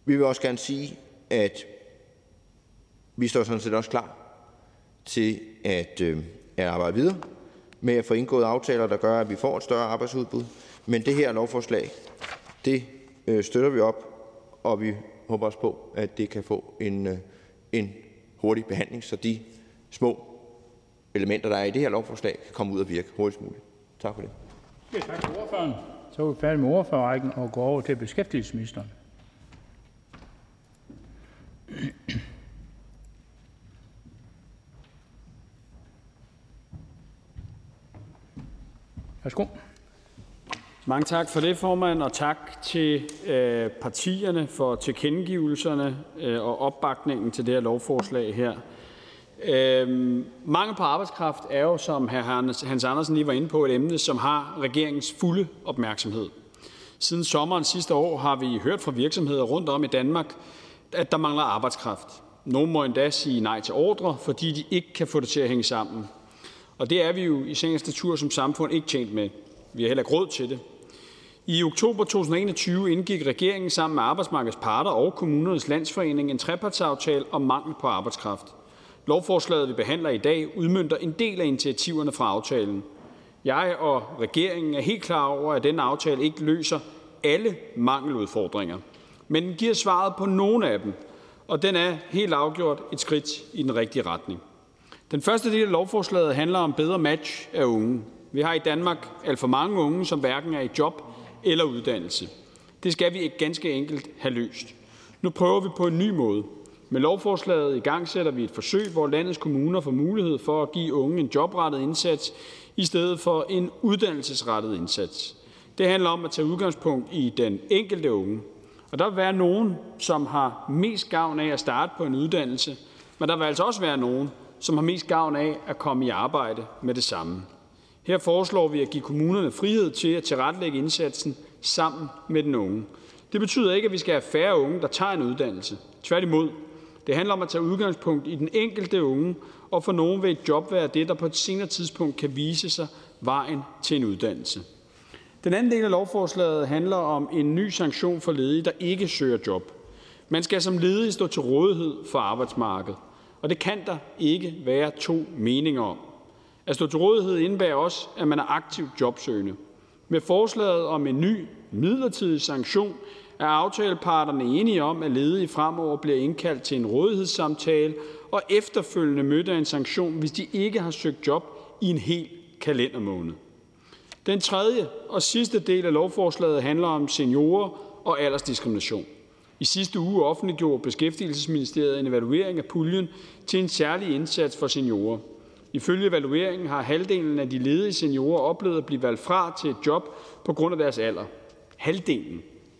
Vi vil også gerne sige, at vi står sådan set også klar til at arbejde videre med at få indgået aftaler, der gør, at vi får et større arbejdsudbud. Men det her lovforslag, det støtter vi op, og vi håber også på, at det kan få en hurtig behandling, så de små elementer, der er i det her lovforslag, kan komme ud og virke hurtigst muligt. Tak for det. Ja, tak til ordføreren. Så er vi færdige med ordførerrækken og går over til beskæftigelsesministeren. Værsgo. Mange tak for det, formand, og tak til partierne for tilkendegivelserne og opbakningen til det her lovforslag her. Mangel på arbejdskraft er jo, som hr. Hans Andersen lige var inde på, et emne, som har regeringens fulde opmærksomhed. Siden sommeren sidste år har vi hørt fra virksomheder rundt om i Danmark, at der mangler arbejdskraft. Nogle må endda sige nej til ordre, fordi de ikke kan få det til at hænge sammen. Og det er vi jo i sagens natur som samfund ikke tjent med. Vi har heller ikke råd til det. I oktober 2021 indgik regeringen sammen med arbejdsmarkedets parter og Kommunernes Landsforening en trepartsaftale om mangel på arbejdskraft. Lovforslaget, vi behandler i dag, udmønter en del af initiativerne fra aftalen. Jeg og regeringen er helt klar over, at denne aftale ikke løser alle mangeludfordringer, men den giver svaret på nogle af dem, og den er helt afgjort et skridt i den rigtige retning. Den første del af lovforslaget handler om bedre match af unge. Vi har i Danmark alt for mange unge, som hverken er i job eller uddannelse. Det skal vi ganske enkelt have løst. Nu prøver vi på en ny måde. Med lovforslaget igangsætter vi et forsøg, hvor landets kommuner får mulighed for at give unge en jobrettet indsats i stedet for en uddannelsesrettet indsats. Det handler om at tage udgangspunkt i den enkelte unge. Og der vil være nogen, som har mest gavn af at starte på en uddannelse, men der vil altså også være nogen, som har mest gavn af at komme i arbejde med det samme. Her foreslår vi at give kommunerne frihed til at tilrettelægge indsatsen sammen med den unge. Det betyder ikke, at vi skal have færre unge, der tager en uddannelse. Tværtimod. Det handler om at tage udgangspunkt i den enkelte unge, og for nogen vil et job være det, der på et senere tidspunkt kan vise sig vejen til en uddannelse. Den anden del af lovforslaget handler om en ny sanktion for ledige, der ikke søger job. Man skal som ledig stå til rådighed for arbejdsmarkedet, og det kan der ikke være to meninger om. At stå til rådighed indebærer også, at man er aktivt jobsøgende. Med forslaget om en ny midlertidig sanktion er aftaleparterne enige om, at ledige fremover bliver indkaldt til en rådighedssamtale og efterfølgende mødt af en sanktion, hvis de ikke har søgt job i en hel kalendermåned. Den tredje og sidste del af lovforslaget handler om seniorer og aldersdiskrimination. I sidste uge offentliggjorde Beskæftigelsesministeriet en evaluering af puljen til en særlig indsats for seniorer. Ifølge evalueringen har halvdelen af de ledige seniorer oplevet at blive valgt fra til et job på grund af deres alder. Halvdelen.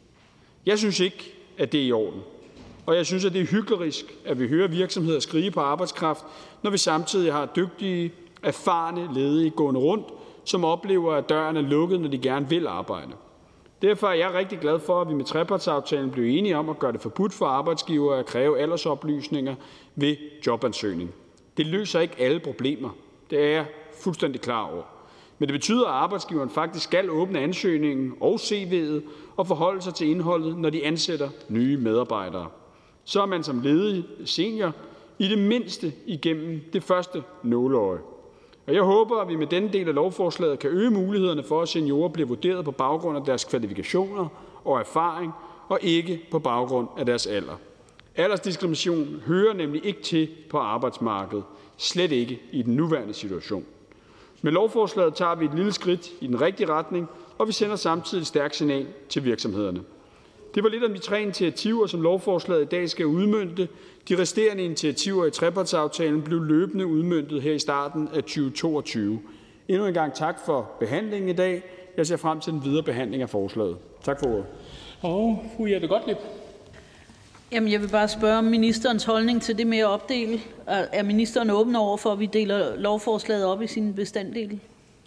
Jeg synes ikke, at det er i orden. Og jeg synes, at det er hyklerisk, at vi hører virksomheder skrige på arbejdskraft, når vi samtidig har dygtige, erfarne ledige gående rundt, som oplever, at døren er lukket, når de gerne vil arbejde. Derfor er jeg rigtig glad for, at vi med trepartsaftalen blev enige om at gøre det forbudt for arbejdsgivere at kræve aldersoplysninger ved jobansøgning. Det løser ikke alle problemer. Det er jeg fuldstændig klar over. Men det betyder, at arbejdsgiveren faktisk skal åbne ansøgningen og CV'et og forholde sig til indholdet, når de ansætter nye medarbejdere. Så er man som ledig senior i det mindste igennem det første nåleøje. Og jeg håber, at vi med denne del af lovforslaget kan øge mulighederne for, at seniorer bliver vurderet på baggrund af deres kvalifikationer og erfaring, og ikke på baggrund af deres alder. Aldersdiskrimination hører nemlig ikke til på arbejdsmarkedet. Slet ikke i den nuværende situation. Med lovforslaget tager vi et lille skridt i den rigtige retning, og vi sender samtidig et stærkt signal til virksomhederne. Det var lidt om de 3 initiativer, som lovforslaget i dag skal udmønte. De resterende initiativer i trepartsaftalen blev løbende udmøntet her i starten af 2022. Endnu en gang tak for behandlingen i dag. Jeg ser frem til den videre behandling af forslaget. Tak for ordet. Og fru Jette Gottlieb. Jamen, jeg vil bare spørge om ministerens holdning til det med at opdele. Er ministeren åben over for, at vi deler lovforslaget op i sine bestanddele?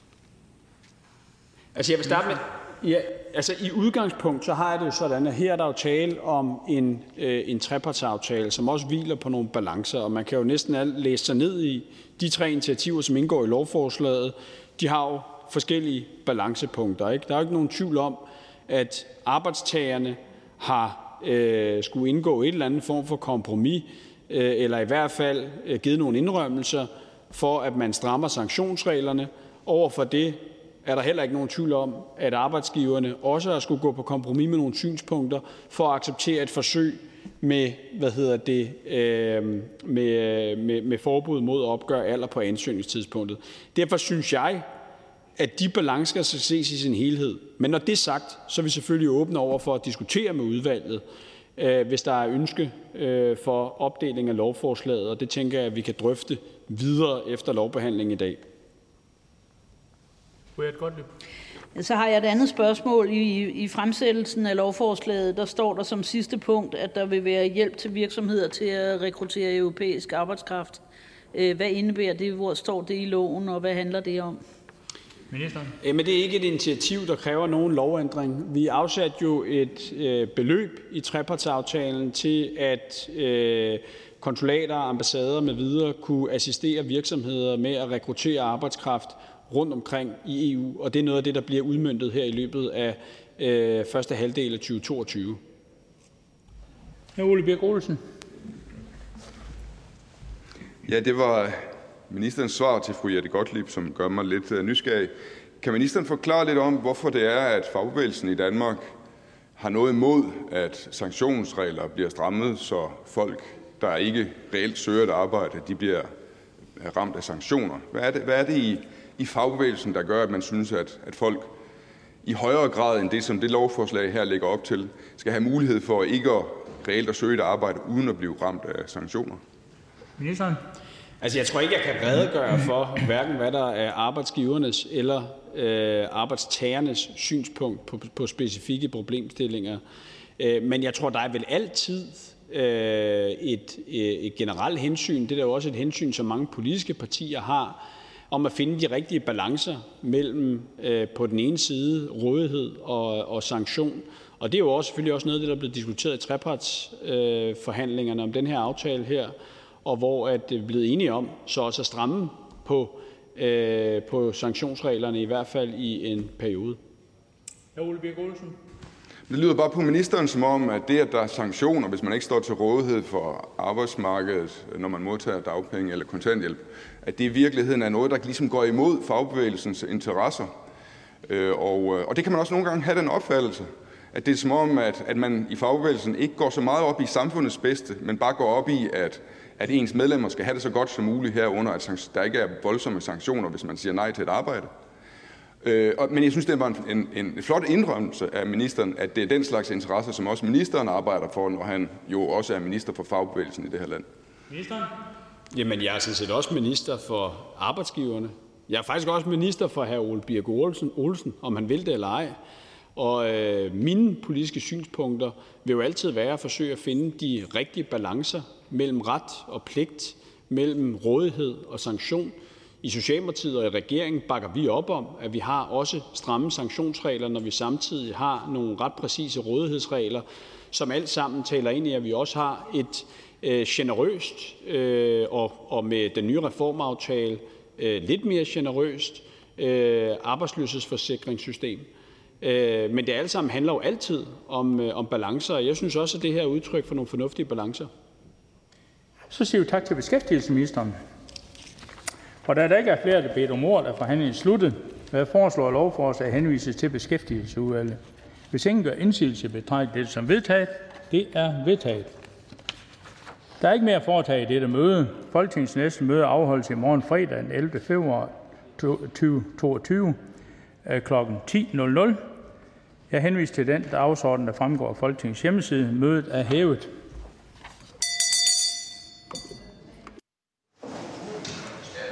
Altså, jeg vil starte med... Ja, altså i udgangspunkt, så har jeg det jo sådan, at her er der jo tale om en trepartsaftale, som også hviler på nogle balancer, og man kan jo næsten læse sig ned i de 3 initiativer, som indgår i lovforslaget. De har jo forskellige balancepunkter, ikke? Der er jo ikke nogen tvivl om, at arbejdstagerne har skulle indgå et eller andet form for kompromis, eller i hvert fald givet nogle indrømmelser for, at man strammer sanktionsreglerne. Overfor det er der heller ikke nogen tvivl om, at arbejdsgiverne også har skulle gå på kompromis med nogle synspunkter for at acceptere et forsøg med, med forbud mod at opgøre alder på ansøgningstidspunktet. Derfor synes jeg, at de balancer skal ses i sin helhed. Men når det er sagt, så er vi selvfølgelig åbne over for at diskutere med udvalget, hvis der er ønske for opdeling af lovforslaget, og det tænker jeg, at vi kan drøfte videre efter lovbehandlingen i dag. Så har jeg et andet spørgsmål. I fremsættelsen af lovforslaget, der står der som sidste punkt, at der vil være hjælp til virksomheder til at rekruttere europæisk arbejdskraft. Hvad indebærer det? Hvor står det i loven, og hvad handler det om? Men det er ikke et initiativ, der kræver nogen lovændring. Vi afsatte jo et beløb i trepartsaftalen til, at konsulater, ambassader med videre kunne assistere virksomheder med at rekruttere arbejdskraft rundt omkring i EU, og det er noget af det, der bliver udmøntet her i løbet af første halvdel af 2022. Ole Birk Olesen. Ja, det var ministerens svar til fru Jette Gottlieb, som gør mig lidt nysgerrig. Kan ministeren forklare lidt om, hvorfor det er, at fagbevægelsen i Danmark har noget imod, at sanktionsregler bliver strammet, så folk, der ikke reelt søger et arbejde, de bliver ramt af sanktioner? Hvad er det i fagbevægelsen, der gør, at man synes, at folk i højere grad end det, som det lovforslag her lægger op til, skal have mulighed for ikke at reelt at søge et arbejde uden at blive ramt af sanktioner? Ministeren? Altså, jeg tror ikke, jeg kan redegøre for, hverken hvad der er arbejdsgivernes eller arbejdstagernes synspunkt på specifikke problemstillinger. Men jeg tror, der er vel altid et generelt hensyn. Det er jo også et hensyn, som mange politiske partier har, om at finde de rigtige balancer mellem på den ene side rådighed og sanktion. Og det er jo også, selvfølgelig også noget af det, der er blevet diskuteret i trepartsforhandlingerne om den her aftale her, og hvor det er blevet enige om så også at stramme på sanktionsreglerne, i hvert fald i en periode. Ole Birk Olesen. Det lyder bare på ministeren som om, at det, at der er sanktioner, hvis man ikke står til rådighed for arbejdsmarkedet, når man modtager dagpenge eller kontanthjælp, at det i virkeligheden er noget, der ligesom går imod fagbevægelsens interesser. Og det kan man også nogle gange have den opfattelse, at det er som om, at man i fagbevægelsen ikke går så meget op i samfundets bedste, men bare går op i, at ens medlemmer skal have det så godt som muligt herunder, at der ikke er voldsomme sanktioner, hvis man siger nej til et arbejde. Men jeg synes, det var en flot indrømmelse af ministeren, at det er den slags interesser, som også ministeren arbejder for, når han jo også er minister for fagbevægelsen i det her land. Ministeren? Jamen, jeg er sådan set også minister for arbejdsgiverne. Jeg er faktisk også minister for hr. Ole Birk Olesen, om han vil det eller ej. Og mine politiske synspunkter vil jo altid være at forsøge at finde de rigtige balancer mellem ret og pligt, mellem rådighed og sanktion. I Socialdemokratiet og i regeringen bakker vi op om, at vi har også stramme sanktionsregler, når vi samtidig har nogle ret præcise rådighedsregler, som alt sammen taler ind i, at vi også har et generøst og med den nye reformaftale lidt mere generøst arbejdsløshedsforsikringssystem. Men det alt sammen handler jo altid om balancer, og jeg synes også, at det her er udtryk for nogle fornuftige balancer. Så siger vi tak til beskæftigelsesministeren. Og da der ikke er flere, der beder om ordet, er forhandlingen sluttet. Jeg foreslår, at lovforslaget henvises til beskæftigelsesudvalget. Hvis ingen gør indsigelse, betragter det som vedtaget. Det er vedtaget. Der er ikke mere at foretage i dette møde. Folketingets næste møde afholdes i morgen fredag den 11. februar 2022 kl. 10.00. Jeg henviser til den dagsorden, der fremgår af Folketingets hjemmeside. Mødet er hævet.